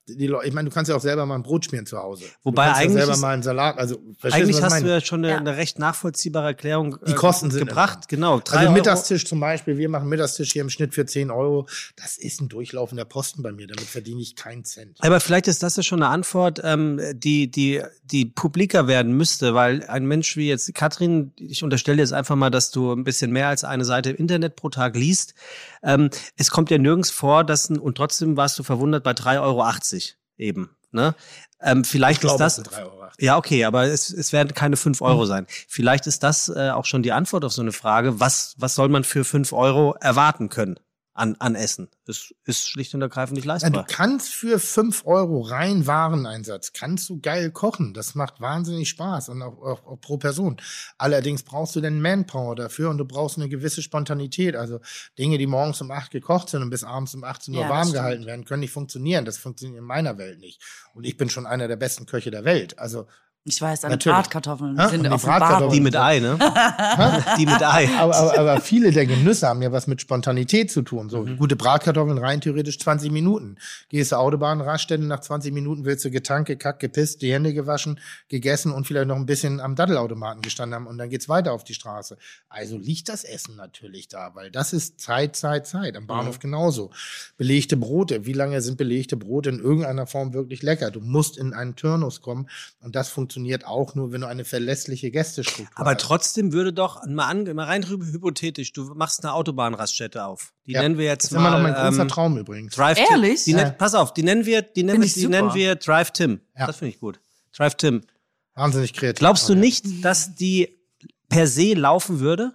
S2: die Leute, ich meine, du kannst ja auch selber mal ein Brot schmieren zu Hause.
S3: Wobei
S2: du kannst
S3: eigentlich
S2: ja selber
S3: ist,
S2: mal einen Salat, also
S3: eigentlich
S2: du, was
S3: hast
S2: ich
S3: du
S2: meine?
S3: ja schon eine,
S5: Ja.
S3: eine recht nachvollziehbare Erklärung äh,
S2: Die Kosten sind
S3: gebracht.
S2: einfach.
S3: Genau, drei
S2: Also
S3: Euro.
S2: Mittagstisch zum Beispiel, wir machen Mittagstisch hier im Schnitt für zehn Euro. Das ist ein durchlaufender Posten bei mir, damit verdiene ich keinen Cent.
S3: Aber vielleicht ist das ja schon eine Antwort, ähm, die, die, die publiker werden müsste, weil ein Mensch wie jetzt Katrin, ich unterstelle jetzt einfach mal, dass du ein bisschen mehr als eine Seite im Internet pro Tag liest. Ähm, es kommt ja nirgends vor, dass ein, und trotzdem warst du verwundert bei drei Euro achtzig eben. Ne? Ähm, vielleicht
S2: Ich glaube,
S3: ist das.
S2: es sind drei Euro achtzig.
S3: Ja, okay, aber es, es werden keine fünf Euro sein. Vielleicht ist das äh, auch schon die Antwort auf so eine Frage. Was, was soll man für fünf Euro erwarten können an, an Essen? Es ist schlicht und ergreifend nicht
S2: Ja,
S3: leistbar.
S2: du kannst für fünf Euro rein Wareneinsatz, kannst du geil kochen. Das macht wahnsinnig Spaß und auch, auch, auch pro Person. Allerdings brauchst du den Manpower dafür und du brauchst eine gewisse Spontanität. Also Dinge, die morgens um acht gekocht sind und bis abends um achtzehn Uhr
S5: Ja, das
S2: warm
S5: stimmt.
S2: gehalten werden, können nicht funktionieren. Das funktioniert in meiner Welt nicht. Und ich bin schon einer der besten Köche der Welt. Also
S5: Ich weiß, deine
S2: Natürlich.
S5: Bratkartoffeln
S2: Hä?
S5: sind
S2: Und die
S5: auf dem
S2: Bratkartoffeln.
S5: Bar.
S3: Die mit Ei, ne? Die mit Ei.
S2: Aber, aber, aber viele der Genüsse haben ja was mit Spontanität zu tun. So
S3: Mhm.
S2: gute Bratkartoffeln rein theoretisch zwanzig Minuten. Gehst zur Autobahn, Raststätte, nach zwanzig Minuten willst du getankt, gekackt, gepisst, die Hände gewaschen, gegessen und vielleicht noch ein bisschen am Dattelautomaten gestanden haben und dann geht's weiter auf die Straße. Also liegt das Essen natürlich da, weil das ist Zeit, Zeit, Zeit. Am Bahnhof
S3: Mhm.
S2: genauso. Belegte Brote. Wie lange sind belegte Brote in irgendeiner Form wirklich lecker? Du musst in einen Turnus kommen und das funktioniert auch nur, wenn du eine verlässliche Gästestruktur
S3: Aber
S2: hast.
S3: trotzdem würde doch, mal, an, mal rein hy- hypothetisch, du machst eine Autobahnraststätte auf. Die
S2: Ja.
S3: nennen wir
S2: Das
S3: jetzt
S2: ist immer noch
S3: mal
S2: mein großer
S3: ähm,
S2: Traum übrigens.
S3: Drive
S5: Ehrlich?
S3: Tim. Die
S2: Ja.
S3: nenn, pass auf, die nennen wir, die nennen,
S5: Find ich
S3: die
S5: super.
S3: nennen wir Drive Tim.
S2: Ja.
S3: Das finde ich gut. Drive Tim.
S2: Wahnsinnig kreativ.
S3: Glaubst du
S2: Ja.
S3: nicht, dass die per se laufen würde?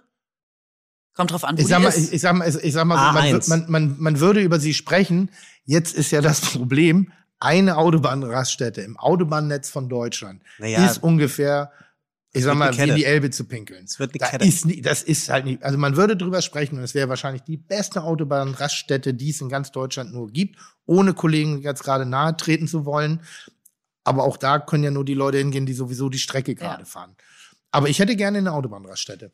S5: Kommt drauf an, wo
S2: Ich sag,
S5: die
S2: mal,
S5: ist.
S2: ich, ich sag mal, ich sag mal so,
S3: A
S2: man,
S3: eins.
S2: wür- man, man, man würde über sie sprechen. Jetzt ist ja das Problem, eine Autobahnraststätte im Autobahnnetz von Deutschland
S3: Naja.
S2: ist ungefähr, ich
S3: Es
S2: sag
S3: wird
S2: mal,
S3: eine
S2: wie in
S3: Kette.
S2: die Elbe zu pinkeln.
S3: Es wird eine
S2: Da
S3: Kette.
S2: ist nie, das ist halt nicht, also man würde drüber sprechen und es wäre wahrscheinlich die beste Autobahnraststätte, die es in ganz Deutschland nur gibt, ohne Kollegen jetzt gerade nahe treten zu wollen. Aber auch da können ja nur die Leute hingehen, die sowieso die Strecke gerade
S5: Ja.
S2: fahren. Aber ich hätte gerne eine Autobahnraststätte.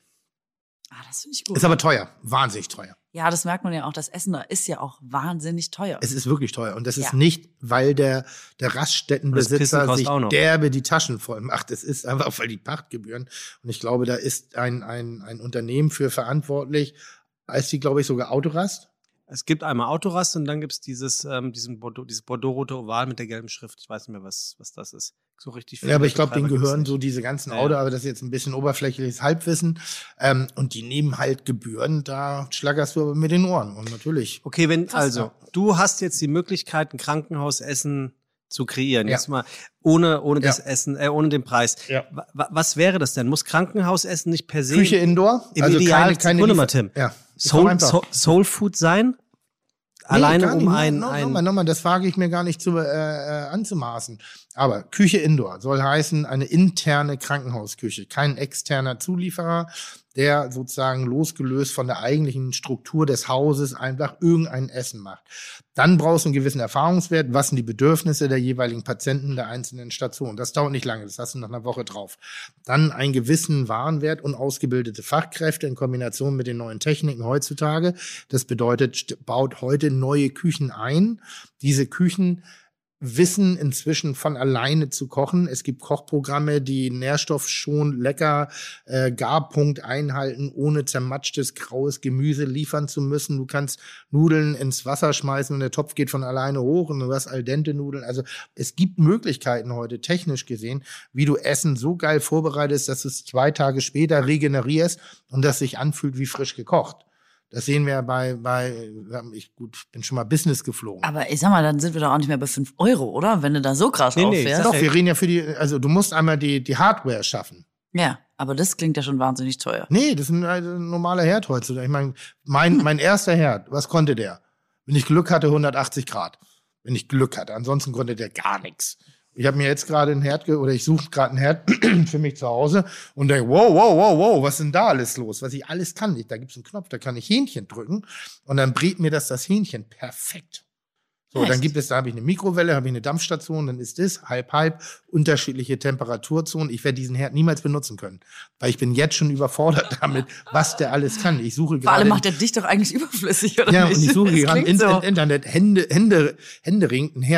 S5: Ah, das finde ich gut.
S2: Ist aber teuer, wahnsinnig teuer.
S5: Ja, das merkt man ja auch. Das Essen da ist ja auch wahnsinnig teuer.
S2: Es ist wirklich teuer. Und das ist
S5: Ja.
S2: nicht, weil der, der
S3: Und das Pissen
S2: Raststättenbesitzer
S3: kostet
S2: sich
S3: auch noch.
S2: derbe die Taschen voll macht. Es ist einfach, weil die Pachtgebühren. Und ich glaube, da ist ein, ein, ein Unternehmen für verantwortlich. Heißt die, glaube ich, sogar Autorast?
S3: Es gibt einmal Autorast und dann gibt es dieses, ähm, diesen Bordeaux, dieses Bordeaux-rote Oval mit der gelben Schrift. Ich weiß nicht mehr, was, was das ist. So richtig
S2: Ja, aber ich glaube,
S3: Betreiber
S2: denen
S3: gibt's
S2: gehören
S3: nicht.
S2: so diese ganzen
S3: Ja, ja.
S2: Auto, aber das ist jetzt ein bisschen oberflächliches Halbwissen. Ähm, und die nehmen halt Gebühren, da schlackerst du aber mit den Ohren. Und natürlich.
S3: Okay, wenn,
S5: Krass,
S3: also,
S2: ja.
S3: du hast jetzt die Möglichkeit, ein Krankenhausessen zu kreieren.
S2: Ja.
S3: Jetzt mal ohne, ohne das
S2: Ja.
S3: Essen, äh, ohne den Preis.
S2: Ja.
S3: Wa- Was wäre das denn? Muss Krankenhausessen nicht per se
S2: Küche Indoor?
S3: im
S2: also
S3: Idealen,
S2: keine, keine
S3: Sekunde
S2: Liefer-
S3: mal, Tim.
S2: Ja. Ist doch
S3: Soul,
S2: einfach.
S3: Soul, Soul Food sein?
S2: Nee,
S3: Alleine
S2: gar nicht.
S3: um
S2: No-
S3: ein,
S2: no-
S3: ein
S2: Nochmal, nochmal, das wage ich mir gar nicht zu, äh, äh, anzumaßen. Aber Küche Indoor soll heißen eine interne Krankenhausküche, kein externer Zulieferer, der sozusagen losgelöst von der eigentlichen Struktur des Hauses einfach irgendein Essen macht. Dann brauchst du einen gewissen Erfahrungswert. Was sind die Bedürfnisse der jeweiligen Patienten der einzelnen Station? Das dauert nicht lange, das hast du nach einer Woche drauf. Dann einen gewissen Warenwert und ausgebildete Fachkräfte in Kombination mit den neuen Techniken heutzutage. Das bedeutet, st- baut heute neue Küchen ein. Diese Küchen wissen inzwischen von alleine zu kochen. Es gibt Kochprogramme, die nährstoffschon lecker äh, Garpunkt einhalten, ohne zermatschtes graues Gemüse liefern zu müssen. Du kannst Nudeln ins Wasser schmeißen und der Topf geht von alleine hoch und du hast al dente Nudeln. Also es gibt Möglichkeiten heute, technisch gesehen, wie du Essen so geil vorbereitest, dass du es zwei Tage später regenerierst und das sich anfühlt wie frisch gekocht. Das sehen wir bei, bei, ich gut, bin schon mal Business geflogen.
S5: Aber ich sag mal, dann sind wir doch auch nicht mehr bei fünf Euro, oder? Wenn du da so krass
S3: Nee, nee,
S5: auffährst.
S3: sag
S2: Doch, wir reden ja für die, also du musst einmal die, die Hardware schaffen.
S5: Ja, aber das klingt ja schon wahnsinnig teuer.
S2: Nee, das ist ein, also ein normaler Herd heutzutage. Ich meine, mein, mein erster Herd, was konnte der? Wenn ich Glück hatte, hundertachtzig Grad. Wenn ich Glück hatte. Ansonsten konnte der gar nichts. Ich habe mir jetzt gerade einen Herd, ge- oder ich suche gerade einen Herd für mich zu Hause und denke, wow, wow, wow, wow, was ist denn da alles los? Was ich alles kann. Ich, da gibt's einen Knopf, da kann ich Hähnchen drücken und dann brät mir das das Hähnchen perfekt. So,
S5: Echt?
S2: dann gibt es, da habe ich eine Mikrowelle, habe ich eine Dampfstation, dann ist das halb, halb, unterschiedliche Temperaturzonen. Ich werde diesen Herd niemals benutzen können, weil ich bin jetzt schon überfordert damit, was der alles kann. Ich suche
S5: Vor allem
S2: gerade,
S5: macht er dich doch eigentlich überflüssig, oder
S2: ja,
S5: nicht?
S2: und ich suche
S5: Das
S2: gerade im
S5: klingt
S2: In-
S5: so.
S2: im Internet Hände, Hände, händeringend einen Herd,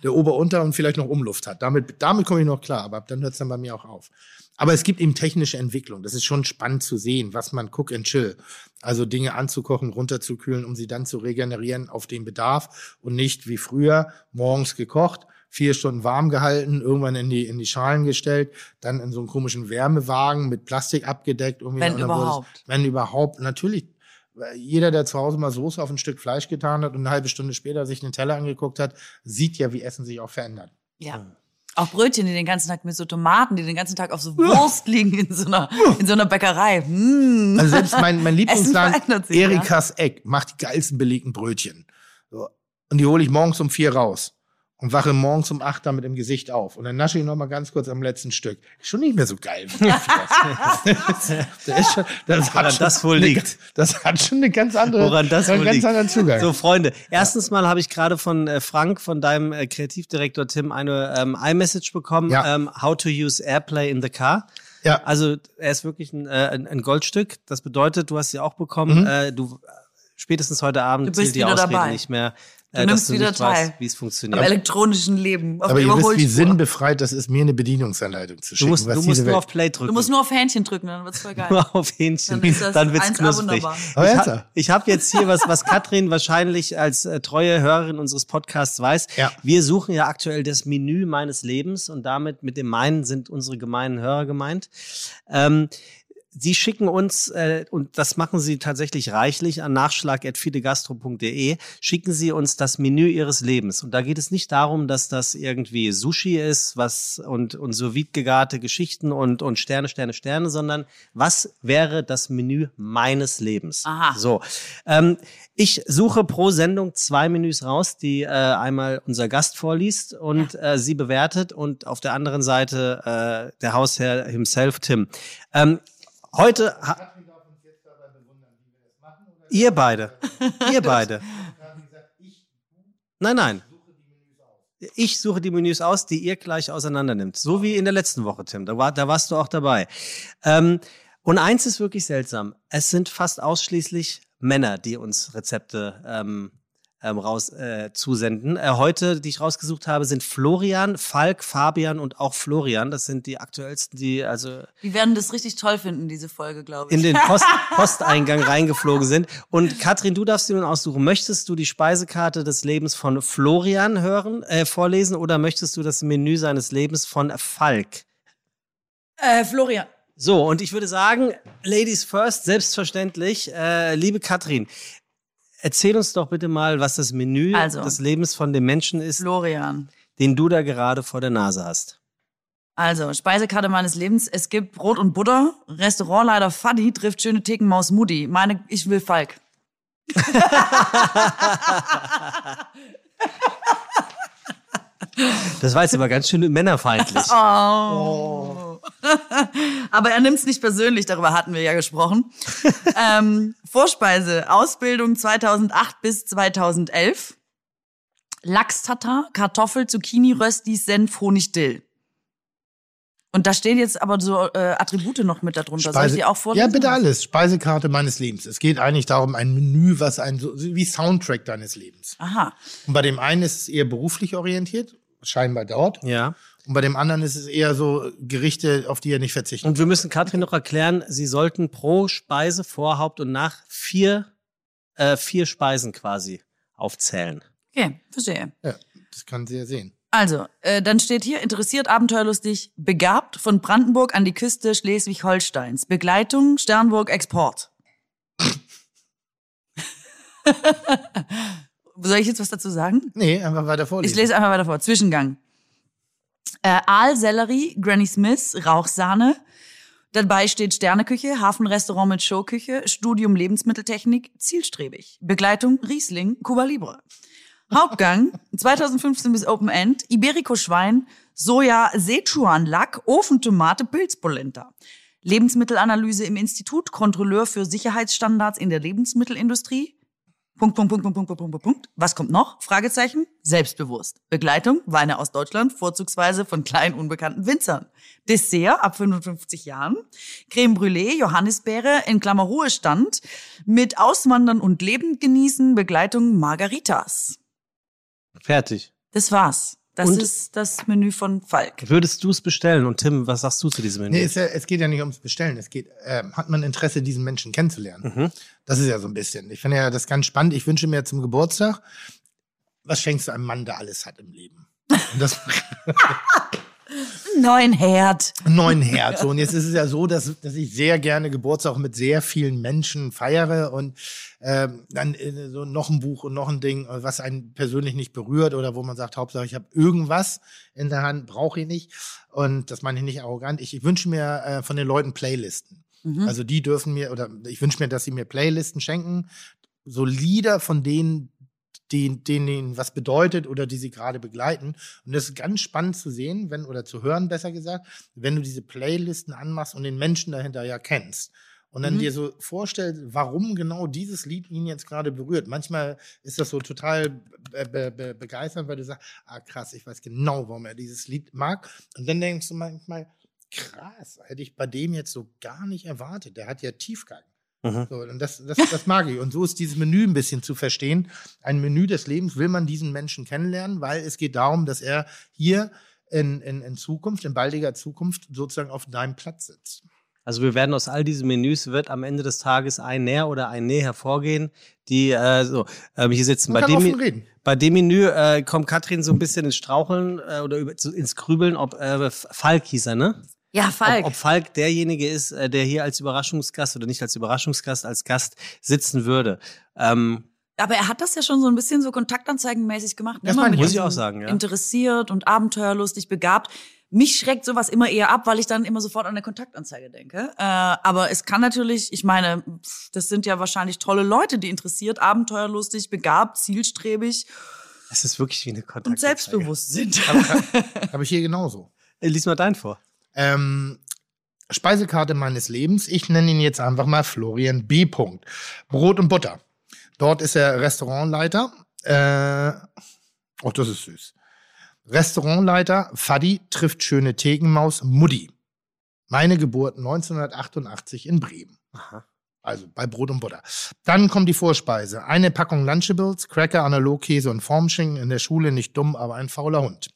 S2: der Ober-Unter und vielleicht noch Umluft hat. Damit, damit komme ich noch klar, aber dann hört es dann bei mir auch auf. Aber es gibt eben technische Entwicklung. Das ist schon spannend zu sehen, was man Cook and Chill. Also Dinge anzukochen, runterzukühlen, um sie dann zu regenerieren auf den Bedarf und nicht wie früher morgens gekocht, vier Stunden warm gehalten, irgendwann in die, in die Schalen gestellt, dann in so einen komischen Wärmewagen mit Plastik abgedeckt. Irgendwie
S5: Wenn überhaupt.
S2: Es, wenn überhaupt. Natürlich, jeder, der zu Hause mal Soße auf ein Stück Fleisch getan hat und eine halbe Stunde später sich den Teller angeguckt hat, sieht ja, wie Essen sich auch verändert.
S5: Ja. Auch Brötchen, die den ganzen Tag mit so Tomaten, die den ganzen Tag auf so Wurst liegen in so einer, in so einer Bäckerei. Mm.
S2: Also selbst mein, mein Lieblingsladen,
S5: Essen verändert sich,
S2: Erikas Eck, macht die geilsten belegten Brötchen. So. Und die hole ich morgens um vier raus. Und wache morgens um acht damit im Gesicht auf. Und dann nasche ich noch mal ganz kurz am letzten Stück. Ist schon nicht mehr so geil. Wie das, das, ist schon, das, hat schon
S3: das wohl
S2: eine,
S3: liegt.
S2: Das hat schon eine ganz andere,
S3: Woran das
S2: einen
S3: wohl
S2: ganz
S3: liegt.
S2: anderen Zugang.
S3: So, Freunde, erstens mal habe ich gerade von äh, Frank, von deinem äh, Kreativdirektor Tim, eine ähm, iMessage bekommen.
S2: Ja.
S3: Ähm, how to use Airplay in the car.
S2: Ja.
S3: Also er ist wirklich ein, äh, ein, ein Goldstück. Das bedeutet, du hast sie auch bekommen.
S2: Mhm.
S3: Äh, du spätestens heute Abend
S5: Du bist
S3: zählt die
S5: wieder
S3: Ausrede
S5: dabei.
S3: nicht mehr.
S5: Du
S3: äh,
S5: nimmst
S3: dass du
S5: wieder
S3: nicht
S5: teil.
S3: weißt, wie es
S5: Am
S3: funktioniert.
S5: elektronischen Leben. Auf
S2: Aber
S5: der
S2: ihr wisst, wie
S5: Überholspur.
S2: sinnbefreit das ist, mir eine Bedienungsanleitung zu
S3: Du
S2: schicken.
S3: musst,
S2: was
S3: du
S2: diese
S3: musst nur
S2: Welt-
S3: auf Play drücken.
S5: Du musst nur auf Hähnchen drücken, dann wird's voll geil.
S3: Nur auf Hähnchen.
S5: Dann ist das
S3: Dann wird's
S5: eins A
S3: knusprig.
S5: wunderbar.
S2: Aber
S3: Ich,
S2: jetzt,
S3: ha ich habe jetzt hier was, was Katrin wahrscheinlich als äh, treue Hörerin unseres Podcasts weiß.
S2: Ja.
S3: Wir suchen ja aktuell das Menü meines Lebens und damit mit dem meinen sind unsere gemeinen Hörer gemeint. Ähm, Sie schicken uns, äh, und das machen Sie tatsächlich reichlich, an nachschlag at fidegastro punkt de, schicken Sie uns das Menü Ihres Lebens. Und da geht es nicht darum, dass das irgendwie Sushi ist was und, und sous vide gegarte Geschichten und, und Sterne, Sterne, Sterne, sondern was wäre das Menü meines Lebens?
S5: Aha.
S3: So, ähm, ich suche pro Sendung zwei Menüs raus, die äh, einmal unser Gast vorliest und
S5: Ja.
S3: äh, sie bewertet und auf der anderen Seite äh, der Hausherr himself, Tim. Ähm, Heute, ha ihr beide, ihr beide. Nein, nein. Ich suche die Menüs aus, die ihr gleich auseinander nimmt. So wie in der letzten Woche, Tim. Da, war, da warst du auch dabei. Ähm, und eins ist wirklich seltsam. Es sind fast ausschließlich Männer, die uns Rezepte ähm, ähm, raus äh, zusenden. Äh, heute, die ich rausgesucht habe, sind Florian, Falk, Fabian und auch Florian. Das sind die aktuellsten, die also
S5: Die werden das richtig toll finden, diese Folge, glaube ich.
S3: in den Post Posteingang reingeflogen sind. Und Katrin, du darfst dir nun aussuchen. Möchtest du die Speisekarte des Lebens von Florian hören, äh, vorlesen oder möchtest du das Menü seines Lebens von Falk?
S5: äh, Florian.
S3: So, und ich würde sagen, Ladies first, selbstverständlich. Äh, liebe Katrin, erzähl uns doch bitte mal, was das Menü
S5: Also.
S3: des Lebens von dem Menschen ist,
S5: Florian.
S3: den du da gerade vor der Nase hast.
S5: Also, Speisekarte meines Lebens. Es gibt Brot und Butter. Restaurantleiter Faddy trifft schöne Thekenmaus Mutti. Meine, ich will Falk.
S3: Das war jetzt aber ganz schön männerfeindlich.
S5: Oh. Aber er nimmt's nicht persönlich, darüber hatten wir ja gesprochen. ähm, Vorspeise, Ausbildung zweitausendacht bis zweitausendelf. Lachs-Tatar, Kartoffel, Zucchini, Röstis, Senf, Honig, Dill. Und da stehen jetzt aber so äh, Attribute noch mit darunter. Soll ich die auch vorlesen?
S2: Ja, bitte alles. Speisekarte meines Lebens. Es geht eigentlich darum, ein Menü, was ein, so wie Soundtrack deines Lebens.
S5: Aha.
S2: Und bei dem einen ist es eher beruflich orientiert, scheinbar dort.
S3: Ja.
S2: Und bei dem anderen ist es eher so Gerichte, auf die er nicht verzichten
S3: Und wir müssen Katrin noch erklären, sie sollten pro Speise vor, Haupt und nach vier, äh, vier Speisen quasi aufzählen.
S5: Okay, verstehe.
S2: Ja, das kann sie ja sehen.
S5: Also, äh, dann steht hier, interessiert, abenteuerlustig, begabt, von Brandenburg an die Küste Schleswig-Holsteins. Begleitung, Sternburg, Export. Soll ich jetzt was dazu sagen?
S2: Nee, einfach weiter vorlesen.
S5: Ich lese einfach weiter vor. Zwischengang. Äh, Aal, Sellerie, Granny Smith, Rauchsahne. Dabei steht Sterneküche, Hafenrestaurant mit Showküche, Studium Lebensmitteltechnik, zielstrebig. Begleitung, Riesling, Cuba Libre. Hauptgang, zweitausendfünfzehn bis Open End, Iberico-Schwein, Soja, Sichuan-Lack, Ofentomate, Pilzpolenta. Lebensmittelanalyse im Institut, Kontrolleur für Sicherheitsstandards in der Lebensmittelindustrie. Punkt, Punkt, Punkt, Punkt, Punkt, Punkt, Punkt, Punkt. Was kommt noch? Fragezeichen. Selbstbewusst. Begleitung, Weine aus Deutschland, vorzugsweise von kleinen, unbekannten Winzern. Dessert ab fünfundfünfzig Jahren. Creme Brûlée, Johannisbeere, in Klammer Ruhestand. Mit Auswandern und Leben genießen, Begleitung Margaritas.
S3: Fertig.
S5: Das war's. Das
S3: Und?
S5: ist das Menü von Falk.
S3: Würdest du es bestellen? Und Tim, was sagst du zu diesem Menü?
S2: Nee, es, ja, es geht ja nicht ums Bestellen. Es geht, ähm, hat man Interesse, diesen Menschen kennenzulernen?
S3: Mhm.
S2: Das ist ja so ein bisschen. Ich finde ja das ganz spannend. Ich wünsche mir zum Geburtstag, was schenkst du einem Mann, der alles hat im Leben? Und das
S5: Neuen Herd.
S2: einen neuen Herd. So, und jetzt ist es ja so, dass, dass ich sehr gerne Geburtstag mit sehr vielen Menschen feiere und ähm, dann äh, so noch ein Buch und noch ein Ding, was einen persönlich nicht berührt oder wo man sagt, Hauptsache ich habe irgendwas in der Hand, brauche ich nicht. Und das meine ich nicht arrogant. Ich, ich wünsche mir äh, von den Leuten Playlisten.
S5: Mhm.
S2: Also die dürfen mir, oder ich wünsche mir, dass sie mir Playlisten schenken, so Lieder von denen, die, denen ihnen was bedeutet oder die sie gerade begleiten. Und das ist ganz spannend zu sehen, wenn, oder zu hören, besser gesagt, wenn du diese Playlisten anmachst und den Menschen dahinter ja kennst. Und dann
S5: Mhm.
S2: dir so vorstellst, warum genau dieses Lied ihn jetzt gerade berührt. Manchmal ist das so total be be be begeisternd, weil du sagst, ah krass, ich weiß genau, warum er dieses Lied mag. Und dann denkst du manchmal, krass, hätte ich bei dem jetzt so gar nicht erwartet. Der hat ja Tiefgang.
S3: Mhm.
S2: So, und das, das, das mag ich. Und so ist dieses Menü ein bisschen zu verstehen. Ein Menü des Lebens will man diesen Menschen kennenlernen, weil es geht darum, dass er hier in, in, in Zukunft, in baldiger Zukunft sozusagen auf deinem Platz sitzt.
S3: Also wir werden aus all diesen Menüs, wird am Ende des Tages ein Näher oder ein Nee hervorgehen, die äh, so äh, hier sitzen.
S2: Man
S3: Bei
S2: kann
S3: dem,
S2: offen reden.
S3: bei dem Menü äh, kommt Katrin so ein bisschen ins Straucheln äh, oder über, so ins Grübeln, ob äh, Falk hieß er, ne?
S5: Ja, Falk.
S3: Ob, ob Falk derjenige ist, äh, der hier als Überraschungsgast oder nicht als Überraschungsgast, als Gast sitzen würde. Ähm,
S5: Aber er hat das ja schon so ein bisschen so kontaktanzeigenmäßig gemacht. Ne?
S2: Das
S5: Immer
S2: meine ich.
S5: mit
S3: Muss ich
S5: diesem
S3: auch sagen, ja.
S5: Interessiert und abenteuerlustig, begabt. Mich schreckt sowas immer eher ab, weil ich dann immer sofort an eine Kontaktanzeige denke. Äh, aber es kann natürlich, ich meine, pff, das sind ja wahrscheinlich tolle Leute, die interessiert, abenteuerlustig, begabt, zielstrebig
S3: es ist wirklich wie eine
S5: und
S3: Kontaktanzeige.
S5: selbstbewusst sind.
S2: Habe ich hier genauso.
S3: Äh, Lies mal deinen vor.
S2: Ähm, Speisekarte meines Lebens. Ich nenne ihn jetzt einfach mal Florian B. Punkt. Brot und Butter. Dort ist er Restaurantleiter. Äh, oh, das ist süß. Restaurantleiter Fadi trifft schöne Tegenmaus Mutti. Meine Geburt neunzehnhundertachtundachtzig in Bremen.
S3: Aha.
S2: Also bei Brot und Butter. Dann kommt die Vorspeise. Eine Packung Lunchables, Cracker, Analogkäse und Formschinken. In der Schule nicht dumm, aber ein fauler Hund.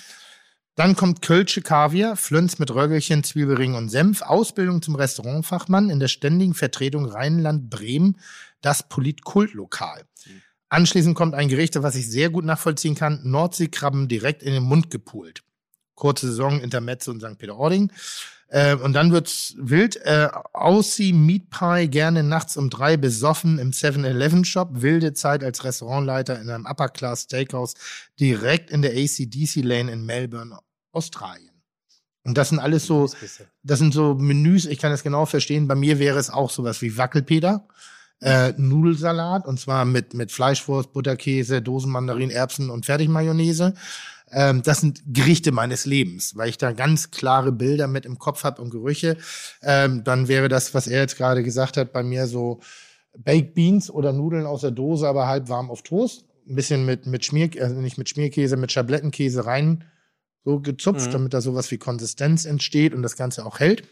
S2: Dann kommt Kölsche Kaviar, Flöns mit Röggelchen, Zwiebelring und Senf. Ausbildung zum Restaurantfachmann in der ständigen Vertretung Rheinland-Bremen, das Politkultlokal. Anschließend kommt ein Gericht, was ich sehr gut nachvollziehen kann, Nordseekrabben direkt in den Mund gepult. Kurze Saison, Intermezzo in Sankt Peter-Ording. Äh, und dann wird's wild. Äh, Aussie Meat Pie, gerne nachts um drei besoffen im seven eleven Shop. Wilde Zeit als Restaurantleiter in einem Upper-Class Steakhouse direkt in der A C D C Lane in Melbourne, Australien. Und das sind alles so, das sind so Menüs, ich kann das genau verstehen. Bei mir wäre es auch sowas wie Wackelpeter. Äh, Nudelsalat, und zwar mit, mit Fleischwurst, Butterkäse, Dosenmandarin, Erbsen und Fertigmayonnaise. Ähm, das sind Gerichte meines Lebens, weil ich da ganz klare Bilder mit im Kopf habe und Gerüche. Ähm, dann wäre das, was er jetzt gerade gesagt hat, bei mir so Baked Beans oder Nudeln aus der Dose, aber halb warm auf Toast. Ein bisschen mit, mit Schmier, also nicht mit Schmierkäse, mit Schablettenkäse rein so gezupft,
S3: Mhm.
S2: damit da sowas wie Konsistenz entsteht und das Ganze auch hält.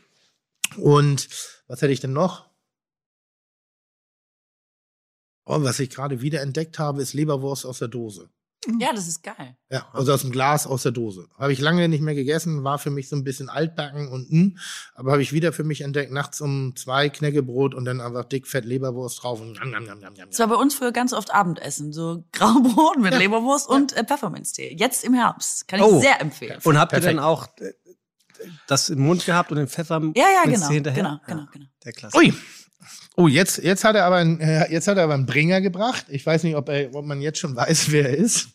S2: Und was hätte ich denn noch? Oh, was ich gerade wieder entdeckt habe, ist Leberwurst aus der Dose.
S5: Ja, das ist geil.
S2: Ja, also aus dem Glas, aus der Dose. Habe ich lange nicht mehr gegessen, war für mich so ein bisschen altbacken und mh, aber habe ich wieder für mich entdeckt, nachts um zwei Knäckebrot und dann einfach dickfett Leberwurst drauf und njam, njam, njam, njam, njam.
S5: Das war bei uns früher ganz oft Abendessen. So Graubrot mit Leberwurst und äh, Pfefferminztee. Jetzt im Herbst. Kann ich
S3: Oh.
S5: sehr empfehlen.
S3: Und habt ihr
S2: Perfekt.
S3: dann auch äh, das im Mund gehabt und den Pfeffer
S5: Ja, ja,
S3: mit
S5: genau.
S3: hinterher?
S5: Genau,
S3: Ja,
S5: genau, genau.
S3: der Klasse.
S2: Ui. Oh, jetzt, jetzt hat er aber einen, äh, jetzt hat er aber einen Bringer gebracht. Ich weiß nicht, ob, er, ob man jetzt schon weiß, wer er ist.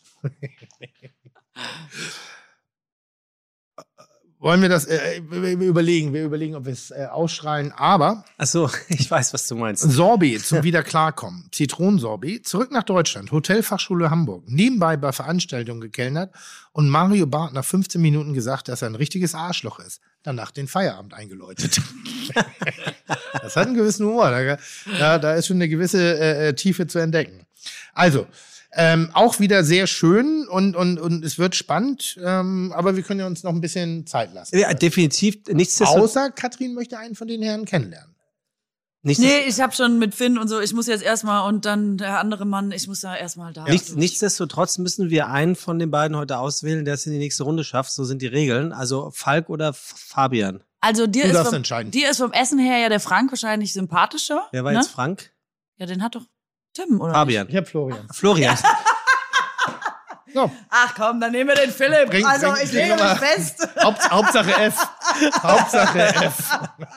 S2: Wollen wir das äh, wir wir überlegen? Wir überlegen, ob wir es äh, ausschreien. Aber
S3: Ach so, ich weiß, was du meinst.
S2: Sorbet zum Wiederklarkommen. Zitronensorbet, zurück nach Deutschland. Hotelfachschule Hamburg. Nebenbei bei Veranstaltungen gekellnert und Mario Barth nach fünfzehn Minuten gesagt, dass er ein richtiges Arschloch ist. Danach den Feierabend eingeläutet. Das hat einen gewissen Humor. Da, da, da ist schon eine gewisse äh, Tiefe zu entdecken. Also, ähm, auch wieder sehr schön und, und, und es wird spannend, ähm, aber wir können ja uns noch ein bisschen Zeit lassen.
S3: Ja, definitiv. Nichtsdestotrotz.
S2: Außer Katrin möchte einen von den Herren kennenlernen.
S3: Nichts,
S5: Nee, ich habe schon mit Finn und so, ich muss jetzt erstmal und dann der andere Mann, ich muss da erstmal da.
S3: Nichts, nichtsdestotrotz müssen wir einen von den beiden heute auswählen, der es in die nächste Runde schafft. So sind die Regeln. Also Falk oder F- Fabian.
S5: Also dir
S2: Du
S5: ist,
S2: darfst
S5: vom,
S2: entscheiden.
S5: dir ist vom Essen her ja der Frank wahrscheinlich sympathischer.
S3: Wer war
S5: ne?
S3: jetzt Frank?
S5: Ja, den hat doch Tim, oder
S3: Fabian.
S2: Ich habe Florian.
S3: Florian.
S2: So,
S5: nicht? Ach komm, dann nehmen wir den Philipp.
S2: Bring-
S5: also
S2: bring-
S5: ich
S2: bring
S5: lege
S2: noch mal-
S5: mich fest.
S2: Haupt, Hauptsache F. Hauptsache F.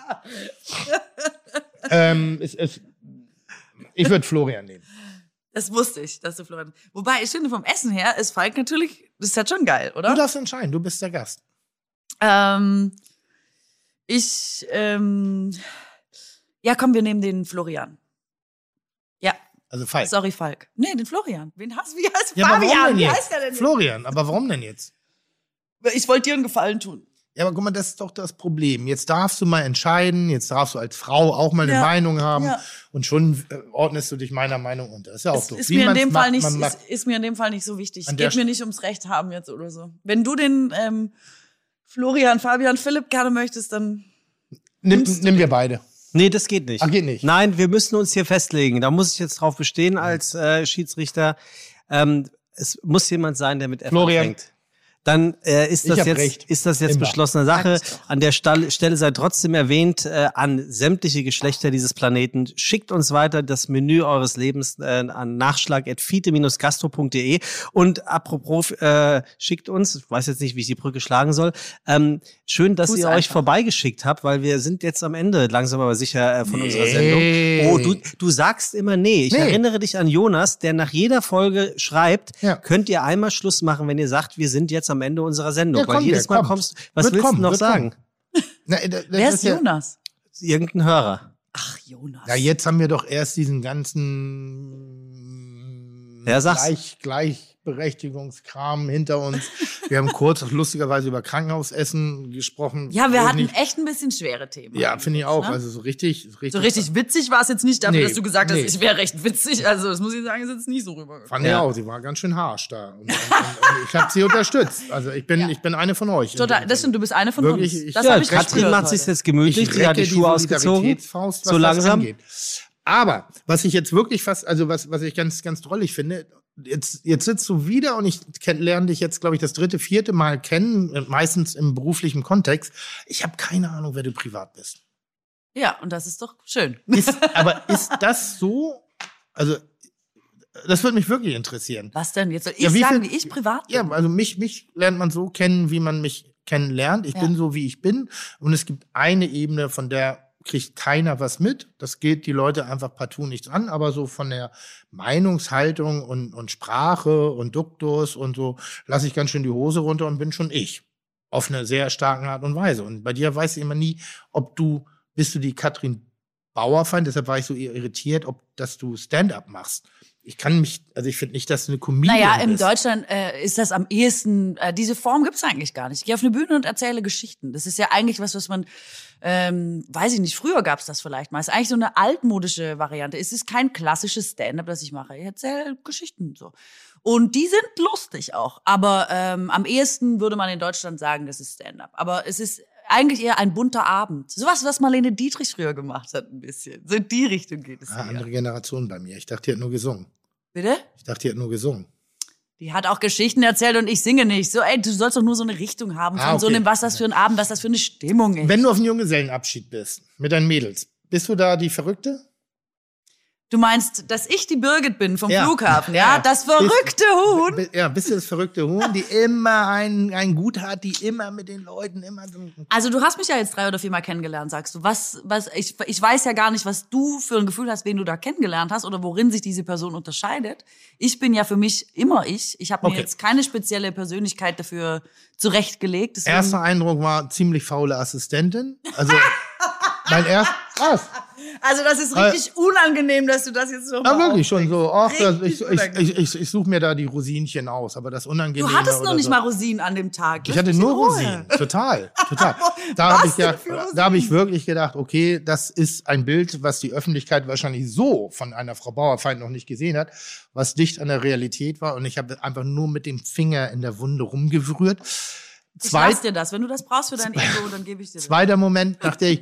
S2: ähm, es, es, ich würde Florian nehmen.
S5: Das wusste ich, dass du Florian. Wobei, ich finde, vom Essen her ist Falk natürlich, das ist ja schon geil, oder?
S2: Du darfst entscheiden, du bist der Gast.
S5: Ähm, ich, ähm, ja, komm, wir nehmen den Florian. Ja,
S2: Also Falk.
S5: sorry, Falk. Nee, den Florian. Wen hast du? Wie heißt
S2: Ja, aber warum
S5: Fabian?
S2: denn
S5: Wie
S2: jetzt?
S5: heißt der denn?
S2: Florian, aber warum denn jetzt?
S5: Ich wollte dir einen Gefallen tun.
S2: Ja, aber guck mal, das ist doch das Problem. Jetzt darfst du mal entscheiden, jetzt darfst du als Frau auch mal eine
S5: Ja,
S2: Meinung haben
S5: ja.
S2: und schon äh, ordnest du dich meiner Meinung unter. Das ist ja auch
S5: Es
S2: so.
S5: ist
S2: Wie
S5: mir in
S2: man's
S5: dem
S2: macht,
S5: Fall nicht,
S2: man macht-
S5: ist, ist mir in dem Fall nicht so wichtig.
S2: An
S5: Es
S2: der
S5: geht mir nicht ums Recht haben jetzt oder so. Wenn du den ähm, Florian, Fabian, Philipp gerne möchtest, dann
S2: Nimm,
S5: nimmst du
S2: nimm wir beide.
S3: Nee, das geht nicht.
S2: Ach, geht nicht.
S3: Nein, wir müssen uns hier festlegen. Da muss ich jetzt drauf bestehen als äh, Schiedsrichter. Ähm, es muss jemand sein, der mit F
S2: Florian.
S3: anfängt. Dann äh, ist,
S2: Ich
S3: das
S2: hab
S3: jetzt,
S2: recht.
S3: ist das jetzt
S2: Immer.
S3: beschlossene Sache.
S5: Sag ich's doch.
S3: An der Stall, Stelle sei trotzdem erwähnt, äh, an sämtliche Geschlechter dieses Planeten, schickt uns weiter das Menü eures Lebens äh, an nachschlag at fite dash gastro punkt de. Und apropos, äh, schickt uns, ich weiß jetzt nicht, wie ich die Brücke schlagen soll, ähm, schön, dass
S5: Tu's
S3: ihr euch
S5: einfach.
S3: vorbeigeschickt habt, weil wir sind jetzt am Ende langsam aber sicher äh, von unserer
S2: Nee.
S3: Sendung. Oh, du, du sagst immer nee. Ich
S2: Nee.
S3: erinnere dich an Jonas, der nach jeder Folge schreibt,
S2: Ja.
S3: könnt ihr einmal Schluss machen, wenn ihr sagt, wir sind jetzt am Ende unserer Sendung.
S2: Ja,
S3: Weil
S2: kommt,
S3: jedes
S2: der
S3: Mal
S2: kommt.
S3: kommst was
S2: Wird
S3: willst
S2: kommen,
S3: du noch
S2: wird
S3: sagen?
S2: Na, äh, das
S5: wer ist
S2: ja,
S5: Jonas?
S3: Irgendein Hörer.
S5: Ach, Jonas.
S2: Ja, jetzt haben wir doch erst diesen ganzen
S3: Ja, sag's.
S2: Gleich, Gleichberechtigungskram hinter uns. Wir haben kurz lustigerweise über Krankenhausessen gesprochen.
S5: Ja, wir
S2: Wo
S5: hatten
S2: nicht,
S5: echt ein bisschen schwere Themen.
S2: Ja, finde ich auch.
S5: Ne?
S2: Also so richtig, richtig.
S5: So richtig witzig war es jetzt nicht dafür,
S2: Nee,
S5: dass du gesagt hast,
S2: nee.
S5: ich wäre recht witzig. Also, das muss ich sagen, ist jetzt nicht so rübergekommen.
S2: Fand ich
S3: Ja.
S2: auch. Sie war ganz schön harsch da. Und, und, und, und ich habe sie unterstützt. Also ich bin,
S5: Ja.
S2: ich bin eine von euch.
S5: Total, das stimmt, du bist eine von
S2: Wirklich,
S5: uns.
S2: ich-
S5: Das
S3: Ja,
S5: hab ich
S3: Katrin
S5: gespürt
S3: macht sich
S5: heute.
S3: jetzt gemütlich,
S2: Ich
S3: sie hat die
S2: recke
S3: Schuhe ausgezogen.
S2: Solidaritätsfaust, was
S3: So
S2: das
S3: langsam.
S2: angeht. Aber was ich jetzt wirklich fast, also was, was ich ganz, ganz drollig finde, jetzt, jetzt sitzt du wieder und ich kenn, lerne dich jetzt, glaube ich, das dritte, vierte Mal kennen, meistens im beruflichen Kontext. Ich habe keine Ahnung, wer du privat bist.
S5: Ja, und das ist doch schön.
S2: Ist, aber ist das so? Also, das würde mich wirklich interessieren.
S5: Was denn? Jetzt soll ich
S2: Ja, wie
S5: sagen,
S2: viel-
S5: wie ich privat bin?
S2: Ja, also mich, mich lernt man so kennen, wie man mich kennenlernt. Ich
S5: Ja.
S2: bin so, wie ich bin. Und es gibt eine Ebene, von der kriegt keiner was mit. Das geht die Leute einfach partout nichts an. Aber so von der Meinungshaltung und, und Sprache und Duktus und so lasse ich ganz schön die Hose runter und bin schon ich. Auf eine sehr starke Art und Weise. Und bei dir weiß ich immer nie, ob du, bist du die Katrin Bauer-Fan, deshalb war ich so irritiert, ob, dass du Stand-up machst. Ich kann mich, also ich finde nicht, dass du eine Comedian
S5: Naja, in
S2: bist.
S5: Deutschland äh, ist das am ehesten, äh, diese Form gibt's eigentlich gar nicht. Ich gehe auf eine Bühne und erzähle Geschichten. Das ist ja eigentlich was, was man, ähm, weiß ich nicht, früher gab's das vielleicht mal. Ist eigentlich so eine altmodische Variante. Es ist kein klassisches Stand-up, das ich mache. Ich erzähle Geschichten so. Und die sind lustig auch. Aber ähm, am ehesten würde man in Deutschland sagen, das ist Stand-up. Aber es ist eigentlich eher ein bunter Abend. Sowas, was Marlene Dietrich früher gemacht hat, ein bisschen. So in die Richtung geht es
S2: Ah,
S5: eher.
S2: andere Generation bei mir. Ich dachte, die hat nur gesungen.
S5: Bitte?
S2: Ich dachte, die hat nur gesungen.
S5: Die hat auch Geschichten erzählt und ich singe nicht. So, ey, du sollst doch nur so eine Richtung haben von
S2: Ah,
S5: so
S2: okay.
S5: einem, was das für ein Abend, was das für eine Stimmung ist.
S2: Wenn du auf einem Junggesellenabschied bist, mit deinen Mädels, bist du da die Verrückte?
S5: Du meinst, dass ich die Birgit bin vom
S2: Ja.
S5: Flughafen, ja?
S2: Ja.
S5: Das verrückte Huhn.
S2: B- Ja, bist du das verrückte Huhn, die immer ein, ein Gut hat, die immer mit den Leuten immer so.
S5: Also du hast mich ja jetzt drei oder viermal kennengelernt, sagst du. Was, was, ich, ich weiß ja gar nicht, was du für ein Gefühl hast, wen du da kennengelernt hast oder worin sich diese Person unterscheidet. Ich bin ja für mich immer ich. Ich habe mir
S2: Okay.
S5: jetzt keine spezielle Persönlichkeit dafür zurechtgelegt. Deswegen-
S2: Erster Eindruck war ziemlich faule Assistentin. Also mein erst. Was?
S5: Also das ist richtig unangenehm, dass du das jetzt so
S2: Ja,
S5: mal
S2: wirklich schon so. Ach, das, ich,
S5: Richtig
S2: ich,
S5: unangenehm.
S2: ich, ich, ich suche mir da die Rosinchen aus, aber das Unangenehme.
S5: Du hattest noch
S2: oder
S5: nicht
S2: so.
S5: mal Rosinen an dem Tag.
S2: Ich
S5: Lass
S2: hatte
S5: mich in
S2: nur
S5: Ruhe.
S2: Rosinen. Total, total. Da
S5: Was
S2: habe ich, ja,
S5: denn für Rosinen?
S2: da hab ich wirklich gedacht, okay, das ist ein Bild, was die Öffentlichkeit wahrscheinlich so von einer Frau Bauerfeind noch nicht gesehen hat, was dicht an der Realität war. Und ich habe einfach nur mit dem Finger in der Wunde rumgerührt.
S5: Ich
S2: Zweit,
S5: lass dir das. Wenn du das brauchst für dein Ego, dann gebe ich dir das.
S2: zweiter Moment dachte ich,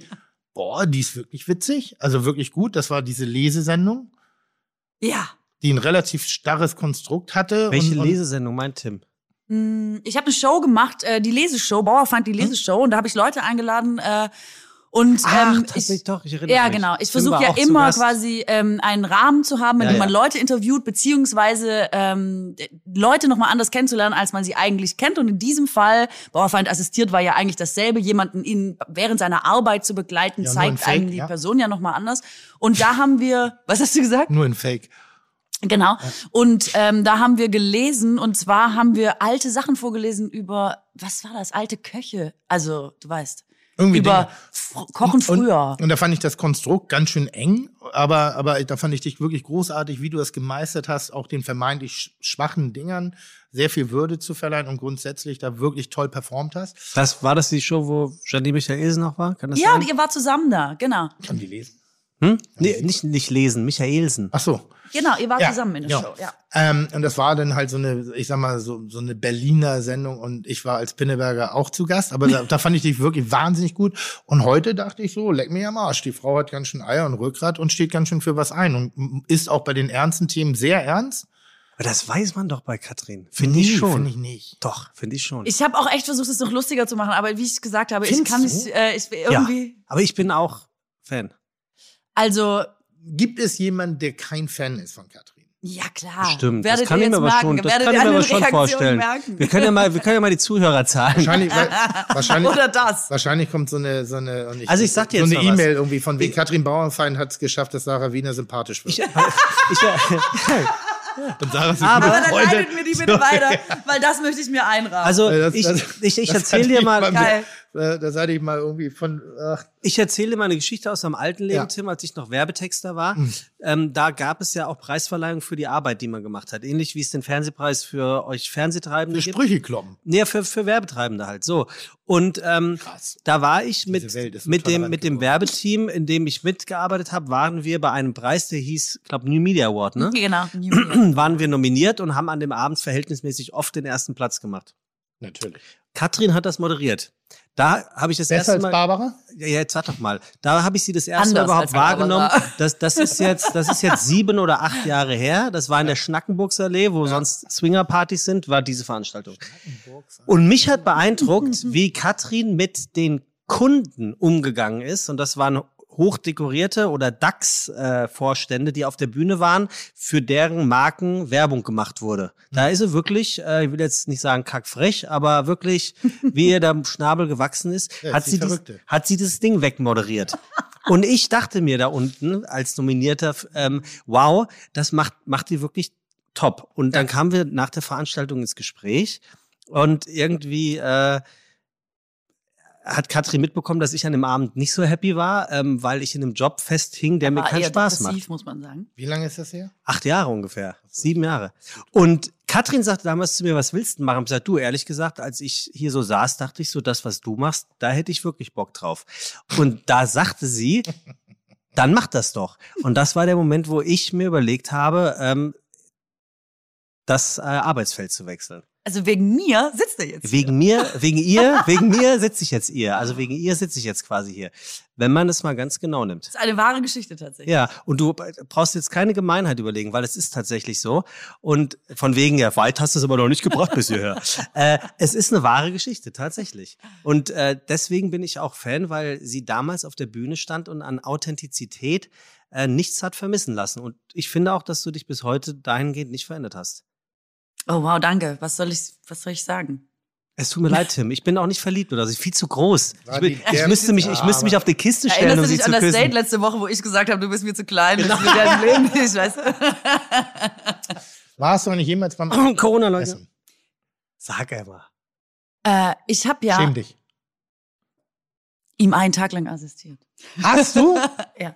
S2: boah, die ist wirklich witzig, also wirklich gut. Das war diese Lesesendung,
S5: Ja.
S2: die ein relativ starres Konstrukt hatte.
S3: Welche
S2: und, und
S3: Lesesendung meint Tim?
S5: Ich habe eine Show gemacht, äh, die Leseshow, Bauerfeind, die Leseshow. Und da habe ich Leute eingeladen. Äh, und
S3: Ach,
S5: ähm,
S3: tatsächlich
S5: ich,
S3: doch, ich erinnere
S5: Ja,
S3: mich.
S5: genau. Ich
S3: Tim
S5: versuche
S3: war
S5: ja
S3: auch zu
S5: immer
S3: Gast.
S5: quasi ähm, einen Rahmen zu haben, in
S3: Ja,
S5: dem man
S3: ja.
S5: Leute interviewt, beziehungsweise ähm, Leute nochmal anders kennenzulernen, als man sie eigentlich kennt. Und in diesem Fall, Bauerfeind assistiert, war ja eigentlich dasselbe, jemanden in, während seiner Arbeit zu begleiten,
S2: Ja, nur in
S5: zeigt
S2: Fake,
S5: einem die
S2: ja.
S5: Person ja nochmal anders. Und da haben wir, was hast du gesagt?
S2: nur ein Fake.
S5: Genau. Und ähm, da haben wir gelesen, und zwar haben wir alte Sachen vorgelesen über, was war das, alte Köche. Also, du weißt,
S2: Irgendwie
S5: über
S2: Dinge.
S5: F- Kochen früher.
S2: Und, und da fand ich das Konstrukt ganz schön eng, aber, aber da fand ich dich wirklich großartig, wie du das gemeistert hast, auch den vermeintlich sch- schwachen Dingern sehr viel Würde zu verleihen und grundsätzlich da wirklich toll performt hast.
S3: Das, war das die Show, wo Janine Michaelsen noch war? Kann das
S5: Ja,
S3: sein?
S5: und ihr wart zusammen da, genau.
S2: Kann die lesen?
S3: Hm? Nee, nicht, nicht lesen, Michaelsen.
S2: Ach so.
S5: Genau, ihr wart
S2: Ja,
S5: zusammen in der
S2: ja.
S5: Show, ja.
S2: Ähm, und das war dann halt so eine, ich sag mal, so, so eine Berliner Sendung und ich war als Pinneberger auch zu Gast, aber da, da fand ich dich wirklich wahnsinnig gut. Und heute dachte ich so, leck mir am Arsch, die Frau hat ganz schön Eier und Rückgrat und steht ganz schön für was ein und ist auch bei den ernsten Themen sehr ernst.
S3: Aber das weiß man doch bei Katrin. Finde ich
S2: Nee,
S3: schon.
S2: Finde ich nicht.
S3: Doch, finde ich schon.
S5: Ich habe auch echt versucht, es noch lustiger zu machen, aber wie ich gesagt habe,
S2: Findest
S5: ich kann
S2: du?
S5: nicht, äh, ich irgendwie,
S3: Ja, aber ich bin auch Fan.
S5: also,
S2: Gibt es jemanden, der kein Fan ist von Katrin?
S5: ja klar.
S3: Stimmt,
S5: Werdet
S3: das kann
S5: ihr
S3: ich mir
S5: jetzt
S3: aber
S5: merken,
S3: schon, das
S5: werdet
S3: kann
S5: ihr
S3: ich mir
S5: an
S3: aber
S5: den
S3: schon
S5: Reaktionen
S3: vorstellen.
S5: merken.
S3: Wir können ja mal, wir können ja mal die Zuhörerzahlen.
S2: Wahrscheinlich, weil, wahrscheinlich,
S5: Oder das.
S2: wahrscheinlich kommt so eine, so eine, und
S3: Also ich sag dir
S2: so
S3: jetzt
S2: eine
S3: mal was.
S2: E-Mail irgendwie von wegen Katrin Bauernfeind hat es geschafft, dass Sarah Wiener sympathisch wird.
S3: Ich, ich,
S2: und Sarah ist
S3: Aber-
S2: eine
S5: Aber dann
S2: Freundin.
S5: leitet mir die bitte weiter, weil das möchte ich mir einrahmen.
S3: also
S2: Äh, das-
S3: ich,
S2: das-
S3: ich, ich
S2: das
S3: erzähle
S2: hatte
S3: dir
S2: ich
S3: mal,
S5: Geil.
S2: Äh, Da hatte ich mal irgendwie von, ach,
S3: ich erzähle dir mal eine Geschichte aus meinem alten Leben,
S2: Ja.
S3: Tim, als ich noch Werbetexter war. Ähm, da gab es ja auch Preisverleihungen für die Arbeit, die man gemacht hat. Ähnlich wie es den Fernsehpreis für euch Fernsehtreibende
S2: für
S3: gibt.
S2: Sprüche kloppen.
S3: Nee, für, für Werbetreibende halt. So. Und ähm,
S2: Krass.
S3: da war ich mit,
S2: Welt ist so
S3: mit, dem,
S2: tolerant
S3: mit dem
S2: geworden.
S3: Werbeteam, in dem ich mitgearbeitet habe, waren wir bei einem Preis, der hieß, ich glaube, New Media Award, ne?
S5: Genau. New Media.
S3: Waren wir nominiert und haben an dem Abend verhältnismäßig oft den ersten Platz gemacht.
S2: Natürlich.
S3: Katrin hat das moderiert. Da habe ich das
S2: Besser
S3: erste
S2: als
S3: Mal.
S2: Barbara?
S3: Ja, jetzt sag doch mal. Da habe ich sie das erste Mal
S5: Anders
S3: überhaupt
S5: als Barbara.
S3: wahrgenommen. Das, das ist jetzt, das ist jetzt sieben oder acht Jahre her. Das war in der Schnackenburgsallee, wo sonst Swingerpartys sind, war diese Veranstaltung. Und mich hat beeindruckt, wie Katrin mit den Kunden umgegangen ist. Und das waren hochdekorierte oder DAX-Vorstände, die auf der Bühne waren, für deren Marken Werbung gemacht wurde. Da ist sie wirklich, äh, ich will jetzt nicht sagen kackfrech, aber wirklich, wie ihr der Schnabel gewachsen ist,
S2: Ja,
S3: hat,
S2: die
S3: sie dies,
S2: Verrückte.
S3: hat sie das Ding wegmoderiert. Und ich dachte mir da unten als Nominierter, ähm, wow, das macht, macht die wirklich top. Und dann kamen wir nach der Veranstaltung ins Gespräch und irgendwie äh, hat Katrin mitbekommen, dass ich an dem Abend nicht so happy war, ähm, weil ich in einem Job festhing, der mir
S5: War
S3: keinen
S5: eher
S3: Spaß
S5: depressiv,
S3: macht.
S5: muss man sagen.
S2: Wie lange ist das her?
S3: Acht Jahre ungefähr. Sieben Jahre. Und Katrin sagte damals zu mir, was willst du machen? Ich gesagt, du, ehrlich gesagt, als ich hier so saß, dachte ich so, das, was du machst, da hätte ich wirklich Bock drauf. Und da sagte sie, dann mach das doch. Und das war der Moment, wo ich mir überlegt habe, ähm, das äh, Arbeitsfeld zu wechseln.
S5: Also wegen mir sitzt er jetzt.
S3: Wegen mir, wegen ihr, wegen mir sitze ich jetzt ihr. Also wegen ihr sitze ich jetzt quasi hier. Wenn man es mal ganz genau nimmt.
S5: Das ist eine wahre Geschichte tatsächlich.
S3: Ja, und du brauchst jetzt keine Gemeinheit überlegen, weil es ist tatsächlich so. Und von wegen, ja, weit hast du es aber noch nicht gebracht bis hierher. äh, es ist eine wahre Geschichte, tatsächlich. Und äh, deswegen bin ich auch Fan, weil sie damals auf der Bühne stand und an Authentizität äh, nichts hat vermissen lassen. Und ich finde auch, dass du dich bis heute dahingehend nicht verändert hast.
S5: Oh wow, danke. Was soll ich, was soll ich sagen?
S3: Es tut mir leid, Tim. Ich bin auch nicht verliebt oder so. Ich bin viel zu groß. Ich,
S2: War
S3: bin,
S2: die
S3: ich,
S2: der-
S3: müsste, mich, ich
S2: Ja,
S3: müsste mich auf die Kiste stellen,
S5: Erinnerst
S3: um
S5: du
S3: sie
S5: dich
S3: zu
S5: an das
S3: küssen.
S5: Date letzte Woche, wo ich gesagt habe, du bist mir zu klein, genau. mit deinem Leben nicht, weißt du?
S2: Warst du noch nicht jemals beim
S3: Corona-Leute.
S2: Essen?
S3: Sag einmal.
S5: Äh, ich habe ja
S2: Schäm dich. ihm
S5: ihm einen Tag lang assistiert.
S2: Hast du?
S5: Ja.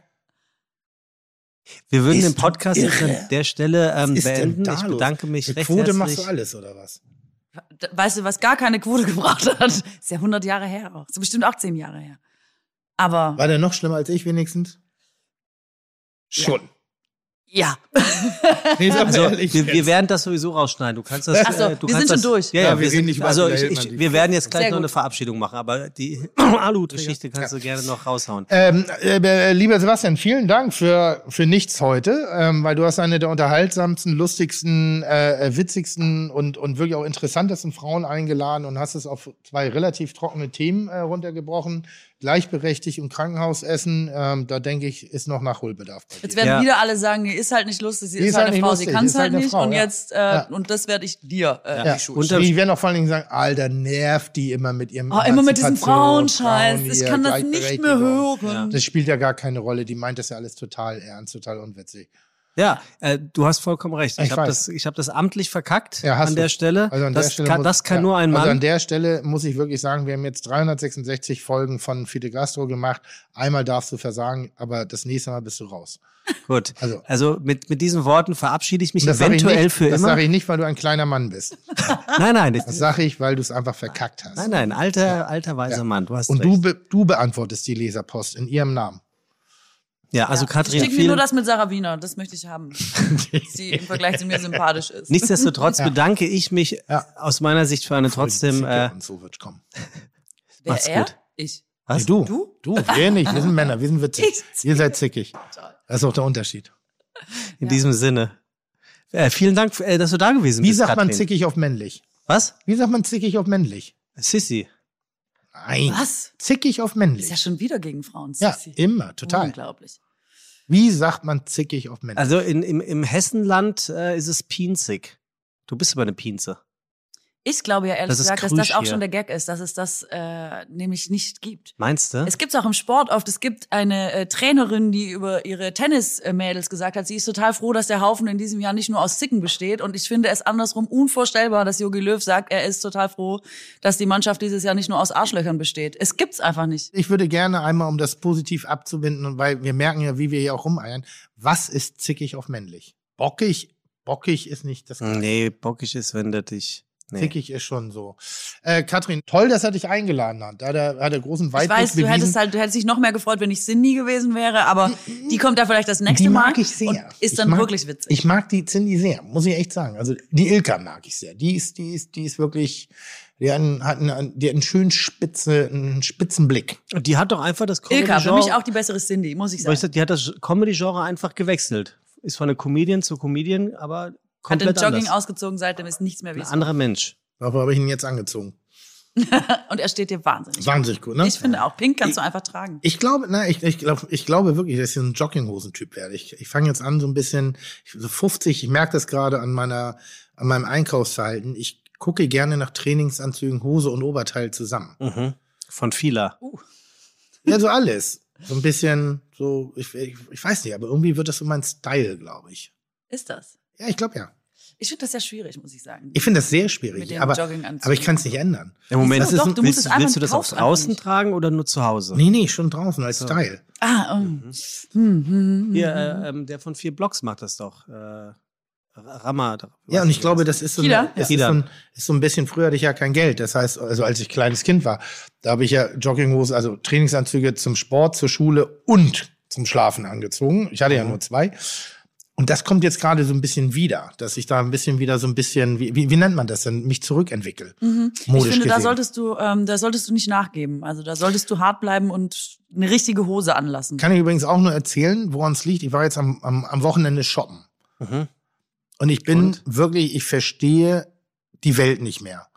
S3: Wir würden
S2: Bist
S3: den Podcast
S2: du
S3: jetzt
S2: irre?
S3: an der Stelle ähm,
S2: Was ist denn
S3: beenden.
S2: da
S3: Ich
S2: los?
S3: bedanke mich
S2: Mit
S3: recht
S2: Quote
S3: herzlich.
S2: machst du alles, oder was?
S5: Weißt du, was gar keine Quote gebracht hat? Ist ja hundert Jahre her auch. Ist bestimmt auch zehn Jahre her. Aber
S2: War der noch schlimmer als ich wenigstens? Schon.
S5: Ja.
S2: Nee, sag mal
S3: Also,
S2: ehrlich
S3: wir,
S2: jetzt.
S3: wir werden das sowieso rausschneiden. Du kannst das.
S5: Ach so,
S3: äh, du
S5: wir
S3: kannst
S5: sind schon
S3: das,
S5: durch.
S3: Ja, ja,
S2: Ja, wir
S3: wir
S2: reden
S3: sind
S2: nicht über
S3: Also
S2: Attila
S3: ich,
S2: Hildmann,
S3: ich,
S2: die-
S3: wir werden jetzt gleich
S5: Sehr
S3: noch
S5: gut.
S3: eine Verabschiedung machen, aber die Aluhut-Geschichte kannst du gerne noch raushauen.
S2: Ähm, äh, lieber Sebastian, vielen Dank für, für nichts heute, ähm, weil du hast eine der unterhaltsamsten, lustigsten, äh, witzigsten und, und wirklich auch interessantesten Frauen eingeladen und hast es auf zwei relativ trockene Themen äh, runtergebrochen. Gleichberechtigt und Krankenhausessen, ähm, da denke ich, ist noch Nachholbedarf bei dir.
S5: Jetzt werden
S3: Ja.
S5: wieder alle sagen, die ist halt nicht lustig, sie
S2: Die
S5: ist, halt eine
S2: nicht
S5: Frau,
S2: lustig,
S5: sie kann es
S2: ist halt
S5: halt
S2: eine
S5: nicht.
S2: Frau,
S5: und
S2: ja.
S5: jetzt, äh,
S2: Ja.
S5: und das werde ich dir äh,
S2: Ja.
S5: in die Schuhe
S3: Unter-
S2: Die werden auch vor allen Dingen sagen, Alter, nervt die immer mit ihrem
S5: Oh, immer mit diesem
S2: Emanzipation,
S5: Frauenscheiß.
S2: Frauen
S5: Ich
S2: hier,
S5: kann das nicht mehr
S2: Gleichberechtigung.
S5: hören.
S2: Das spielt ja gar keine Rolle. Die meint das ja alles total ernst, total unwitzig.
S3: Ja, äh, du hast vollkommen recht. Ich
S2: Ich
S3: habe
S2: weiß.
S3: das, ich hab das amtlich verkackt
S2: Ja, hast
S3: an
S2: du.
S3: der Stelle.
S2: Also an
S3: das
S2: der Stelle
S3: kann,
S2: muss,
S3: das kann
S2: ja,
S3: nur ein Mann.
S2: Also an der Stelle muss ich wirklich sagen, wir haben jetzt dreihundertsechsundsechzig Folgen von Fide Gastro gemacht. Einmal darfst du versagen, aber das nächste Mal bist du raus.
S3: Gut.
S2: Also-
S3: Also, mit, mit diesen Worten verabschiede ich mich
S2: Und das sage ich
S3: eventuell
S2: nicht,
S3: für
S2: das
S3: immer.
S2: sage ich nicht, weil du ein kleiner Mann bist.
S3: Nein, nein.
S2: Das
S3: Das,
S2: sage ich, weil du es einfach verkackt hast.
S3: nein, nein. Alter, alter weiser
S2: Ja.
S3: Mann. Du hast
S2: Und
S3: recht.
S2: du, be du beantwortest die Leserpost in ihrem Namen.
S3: ja, also
S5: Ja.
S3: Katrin,
S5: Schick mir
S3: vielen,
S5: nur das mit Sarah Wiener, das möchte ich haben. Dass sie im Vergleich zu mir sympathisch ist.
S3: nichtsdestotrotz
S2: Ja.
S3: bedanke ich mich
S2: Ja.
S3: aus meiner Sicht für eine trotzdem. Äh,
S2: Und so wird's kommen.
S5: Wer,
S3: macht's
S5: er?
S3: gut.
S5: Ich.
S3: was?
S2: Nee, du.
S5: Du?
S2: Du, wir nicht. Wir sind Männer, wir sind witzig.
S5: Ich
S2: Ihr seid zickig.
S5: Toll.
S2: Das ist auch der Unterschied.
S3: In
S5: Ja.
S3: diesem Sinne. Äh, vielen Dank, äh, dass du da gewesen
S2: Wie
S3: bist.
S2: sagt man
S3: Katrin.
S2: zickig auf männlich?
S3: Was?
S2: Wie sagt man zickig auf männlich?
S3: Sissi.
S2: Nein.
S5: Was?
S2: Zickig auf
S5: Ist
S2: männlich.
S5: ja schon wieder gegen Frauen.
S2: Ja,
S5: Sissi.
S2: immer, total.
S5: Unglaublich.
S2: Wie sagt man zickig auf männlich?
S3: Also in, im, im Hessenland äh, ist es pinzig. Du bist aber eine Pinze.
S5: Ich glaube ja ehrlich
S3: Das ist
S5: gesagt, dass das
S3: Krüsch
S5: auch
S3: hier.
S5: schon der Gag ist, dass es das äh, nämlich nicht gibt.
S3: Meinst du?
S5: Es gibt's auch im Sport oft. Es gibt eine äh, Trainerin, die über ihre Tennismädels gesagt hat, sie ist total froh, dass der Haufen in diesem Jahr nicht nur aus Zicken besteht. Und ich finde es andersrum unvorstellbar, dass Jogi Löw sagt, er ist total froh, dass die Mannschaft dieses Jahr nicht nur aus Arschlöchern besteht. Es gibt's einfach nicht.
S2: Ich würde gerne einmal, um das positiv abzubinden, und weil wir merken ja, wie wir hier auch rumeiern, was ist zickig auf männlich? Bockig, bockig ist nicht das Gleiche.
S3: Nee, bockig ist, wenn der dich. Nee.
S2: Zickig ist schon so. Äh, Katrin, toll, dass er dich eingeladen hat. Da hat er, hat er großen
S5: Ich
S2: Weitblick
S5: weiß, du
S2: bewiesen.
S5: hättest halt, du hättest dich noch mehr gefreut, wenn ich Cindy gewesen wäre, aber die kommt ja vielleicht das nächste
S2: Die
S5: Mal
S2: mag ich sehr.
S5: und ist
S2: Ich
S5: dann
S2: mag,
S5: wirklich witzig.
S2: Ich mag die Cindy sehr, muss ich echt sagen. Also die Ilka mag ich sehr. Die ist, die ist, die ist wirklich, die hat einen, hat einen, die hat einen schönen spitze, einen spitzen Blick.
S3: Und die hat doch einfach das
S5: Ilka, für
S3: Comedy-Genre-
S5: mich auch die bessere Cindy, muss ich
S3: Weil ich
S5: sagen.
S3: sag, die hat das Comedy-Genre einfach gewechselt. Ist von einer Comedian zu Comedian, aber
S5: Hat den
S3: komplett
S5: Jogging
S3: anders.
S5: ausgezogen, seitdem ist nichts mehr wie
S3: Ein
S5: es
S3: anderer Mensch.
S2: Dafür habe ich ihn jetzt angezogen.
S5: war. Und er steht dir wahnsinnig.
S2: Wahnsinnig gut, ne?
S5: Ich finde auch, Pink kannst du einfach tragen.
S2: Ich glaube, na, ich, ich glaube, ich glaube wirklich, dass ich ein Jogginghosentyp werde. Ich, ich fange jetzt an, so ein bisschen, ich, so fünfzig, ich merke das gerade an meiner, an meinem Einkaufsverhalten. Ich gucke gerne nach Trainingsanzügen, Hose und Oberteil zusammen.
S3: Mhm. Von Fila.
S2: Ja, so alles. So ein bisschen, so, ich, ich, ich weiß nicht, aber irgendwie wird das so mein Style, glaube ich.
S5: Ist das?
S2: Ja, ich glaube ja.
S5: Ich finde das ja schwierig, muss ich sagen.
S2: Ich finde das sehr
S5: Mit
S2: schwierig,
S5: dem
S2: aber,
S5: Jogginganzug.
S2: aber ich kann es nicht ändern.
S3: Im Moment
S5: Wieso? Doch, du musst
S3: willst,
S5: es einfach
S3: willst du das auch
S5: kaufst einfach
S3: draußen
S5: nicht.
S3: tragen oder nur zu Hause?
S2: Nee, nee, schon draußen als Style.
S5: Ah, um. hm, hm,
S3: Hier,
S5: hm.
S3: äh, ähm, der von vier Blocks macht das doch. Äh, Rama.
S2: Ja, und ich glaube, das ist so,
S5: Kida?
S2: eine, das
S3: Ja.
S2: ist, so ein, ist so ein bisschen, früher hatte ich ja kein Geld. Das heißt, also als ich kleines Kind war, da habe ich ja Jogginghose, also Trainingsanzüge zum Sport, zur Schule und zum Schlafen angezogen. Ich hatte ja nur zwei. Und das kommt jetzt gerade so ein bisschen wieder, dass ich da ein bisschen wieder so ein bisschen, wie, wie, wie nennt man das denn, mich zurückentwickle.
S5: Mhm. Ich
S2: Modisch
S5: finde, da
S2: gesehen.
S5: solltest du, ähm, da solltest du nicht nachgeben. Also da solltest du hart bleiben und eine richtige Hose anlassen.
S2: Kann ich übrigens auch nur erzählen, woran es liegt. Ich war jetzt am, am, am Wochenende shoppen.
S3: Mhm.
S2: Und ich bin
S3: Und?
S2: wirklich, ich verstehe die Welt nicht mehr.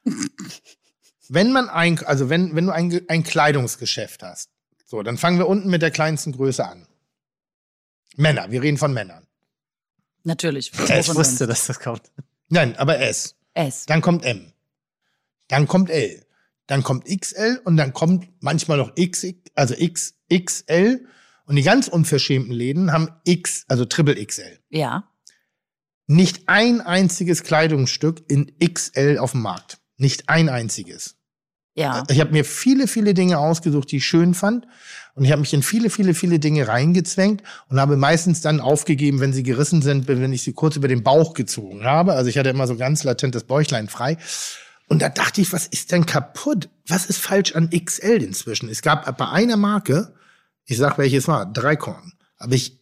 S2: Wenn man ein, also wenn, wenn du ein, Ge- ein Kleidungsgeschäft hast, so, dann fangen wir unten mit der kleinsten Größe an. Männer, wir reden von Männern.
S5: Natürlich.
S3: Ich wusste, dass das kommt.
S2: Nein, aber S.
S5: Es.
S2: Dann kommt M. Dann kommt L. Dann kommt X L und dann kommt manchmal noch X, also X X L. Und die ganz unverschämten Läden haben X, also Triple X L.
S5: Ja.
S2: Nicht ein einziges Kleidungsstück in X L auf dem Markt. Nicht ein einziges.
S5: Ja.
S2: Ich habe mir viele, viele Dinge ausgesucht, die ich schön fand. Und ich habe mich in viele, viele, viele Dinge reingezwängt und habe meistens dann aufgegeben, wenn sie gerissen sind, wenn ich sie kurz über den Bauch gezogen habe. Also ich hatte immer so ganz latent das Bäuchlein frei. Und da dachte ich, was ist denn kaputt? Was ist falsch an X L inzwischen? Es gab bei einer Marke, ich sag welches war, Dreikorn. Habe ich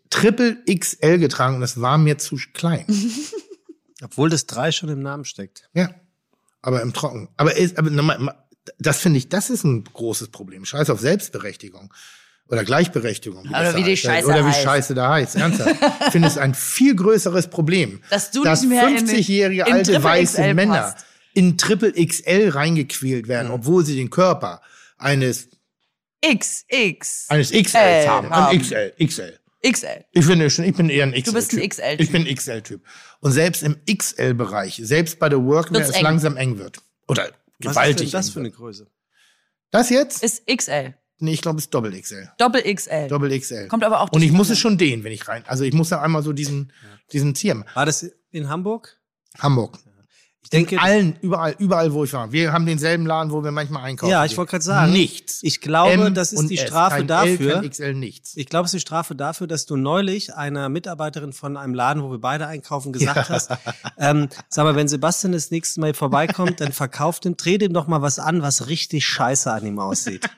S2: Triple X L getragen und es war mir zu klein.
S3: Obwohl das drei schon im Namen steckt.
S2: Ja, aber im Trocken. Aber, ist, aber nochmal, das finde ich, das ist ein großes Problem. Scheiß auf Selbstberechtigung. Oder Gleichberechtigung. Wie
S5: Oder wie die
S2: heißt.
S5: Scheiße
S2: Oder wie
S5: heißt.
S2: Scheiße da heißt. Ernsthaft. Ich finde es ein viel größeres Problem,
S5: Dass du
S2: dass
S5: nicht mehr in-
S2: fünfzigjährige
S5: in
S2: alte
S5: Triple
S2: weiße
S5: X L
S2: Männer
S5: passt.
S2: in Triple X L reingequält werden,
S5: Mhm.
S2: obwohl sie den Körper eines,
S5: X, X.
S2: eines X Ls
S5: L
S2: haben.
S5: haben.
S2: Ein X L, X L.
S5: X L.
S2: Ich finde schon, ich bin eher ein X L-Typ.
S5: bist ein X L-Typ.
S2: Ich bin ein X L-Typ. Und selbst im X L-Bereich, selbst bei der Workwear,
S5: Wird's
S2: es
S5: eng.
S2: langsam eng wird. Oder
S3: Was ist
S2: gewaltig
S3: denn das
S2: eng
S3: für eine
S2: wird.
S3: Größe?
S2: Das jetzt?
S5: Ist X L.
S2: Nee, ich glaube, es ist Doppel X L.
S5: Doppel X L.
S2: Doppel X L.
S5: Kommt aber auch
S2: Und ich muss
S5: durcheinander.
S2: es schon dehnen, wenn ich rein. Also ich muss da einmal so diesen, diesen ziehen.
S3: War das in Hamburg?
S2: Hamburg.
S3: Ich denke,
S2: In allen, überall, überall, wo ich war. Wir haben denselben Laden, wo wir manchmal einkaufen.
S3: Ja, ich
S2: gehen.
S3: wollte gerade sagen,
S2: Nichts.
S3: ich glaube,
S2: M
S3: das ist
S2: und
S3: die
S2: S.
S3: Strafe
S2: kein
S3: dafür.
S2: L, kein X L, nichts.
S3: Ich glaube, es ist die Strafe dafür, dass du neulich einer Mitarbeiterin von einem Laden, wo wir beide einkaufen, gesagt hast, ähm, sag mal, wenn Sebastian das nächste Mal vorbeikommt, dann verkauft ihm, dreh dem doch mal was an, was richtig scheiße an ihm aussieht.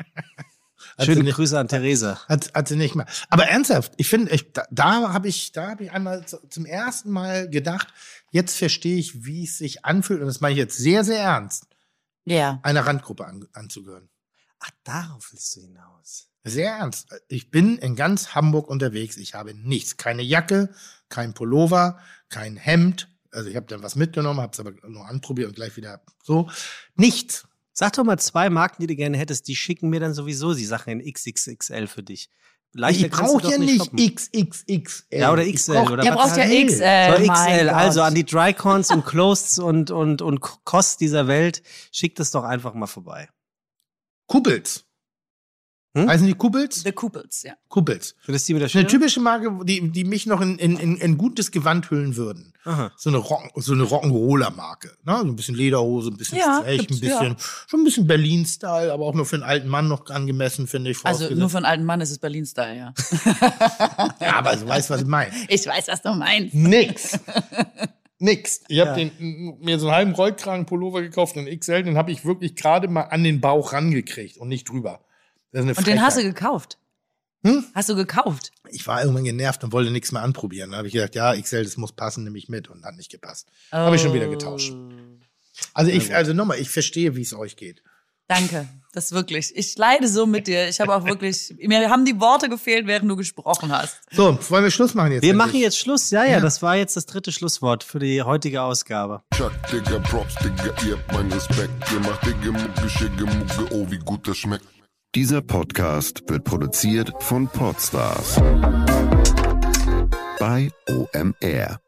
S3: Schöne
S2: nicht-
S3: Grüße an Theresa.
S2: Hat, hat sie nicht mehr. Aber ernsthaft, ich finde, ich, da, da habe ich, da habe ich einmal zu, zum ersten Mal gedacht, jetzt verstehe ich, wie es sich anfühlt, und das meine ich jetzt sehr, sehr ernst,
S5: Ja.
S2: einer Randgruppe an, anzugehören.
S3: Ach, darauf willst du hinaus.
S2: Sehr ernst. Ich bin in ganz Hamburg unterwegs. Ich habe nichts. Keine Jacke, kein Pullover, kein Hemd. Also ich habe dann was mitgenommen, habe es aber nur anprobiert und gleich wieder so. Nichts.
S3: Sag doch mal zwei Marken, die du gerne hättest, die schicken mir dann sowieso die Sachen in X X X L für dich. Leichter
S2: Ich
S3: kannst du
S2: brauche
S3: doch
S2: ja
S3: nicht
S2: nicht
S3: shoppen.
S2: X X X L.
S3: Ja, oder
S2: Ich
S3: X L
S2: brauch-
S3: oder
S5: Der
S3: was
S5: braucht ja
S2: Parallel.
S5: X L.
S3: So
S5: mein
S3: X L,
S5: Gott.
S3: also an die Drycons und Closeds und, und, und Kost dieser Welt, schickt es doch einfach mal vorbei.
S2: Kuppels.
S3: Hm?
S2: Heißen die Kuppels?
S5: The Couples, ja.
S2: Kuppels.
S3: Findest du die wieder
S2: Das ist eine
S3: schön?
S2: typische Marke, die, die mich noch in, in, in, in gutes Gewand hüllen würden.
S3: Aha.
S2: So eine Rock, so eine Rock'n'Roller-Marke. Ne? So ein bisschen Lederhose, ein bisschen
S5: Ja,
S2: frech, ein
S5: gibt's,
S2: bisschen, schon ein bisschen Berlin-Style, aber auch nur für einen alten Mann noch angemessen, finde ich.
S5: Also
S2: vorausgesetzt.
S5: nur für einen alten Mann ist es Berlin-Style, ja.
S2: Ja, aber du weißt, was ich meine.
S5: Ich weiß, was du meinst.
S2: Nix. Nix. Ich habe
S3: Ja.
S2: den m- mir so einen halben Rollkragen-Pullover gekauft, einen X L, den habe ich wirklich gerade mal an den Bauch rangekriegt und nicht drüber. Das ist eine
S5: Und den hast du
S2: Frechheit.
S5: gekauft?
S2: Hm?
S5: Hast du gekauft?
S2: Ich war irgendwann genervt und wollte nichts mehr anprobieren. Da habe ich gedacht, ja, X L, das muss passen, nehme ich mit, und hat nicht gepasst. Habe ich schon wieder getauscht. Also ich, also nochmal, ich verstehe, wie es euch geht.
S5: Danke, das wirklich. Ich leide so mit dir. Ich habe auch wirklich, mir haben die Worte gefehlt, während du gesprochen hast.
S2: So, wollen wir Schluss machen jetzt?
S3: Wir
S2: endlich?
S3: machen jetzt Schluss. Ja, ja,
S2: Ja.
S3: das war jetzt das dritte Schlusswort für die heutige Ausgabe.
S6: Chuck, Digga, Props, Digga, ihr habt meinen Respekt. Ihr macht Digga, Mucke, Schicke, Mucke, oh, wie gut das schmeckt.
S1: Dieser Podcast wird produziert von Podstars bei O M R.